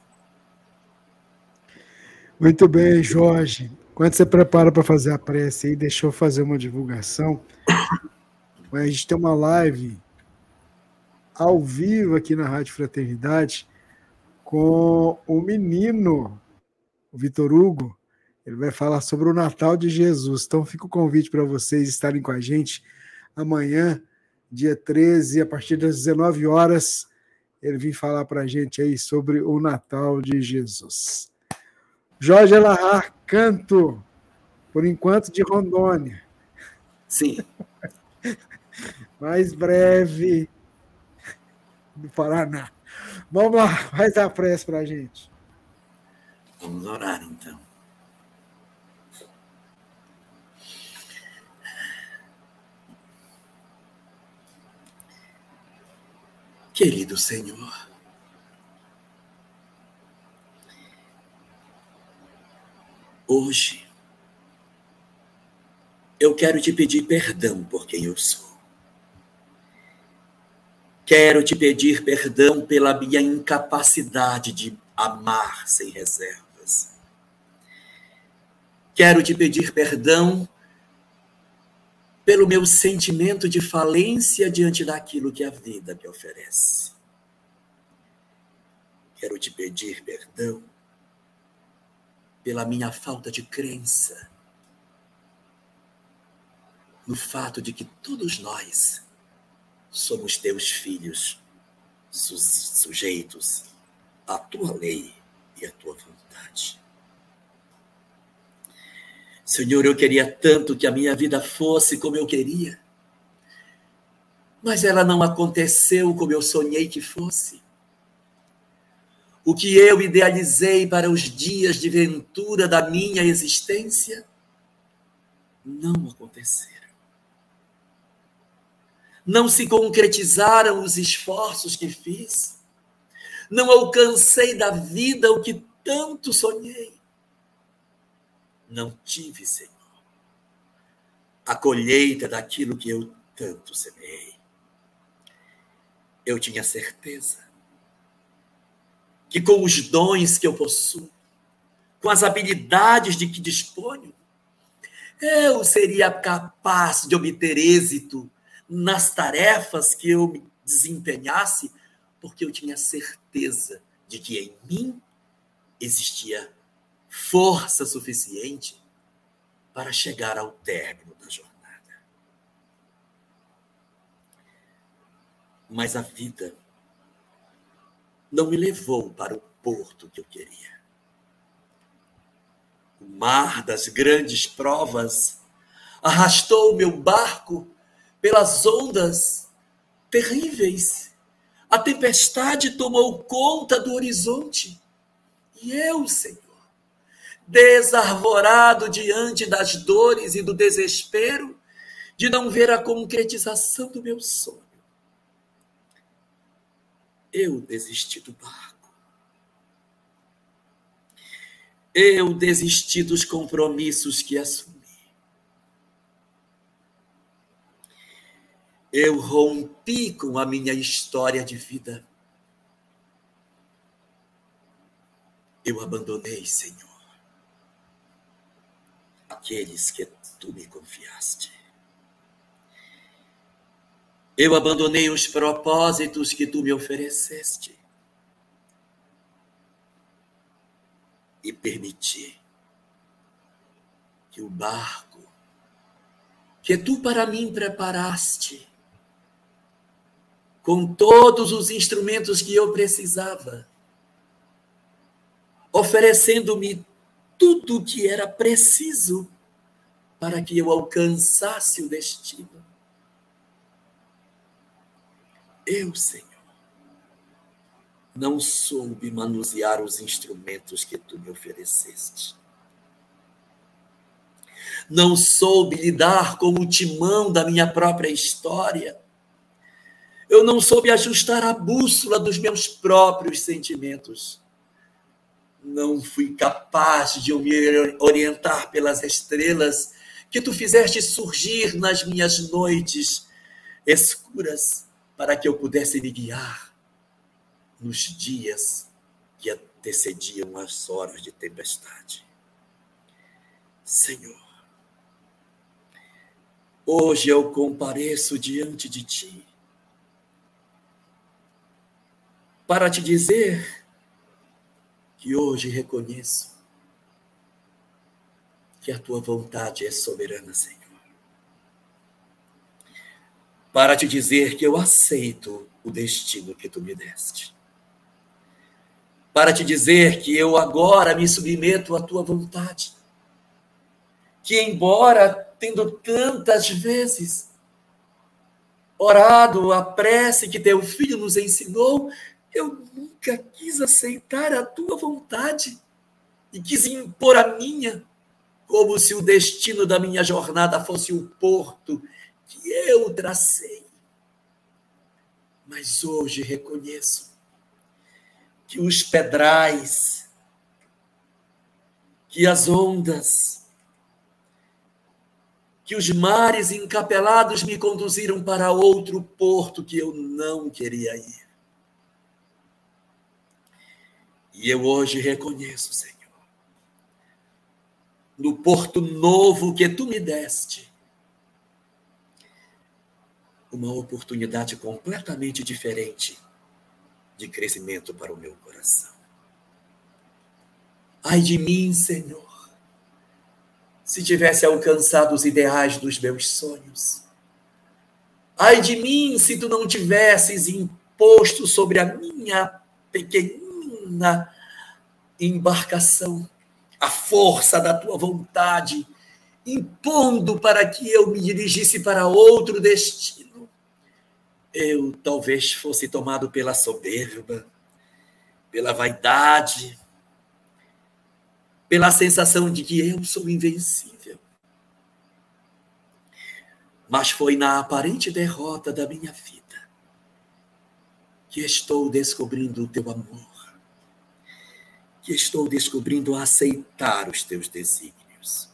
Muito bem, Jorge. Quando você prepara para fazer a prece aí, deixa eu fazer uma divulgação. A gente tem uma live ao vivo aqui na Rádio Fraternidade com o menino, o Vitor Hugo, Ele vai falar sobre o Natal de Jesus. Então fica o convite para vocês estarem com a gente amanhã, dia 13, a partir das 19 horas. Ele vem falar para a gente aí sobre o Natal de Jesus. Jorge Elahá, canto, por enquanto de Rondônia. Sim. Mais breve do Paraná. Vamos lá, faz a prece para a gente. Vamos orar, então. Querido Senhor, hoje eu quero te pedir perdão por quem eu sou. Quero te pedir perdão pela minha incapacidade de amar sem reservas. Quero te pedir perdão pelo meu sentimento de falência diante daquilo que a vida me oferece. Quero te pedir perdão pela minha falta de crença no fato de que todos nós somos teus filhos, sujeitos à tua lei e à tua vontade. Senhor, eu queria tanto que a minha vida fosse como eu queria, mas ela não aconteceu como eu sonhei que fosse. O que eu idealizei para os dias de ventura da minha existência não aconteceram. Não se concretizaram os esforços que fiz. Não alcancei da vida o que tanto sonhei. Não tive, Senhor, a colheita daquilo que eu tanto semeei. Eu tinha certeza que com os dons que eu possuo, com as habilidades de que disponho, eu seria capaz de obter êxito nas tarefas que eu me desempenhasse, porque eu tinha certeza de que em mim existia força suficiente para chegar ao término da jornada. Mas a vida não me levou para o porto que eu queria. O mar das grandes provas arrastou meu barco pelas ondas terríveis. A tempestade tomou conta do horizonte. E eu, Senhor, desarvorado diante das dores e do desespero de não ver a concretização do meu sonho, eu desisti do barco. Eu desisti dos compromissos que assumi. Eu rompi com a minha história de vida. Eu abandonei, Senhor, aqueles que tu me confiaste. Eu abandonei os propósitos que tu me ofereceste. E permiti que o barco que tu para mim preparaste, com todos os instrumentos que eu precisava, oferecendo-me tudo o que era preciso para que eu alcançasse o destino. Eu, Senhor, não soube manusear os instrumentos que tu me ofereceste. Não soube lidar com o timão da minha própria história. Eu não soube ajustar a bússola dos meus próprios sentimentos. Não fui capaz de me orientar pelas estrelas que tu fizeste surgir nas minhas noites escuras para que eu pudesse me guiar nos dias que antecediam as horas de tempestade. Senhor, hoje eu compareço diante de ti para te dizer que hoje reconheço que a tua vontade é soberana, Senhor. Para te dizer que eu aceito o destino que tu me deste. Para te dizer que eu agora me submeto à tua vontade. Que embora tendo tantas vezes orado a prece que teu filho nos ensinou, eu nunca quis aceitar a tua vontade e quis impor a minha, como se o destino da minha jornada fosse o porto que eu tracei. Mas hoje reconheço que os pedrais, que as ondas, que os mares encapelados me conduziram para outro porto que eu não queria ir. E eu hoje reconheço, Senhor, no porto novo que tu me deste, uma oportunidade completamente diferente de crescimento para o meu coração. Ai de mim, Senhor, se tivesse alcançado os ideais dos meus sonhos. Ai de mim, se tu não tivesses imposto sobre a minha pequenina embarcação a força da tua vontade, impondo para que eu me dirigisse para outro destino. Eu talvez fosse tomado pela soberba, pela vaidade, pela sensação de que eu sou invencível. Mas foi na aparente derrota da minha vida que estou descobrindo o teu amor, que estou descobrindo aceitar os teus desígnios,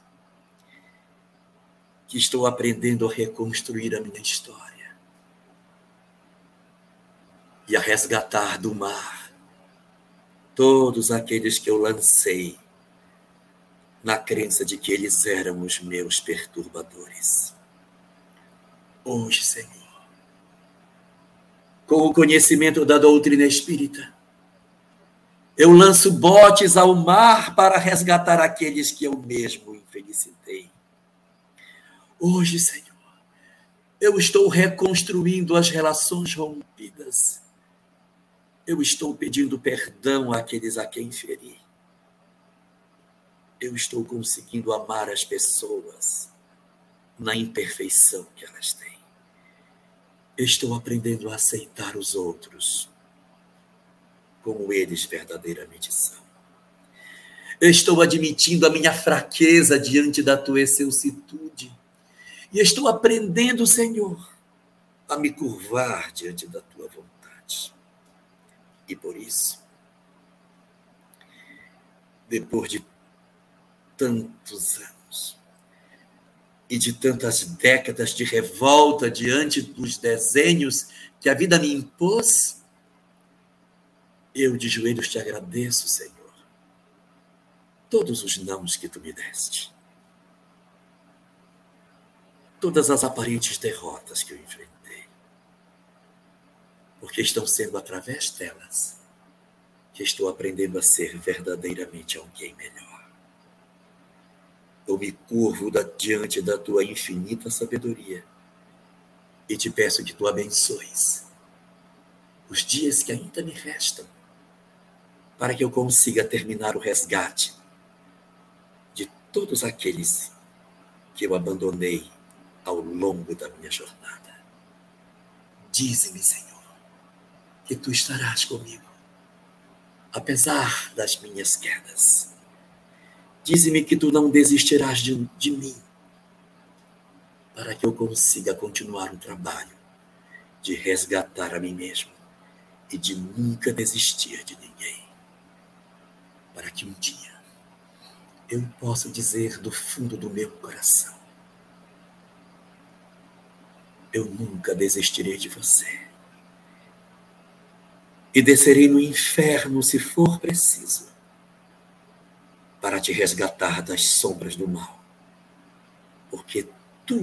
que estou aprendendo a reconstruir a minha história e a resgatar do mar todos aqueles que eu lancei na crença de que eles eram os meus perturbadores. Hoje, Senhor, com o conhecimento da doutrina espírita, eu lanço botes ao mar para resgatar aqueles que eu mesmo infelicitei. Hoje, Senhor, eu estou reconstruindo as relações rompidas. Eu estou pedindo perdão àqueles a quem feri. Eu estou conseguindo amar as pessoas na imperfeição que elas têm. Estou aprendendo a aceitar os outros como eles verdadeiramente são. Estou admitindo a minha fraqueza diante da tua excelsitude. E estou aprendendo, Senhor, a me curvar diante da tua vontade. E por isso, depois de tantos anos e de tantas décadas de revolta diante dos desenhos que a vida me impôs, eu de joelhos te agradeço, Senhor, todos os nãos que tu me deste, todas as aparentes derrotas que eu enfrentei, porque estão sendo através delas que estou aprendendo a ser verdadeiramente alguém melhor. Eu me curvo diante da tua infinita sabedoria e te peço que tu abençoes os dias que ainda me restam para que eu consiga terminar o resgate de todos aqueles que eu abandonei ao longo da minha jornada. Dize-me, Senhor, que tu estarás comigo, apesar das minhas quedas. Dize-me que tu não desistirás de mim, para que eu consiga continuar o trabalho de resgatar a mim mesmo e de nunca desistir de ninguém. Para que um dia eu possa dizer do fundo do meu coração: eu nunca desistirei de você. E descerei no inferno, se for preciso, para te resgatar das sombras do mal. Porque tu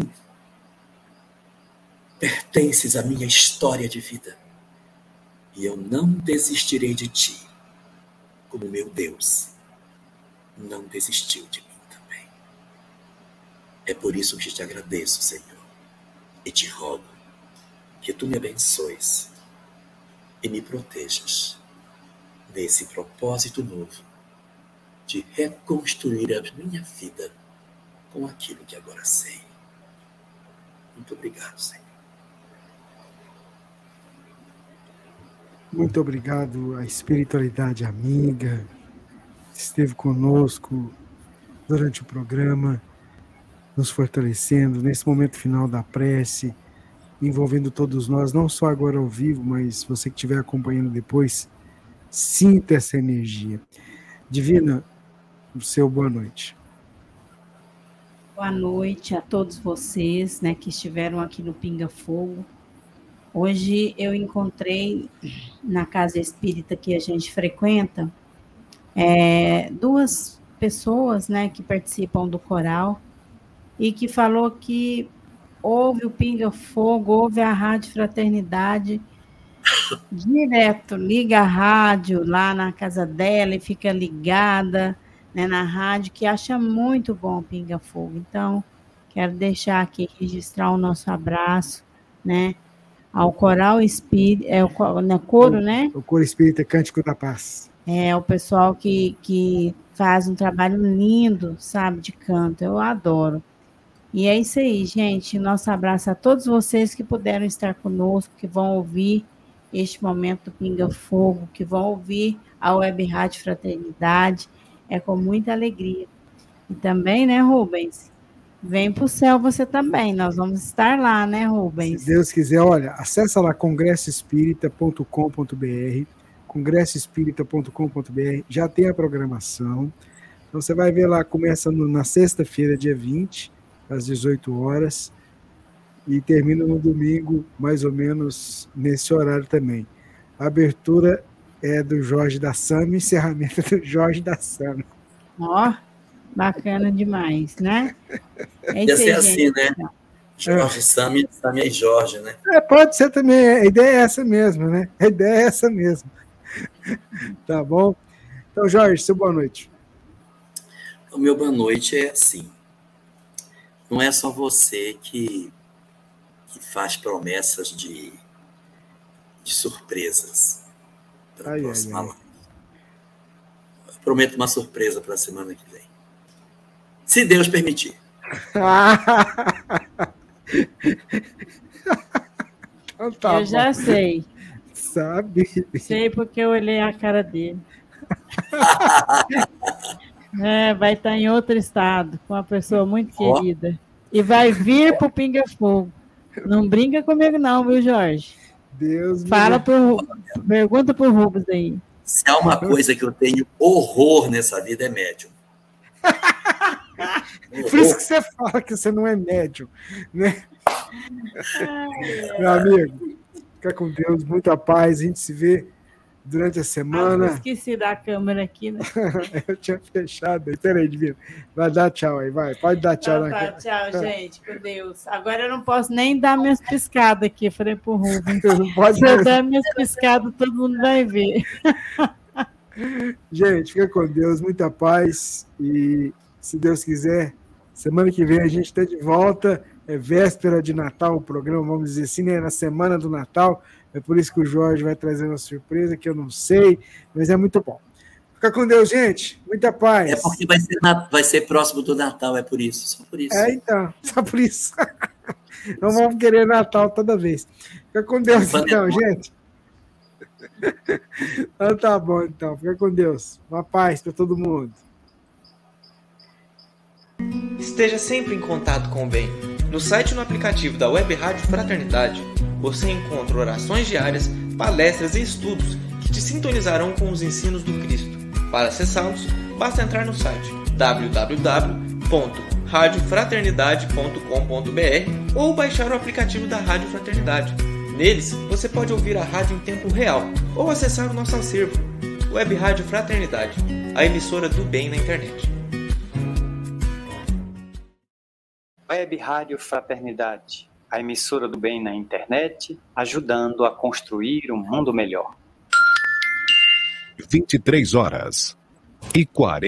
pertences à minha história de vida. E eu não desistirei de ti, como meu Deus não desistiu de mim também. É por isso que te agradeço, Senhor, e te rogo que tu me abençoes e me protejas nesse propósito novo de reconstruir a minha vida com aquilo que agora sei. Muito obrigado, Senhor. Muito obrigado à espiritualidade amiga que esteve conosco durante o programa, nos fortalecendo nesse momento final da prece, envolvendo todos nós, não só agora ao vivo, mas você que estiver acompanhando depois, sinta essa energia. Divina, o seu boa noite. Boa noite a todos vocês, né, que estiveram aqui no Pinga Fogo. Hoje eu encontrei na casa espírita que a gente frequenta duas pessoas, né, que participam do coral e que falou que ouve o Pinga Fogo, ouve a Rádio Fraternidade direto, liga a rádio lá na casa dela e fica ligada, né, na rádio, que acha muito bom o Pinga Fogo. Então, quero deixar aqui, registrar o nosso abraço, né, ao Coral Espírita, coro, né? O Coro Espírita Cântico da Paz. É o pessoal que faz um trabalho lindo, sabe, de canto. Eu adoro. E é isso aí, gente. Nosso abraço a todos vocês que puderam estar conosco, que vão ouvir este momento do Pinga Fogo, que vão ouvir a Web Rádio Fraternidade. É com muita alegria. E também, né, Rubens? Vem para o céu você também. Nós vamos estar lá, né, Rubens? Se Deus quiser, olha, acessa lá congressoespírita.com.br, congressoespírita.com.br, já tem a programação. Então você vai ver lá, começa na sexta-feira, dia 20, às 18 horas, e termina no domingo, mais ou menos nesse horário também. A abertura é do Jorge da Sama, encerramento do Jorge da Sama. Ó, bacana demais, né? Ia ser assim, né? Jorge, Sami e Jorge, né? Pode ser também, a ideia é essa mesmo, né? A ideia é essa mesmo. Tá bom? Então, Jorge, seu boa noite. O meu boa noite é assim. Não é só você que faz promessas de surpresas para a próxima live. Eu prometo uma surpresa para a semana que vem. Se Deus permitir. Então, tá eu já sei. Sabe? Sei porque eu olhei a cara dele. Vai estar em outro estado, com uma pessoa muito querida. E vai vir pro Pinga Fogo. Não brinca comigo não, viu, Jorge? Deus pergunta pro Rubens aí. Se há uma coisa que eu tenho horror nessa vida é médium. Por isso que você fala que você não é médium, né? Meu amigo, fica com Deus, muita paz, a gente se vê durante a semana. Eu esqueci da câmera aqui, né? Eu tinha fechado. Peraí, Divino. Vai dar tchau aí, vai. Pode dar tchau. Tchau, gente, com Deus. Agora eu não posso nem dar minhas piscadas aqui, falei pro Rubens. Se eu der minhas piscadas, todo mundo vai ver. Gente, fica com Deus, muita paz. E se Deus quiser, semana que vem a gente está de volta. É véspera de Natal o programa, vamos dizer assim, né? Na semana do Natal. É por isso que o Jorge vai trazer uma surpresa que eu não sei, mas é muito bom. Fica com Deus, gente. Muita paz. É porque vai ser próximo do Natal, é por isso, só por isso. Então, só por isso. Não vamos querer Natal toda vez. Fica com Deus, então, gente. Então tá bom, então. Fica com Deus. Uma paz para todo mundo. Esteja sempre em contato com o bem. No site e no aplicativo da Web Rádio Fraternidade, você encontra orações diárias, palestras e estudos que te sintonizarão com os ensinos do Cristo. Para acessá-los, basta entrar no site www.radiofraternidade.com.br ou baixar o aplicativo da Rádio Fraternidade. Neles, você pode ouvir a rádio em tempo real ou acessar o nosso acervo, Web Rádio Fraternidade, a emissora do bem na internet. Web Rádio Fraternidade, a emissora do bem na internet, ajudando a construir um mundo melhor. 23h40